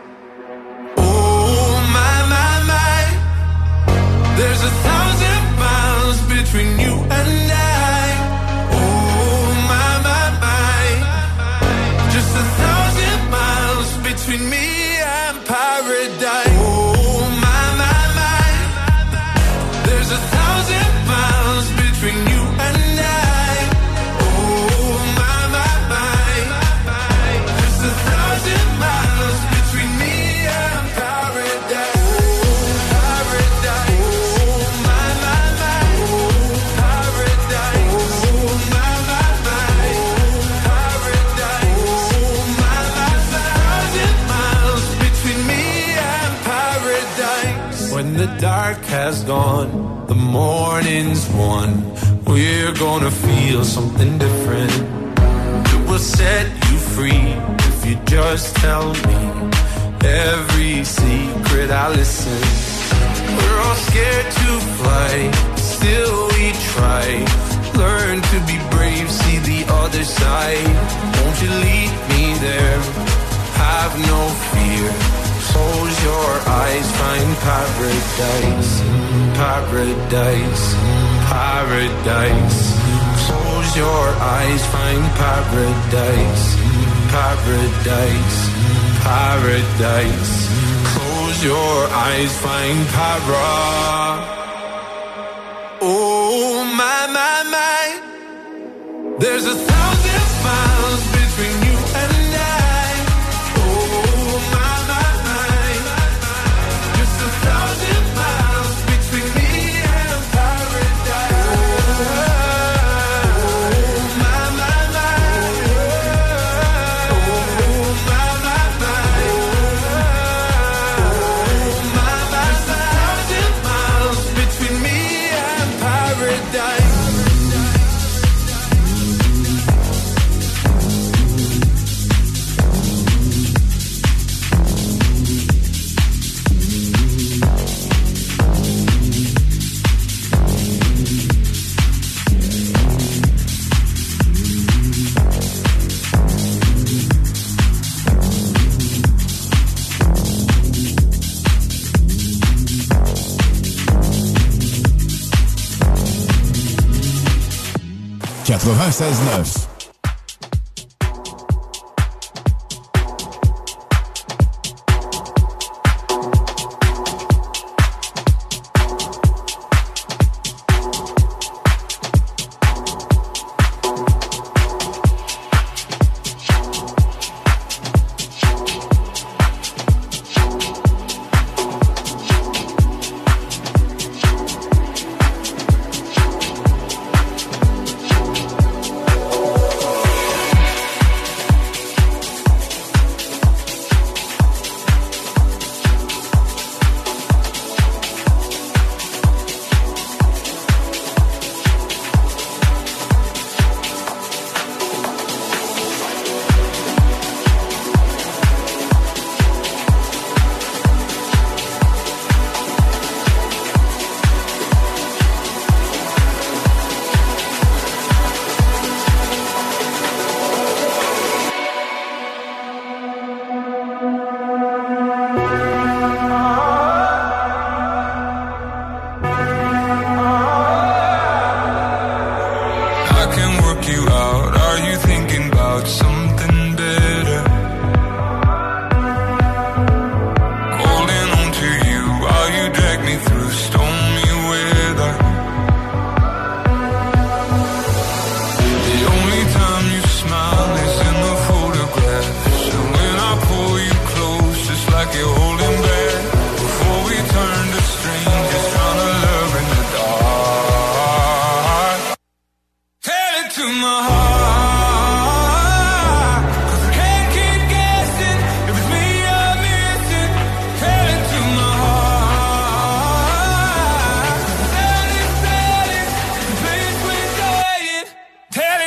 Oh my, my, my. There's 1,000 miles between you and I. Oh my, my, my. Just 1,000 miles between me and paradise. Oh my, my, my. There's 1,000 miles between you and I. Oh my, my, my. Just 1,000 miles between me and paradise. Paradise. Oh my, my, my. Paradise. Oh my, my, my. Paradise. Oh my, my, my. 1,000 miles between me and paradise. When the dark has gone, the morning's won. We're gonna feel something different. It will set you free if you just tell me every secret. I listen. We're all scared to fly, still we try. Learn to be brave, see the other side. Won't you lead me there? Have no fear. Close your eyes, find paradise. Paradise. Paradise. Close your eyes, find paradise. Paradise. Paradise. Close your eyes, find para. Oh my, my, my. There's 1,000 miles between you and I. Oh my, my, my. Just 1,000 miles between me and paradise. Oh my, my, my. Oh my, my, my. Oh my, my, my. 1,000 miles between me and paradise. .9.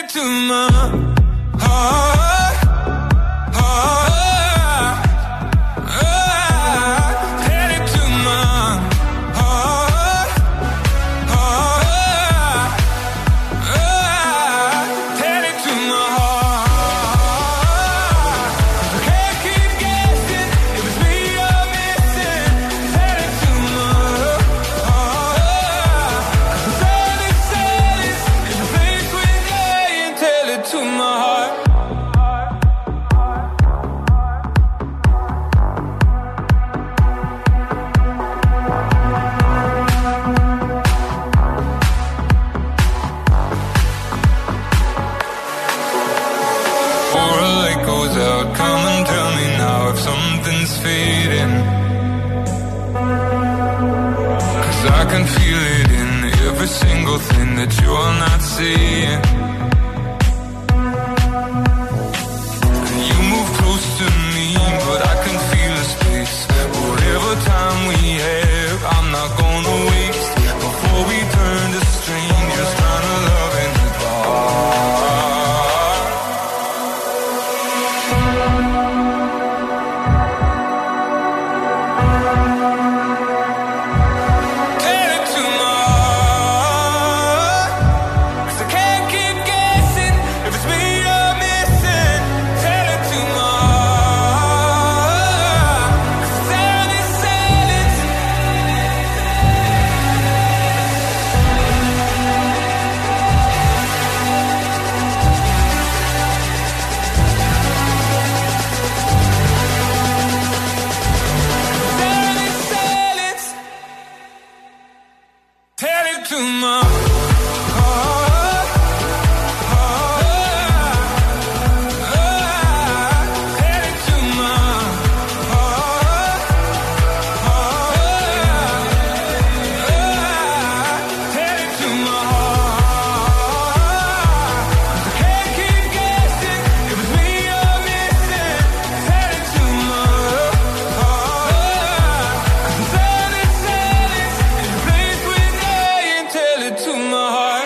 to my heart, heart, heart. Tell it to my heart, heart, heart. Tell it to my heart. I can't keep guessing if it's me you're missing. Tell it to my heart. 'Cause all this silence is a place we're dying. Tell it to my heart. Or a light goes out, come and tell me now if something's fading. 'Cause I can feel it in every single thing that you're not seeing. And you move close to me, but I can feel the space. Whatever time we have, I'm not gonna waste. Before we turn to strangers, trying to love in the dark. Tell it to my heart, 'cause I can't keep guessing if it's me you're missing. Tell it to my heart, 'cause all this silence. All this silence. Tell it to my heart, heart, heart. Tell it to my heart, heart, heart. Tell it to my heart. 'Cause I can't keep guessing if it's me you're missing. Tell it to my heart. 'Cause all this silence is a place we're dying. Tell it to my heart.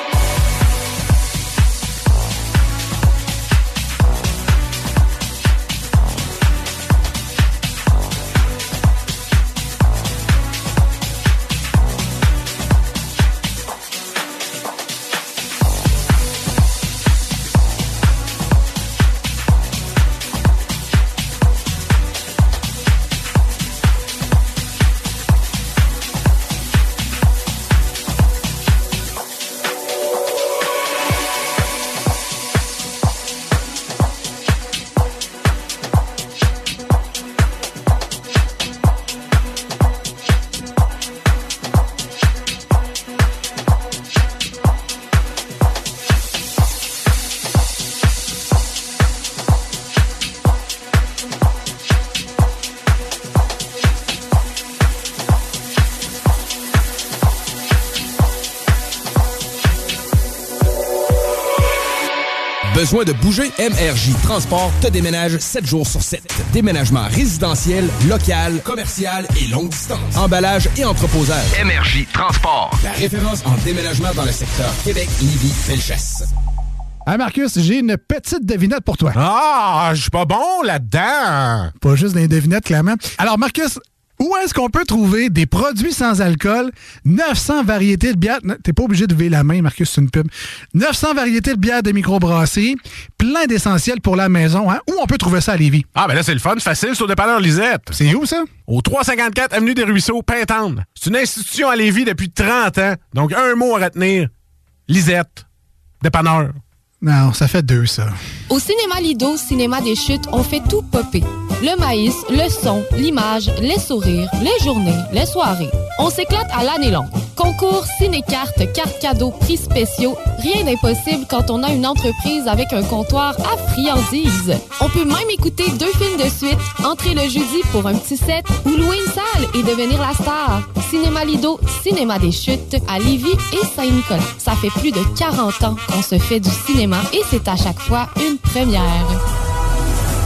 Besoin de bouger? MRJ Transport te déménage 7 jours sur 7. Déménagement résidentiel, local, commercial et longue distance. Emballage et entreposage. MRJ Transport. La référence en déménagement dans le secteur Québec, Lévis, Felchasse. Hey Marcus, j'ai une petite devinette pour toi. Ah, je suis pas bon là-dedans. Pas juste des devinettes, clairement. Alors Marcus, où est-ce qu'on peut trouver des produits sans alcool, 900 variétés de bières, t'es pas obligé de lever la main, Marcus, c'est une pub, 900 variétés de bières de microbrasserie, plein d'essentiels pour la maison, hein? Où on peut trouver ça à Lévis? Ah, ben là, c'est le fun, facile, c'est au dépanneur Lisette. C'est où, ça? Au 354 Avenue des Ruisseaux, Pintendre. C'est une institution à Lévis depuis 30 ans, donc un mot à retenir. Lisette. Dépanneur. Non, ça fait 2, ça. Au Cinéma Lido, Cinéma des Chutes, on fait tout popper. Le maïs, le son, l'image, les sourires, les journées, les soirées. On s'éclate à l'année longue. Concours, ciné-cartes, cartes cadeaux, prix spéciaux, rien d'impossible quand on a une entreprise avec un comptoir à friandises. On peut même écouter 2 films de suite, entrer le jeudi pour un petit set ou louer une salle et devenir la star. Cinéma Lido, Cinéma des Chutes, à Lévis et Saint-Nicolas. Ça fait plus de 40 ans qu'on se fait du cinéma et c'est à chaque fois une première.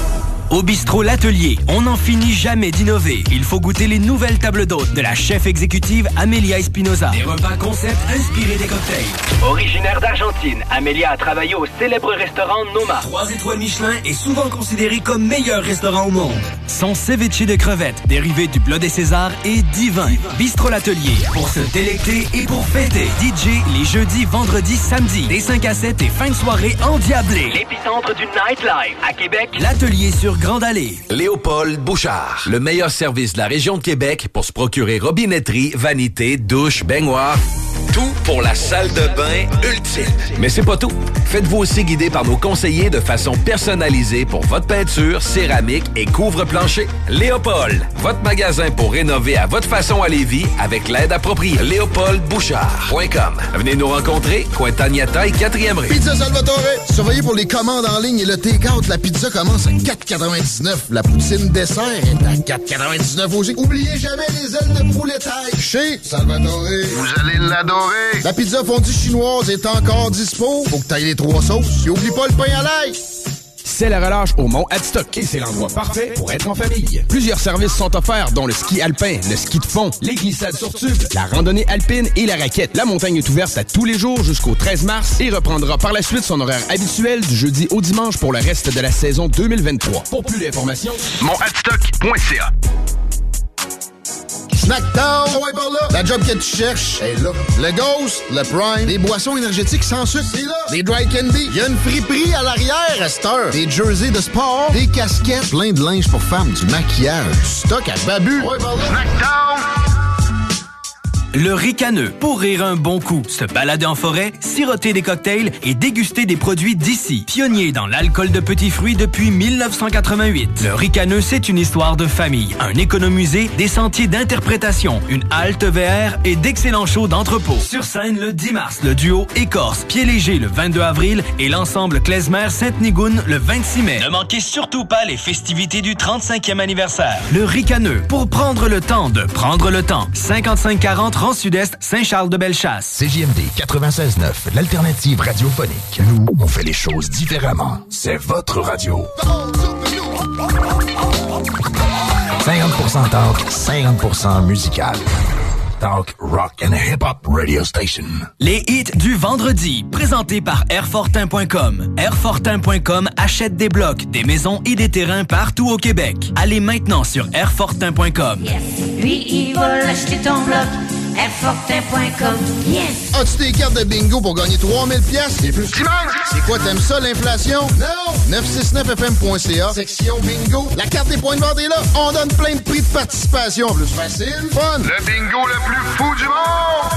Au bistrot L'Atelier, on n'en finit jamais d'innover. Il faut goûter les nouvelles tables d'hôtes de la chef exécutive Amelia Espinosa. Des repas concept inspirés des cocktails. Originaire d'Argentine, Amelia a travaillé au célèbre restaurant Noma. 3 étoiles Michelin est souvent considéré comme meilleur restaurant au monde. Son ceviche de crevettes, dérivé du Bleu des Césars, est divin. Bistrot L'Atelier, pour se délecter et pour fêter. DJ les jeudis, vendredis, samedis, des 5 à 7 et fin de soirée endiablée. L'épicentre du nightlife à Québec. L'Atelier sur Grande Allée. Léopold Bouchard, le meilleur service de la région de Québec pour se procurer robinetterie, vanité, douche, baignoire. Tout pour la salle de bain ultime. Mais c'est pas tout. Faites-vous aussi guider par nos conseillers de façon personnalisée pour votre peinture, céramique et couvre-plancher. Léopold, votre magasin pour rénover à votre façon à Lévis avec l'aide appropriée. LéopoldBouchard.com. Venez nous rencontrer, Cointagnata et 4e rue. Pizza Salvatore. Surveillez pour les commandes en ligne et le take-out. La pizza commence à 4,99. La poutine dessert est à 4,99 aussi. Oubliez jamais les ailes de poulet taille. Chez Salvatore. Vous allez l'adorer. La pizza fondue chinoise est encore dispo. Faut que t'ailles les 3 sauces. Et oublie pas le pain à l'ail. C'est la relâche au Mont Adstock et c'est l'endroit parfait pour être en famille. Plusieurs services sont offerts, dont le ski alpin, le ski de fond, les glissades sur tube, la randonnée alpine et la raquette. La montagne est ouverte à tous les jours jusqu'au 13 mars et reprendra par la suite son horaire habituel du jeudi au dimanche pour le reste de la saison 2023. Pour plus d'informations, monadstock.ca. Snackdown, ouais, par là. La job que tu cherches est là. Le Ghost, le Prime, des boissons énergétiques sans sucre, c'est là. Des dry candy, il y a une friperie à l'arrière à cette heure. Des jerseys de sport, des casquettes, plein de linge pour femmes, du maquillage, du stock à babu. Ouais, par là. Snackdown. Le ricaneux, pour rire un bon coup, se balader en forêt, siroter des cocktails et déguster des produits d'ici. Pionnier dans l'alcool de petits fruits depuis 1988. Le ricaneux, c'est une histoire de famille, un économusée, des sentiers d'interprétation, une halte VR et d'excellents shows d'entrepôt. Sur scène le 10 mars, le duo Écorce, Pied Léger le 22 avril et l'ensemble Klezmer-Sainte-Nigoune le 26 mai. Ne manquez surtout pas les festivités du 35e anniversaire. Le ricaneux, pour prendre le temps de prendre le temps. 5540 Rang Sud-Est, Saint-Charles-de-Bellechasse. CJMD 96.9, l'alternative radiophonique. Nous, on fait les choses différemment. C'est votre radio. 50% talk, 50% musical. Talk, rock and hip-hop radio station. Les hits du vendredi, présentés par Airfortin.com. Airfortin.com achète des blocs, des maisons et des terrains partout au Québec. Allez maintenant sur Airfortin.com. Yes. Lui, il va acheter ton bloc. Airfortin.com. Yes! As-tu des cartes de bingo pour gagner 3000 pièces et plus? C'est quoi, t'aimes ça, l'inflation? Non! 969fm.ca, section bingo. La carte des points de vente est là. On donne plein de prix de participation. Plus facile, fun. Le bingo le plus fou du monde!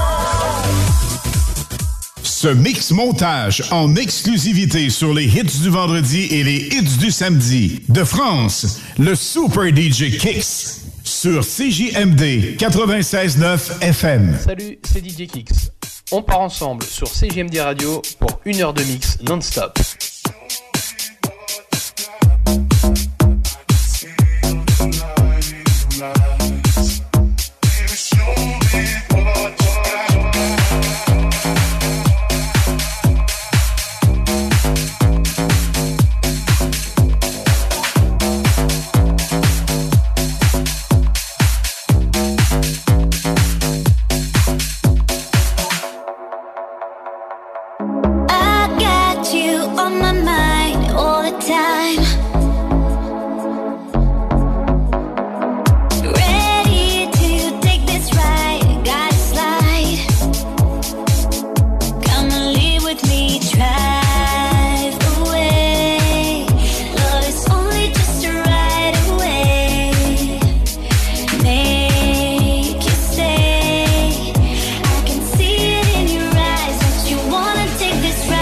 Ce mix montage en exclusivité sur les hits du vendredi et les hits du samedi. De France, le Super DJ Kix. Sur CJMD 96.9 FM. Salut, c'est DJ Kix. On part ensemble sur CJMD Radio pour 1 heure de mix non-stop. This right.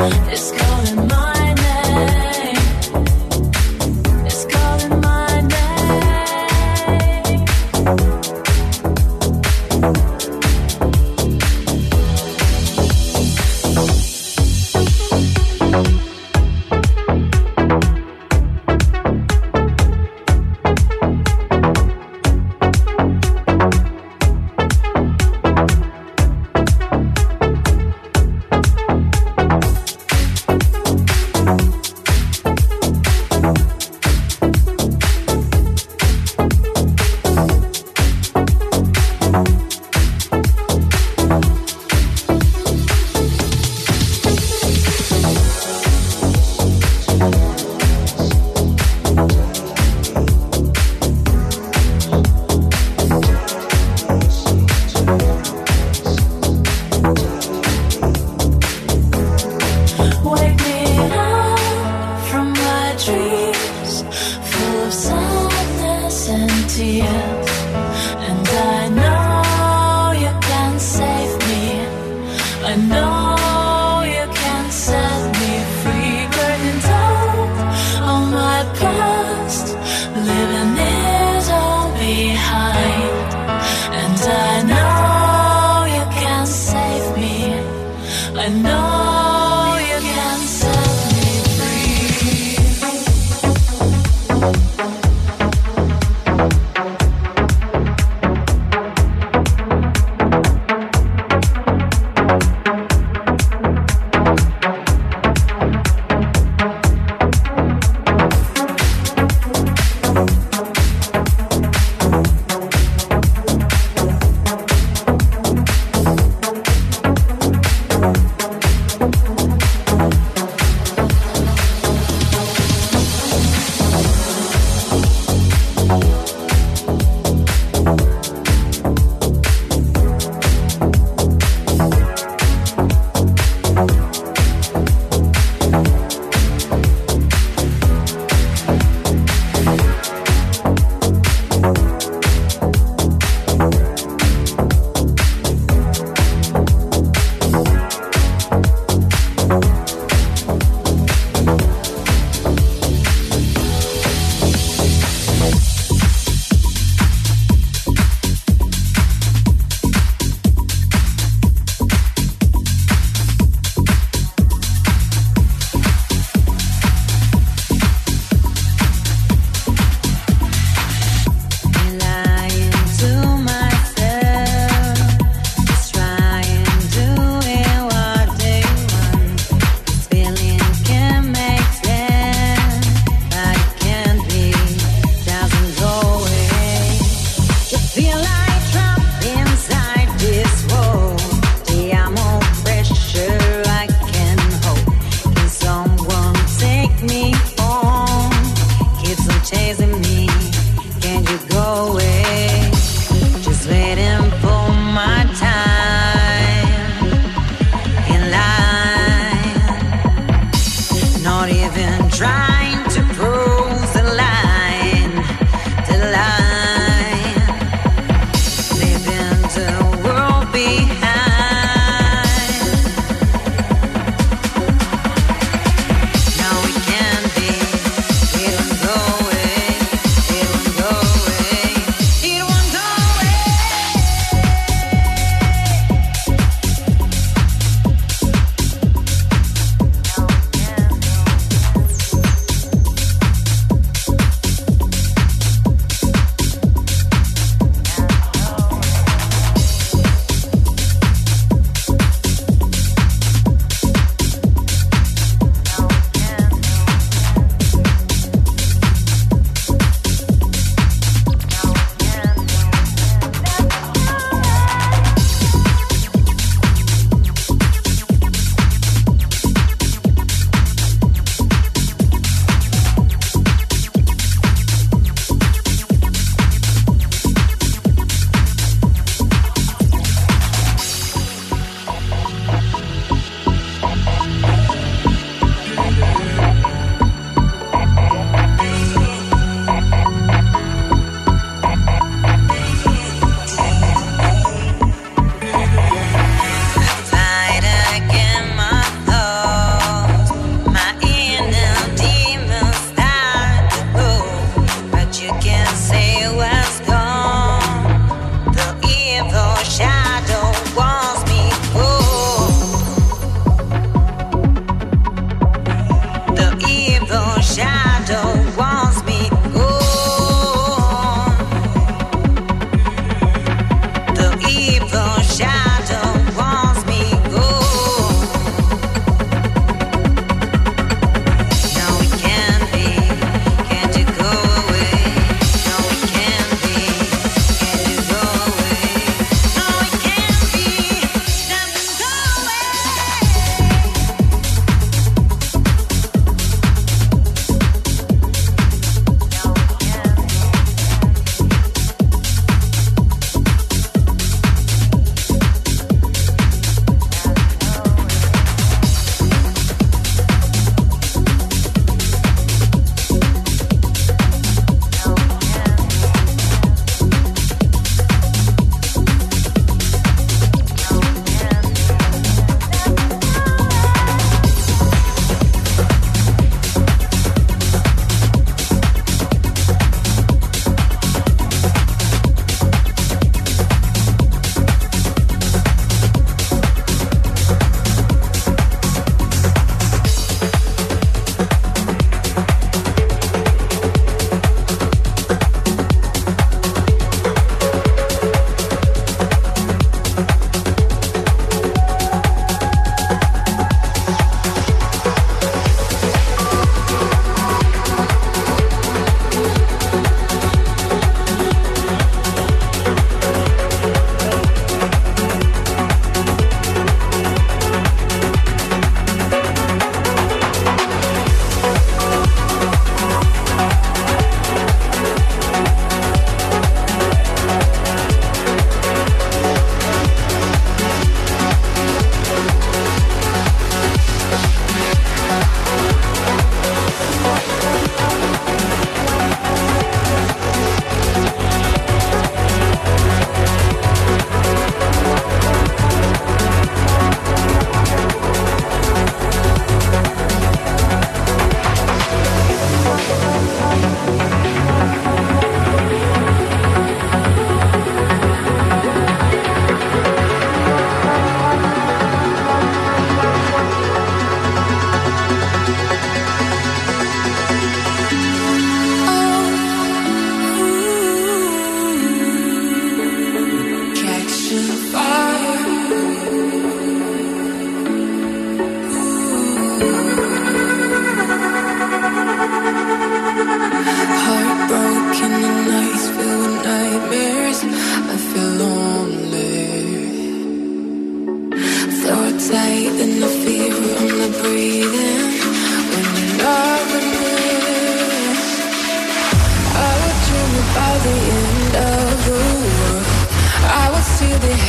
It's calling my name. It's calling my name. Wake me up from my dreams, full of sadness and tears. And I know you can save me. I know you can set me free. Burning down all my past, leaving it all behind. And I know you can save me. I know.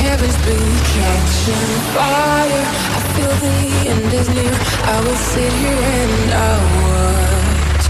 heavens be catching fire. I feel the end is near. I will sit here and I watch.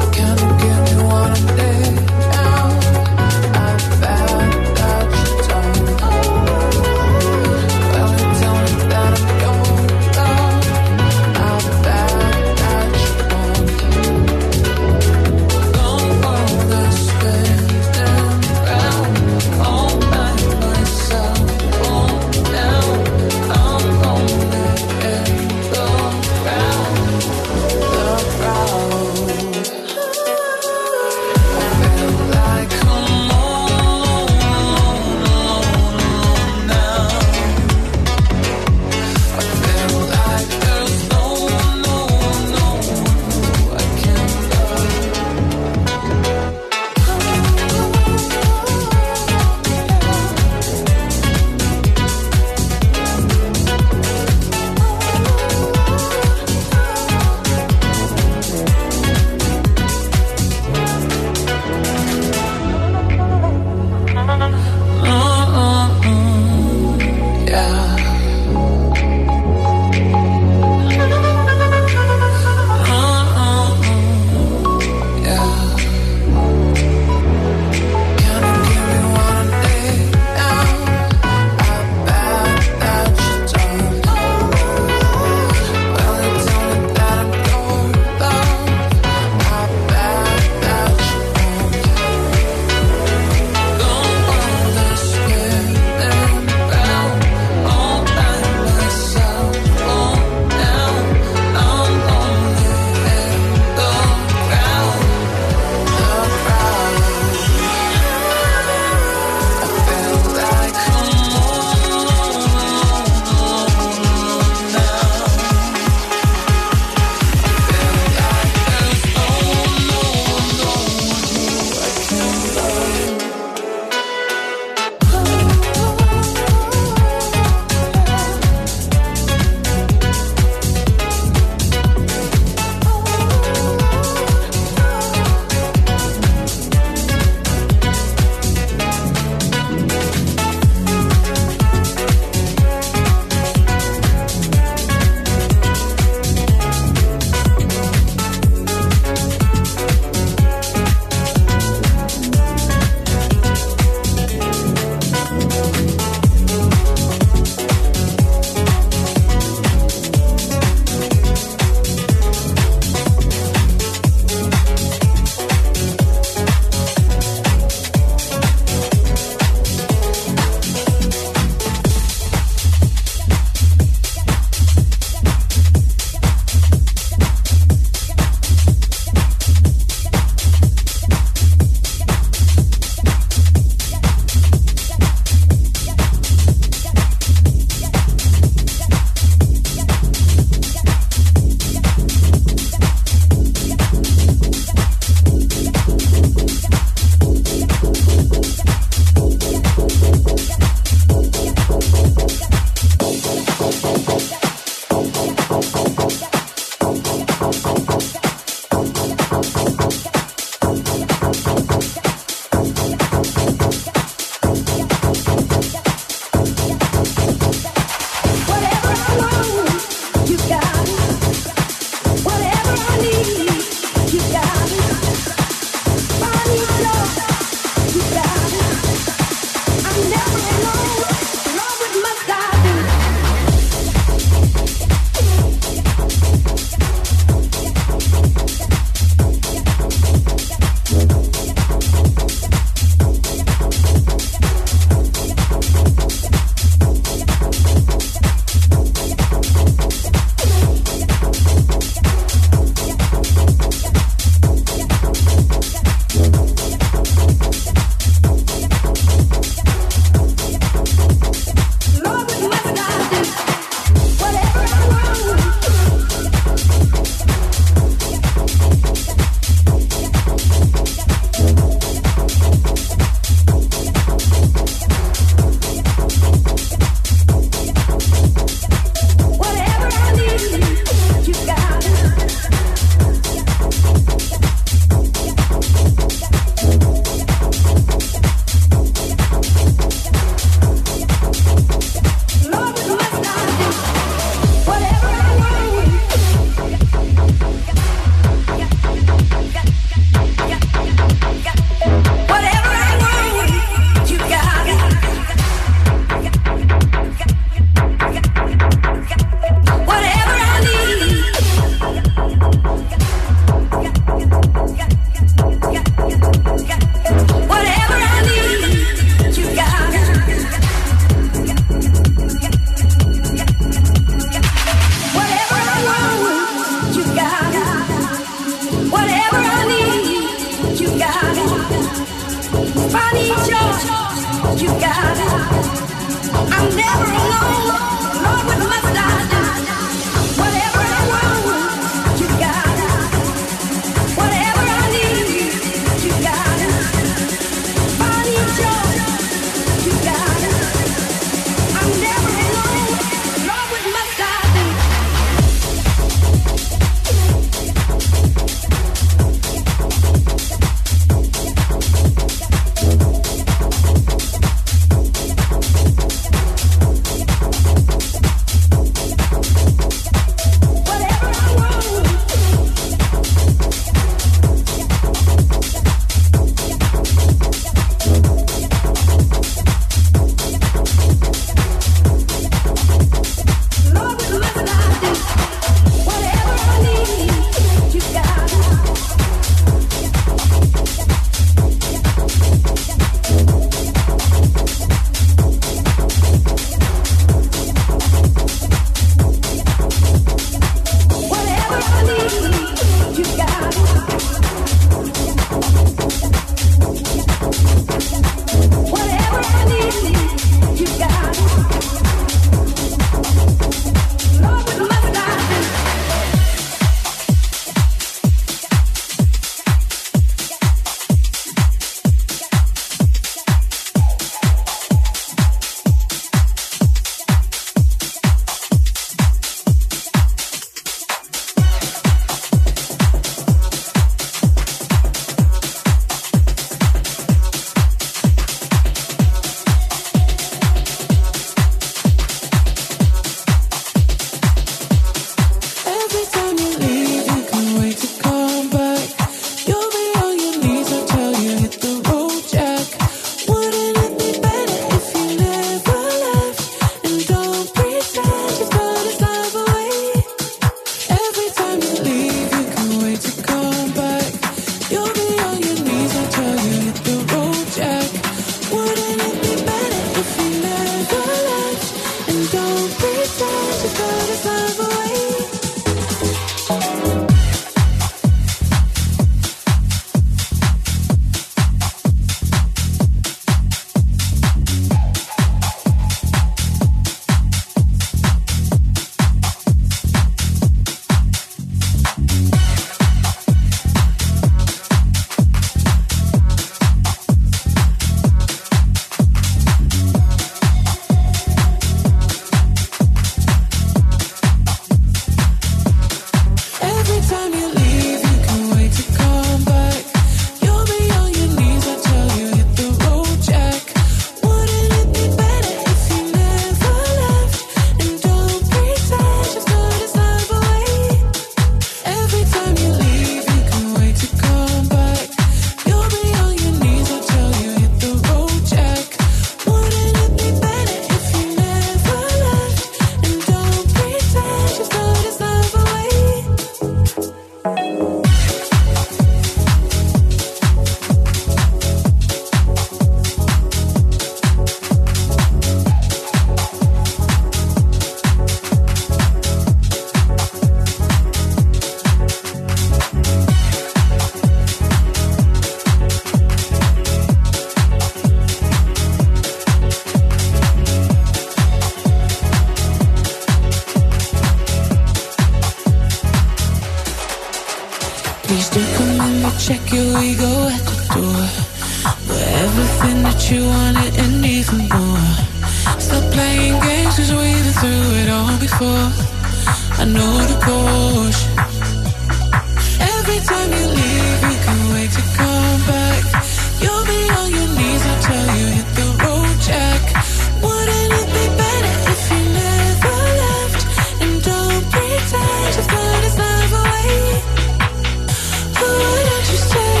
check your ego at the door. We're everything that you wanted and even more. Stop playing games, cause we've been through it all before. I know the course. Every time you leave, you can wait to come back. You'll be on your knees, I'll tell you, hit the road, Jack. Wouldn't it be better if you never left? And don't pretend you've got his love away. Oh, why don't you stay?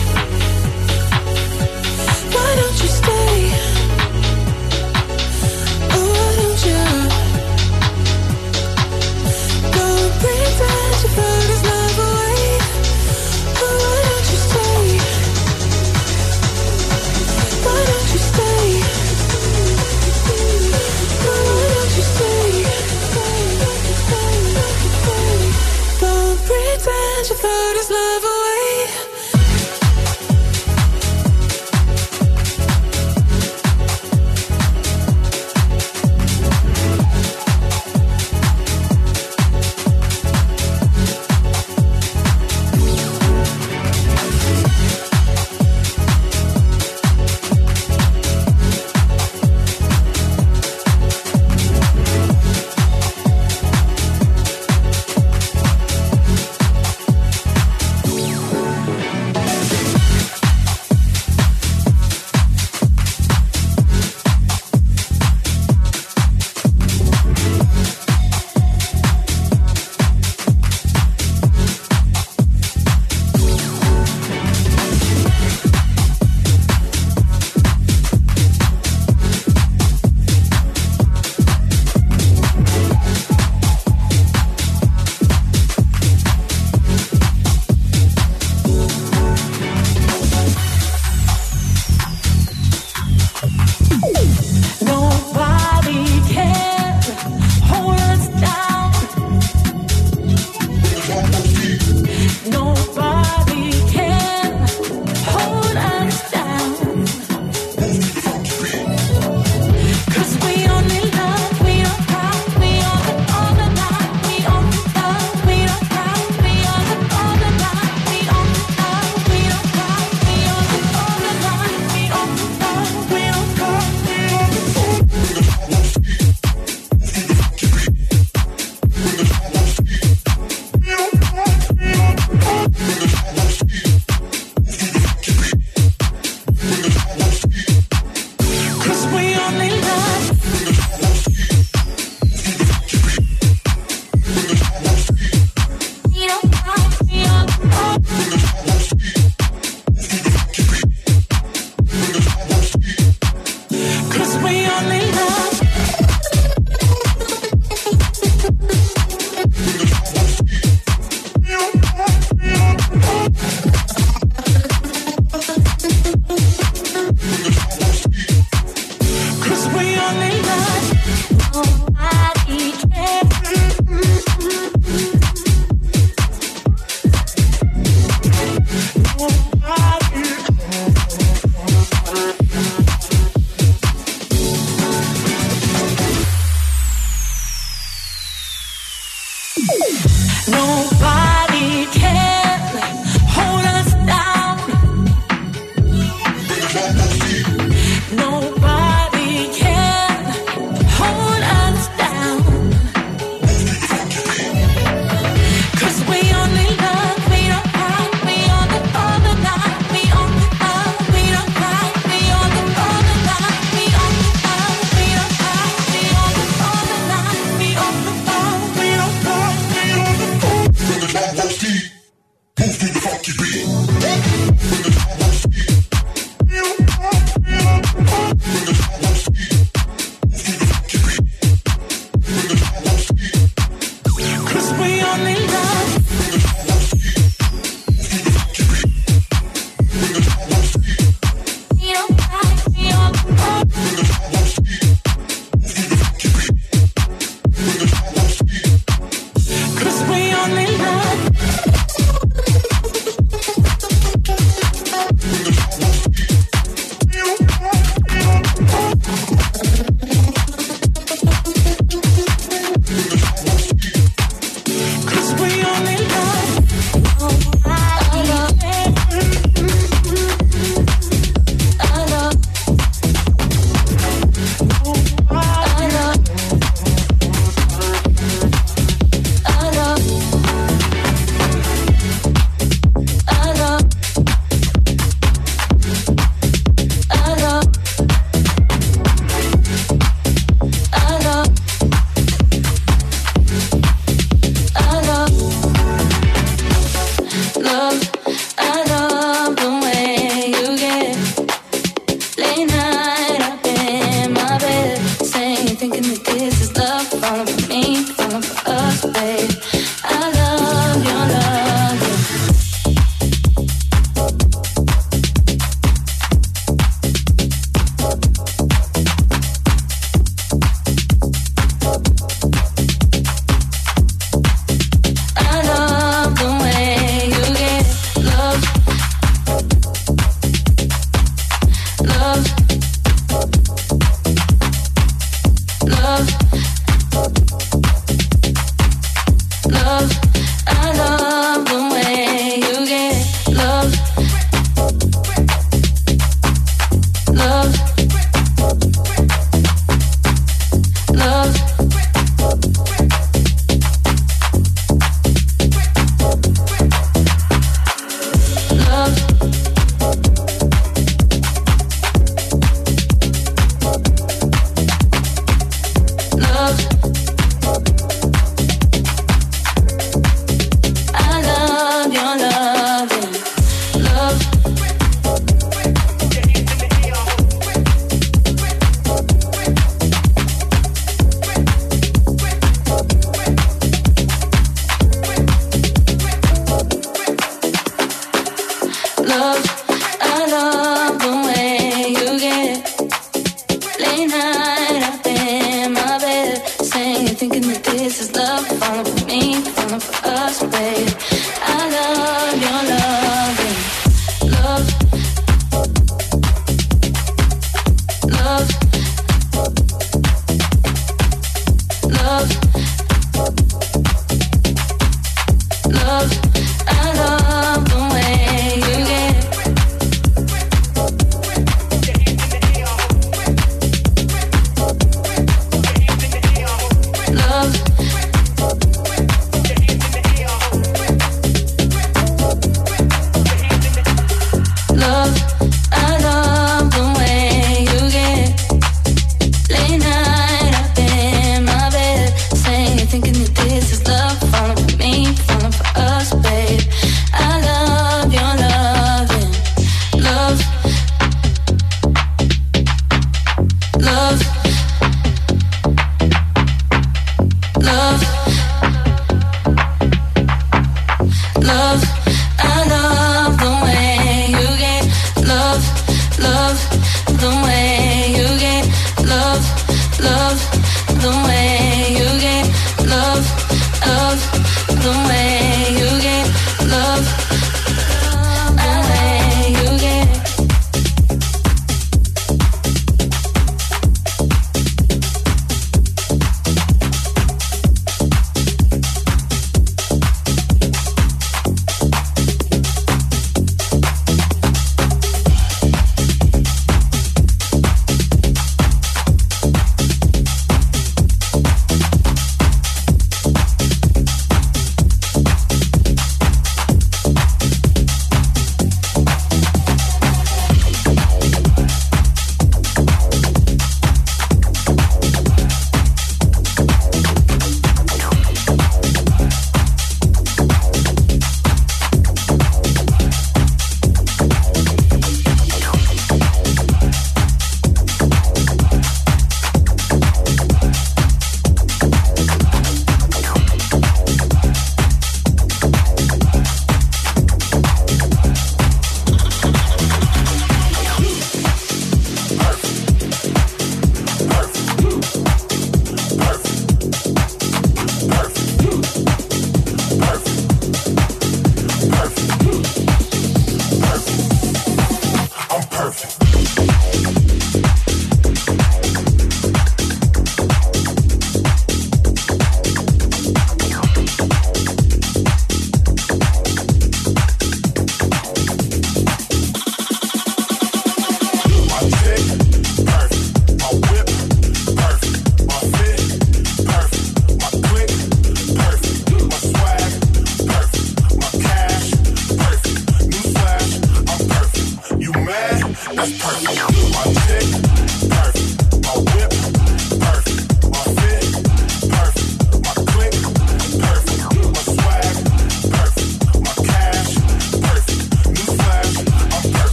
Why don't you stay? Oh, why don't you? Don't pretend you've got his love away. Oh, why don't you stay? Why don't you stay? Why don't you stay? Don't pretend you thought his love away. Cause we only love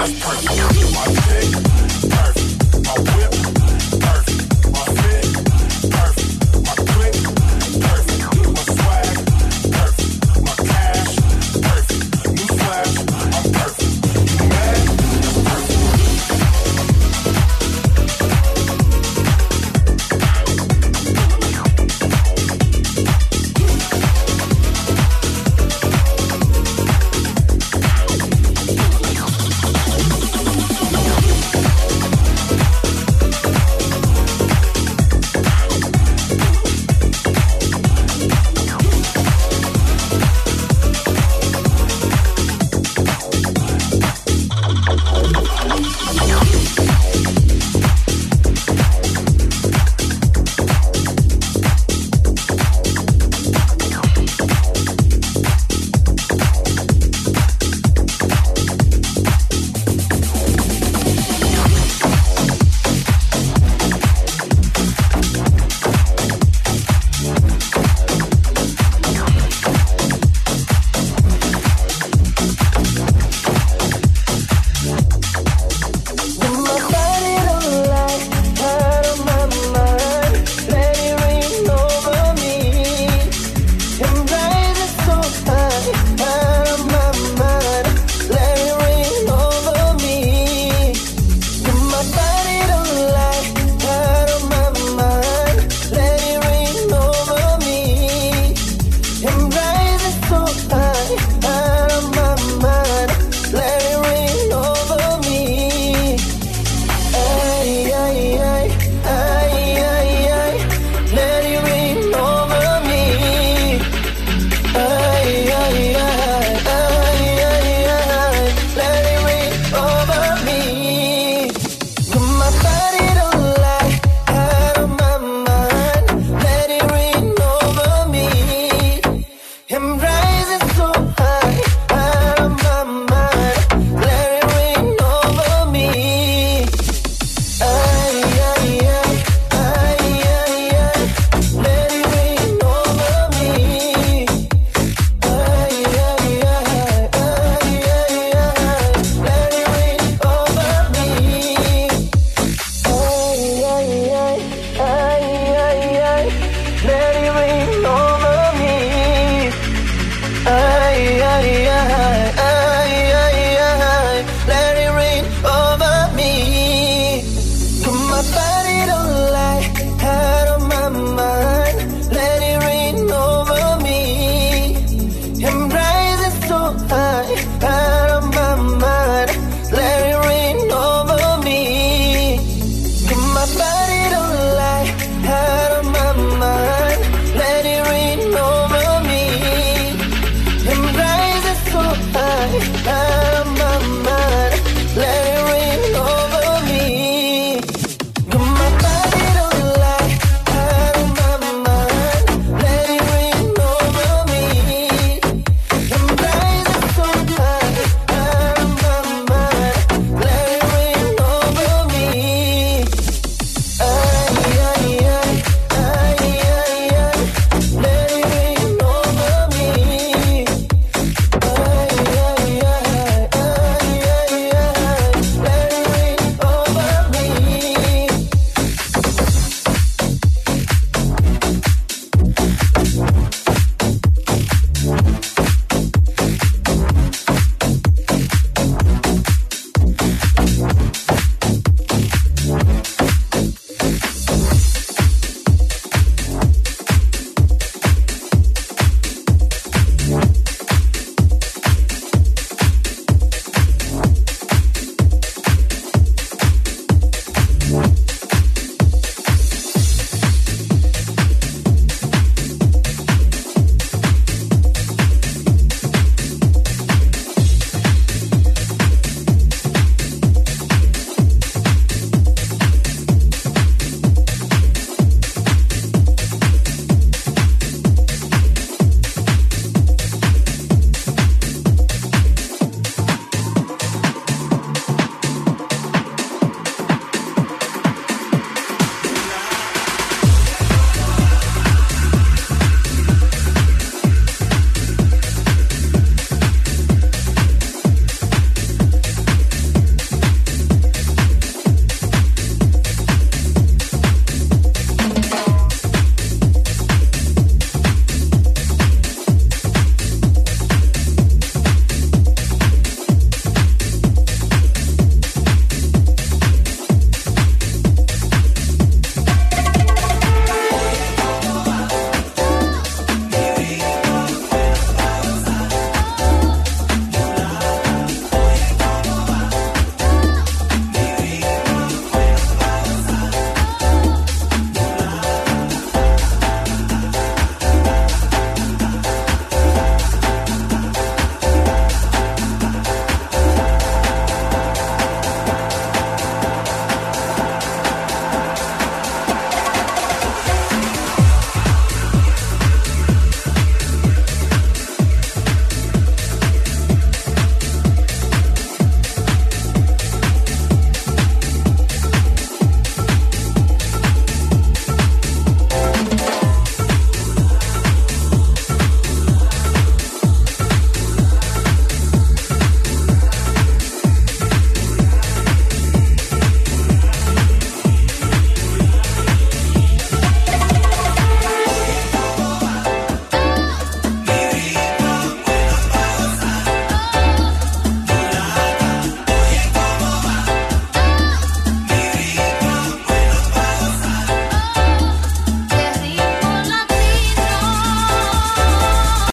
just turn me on to my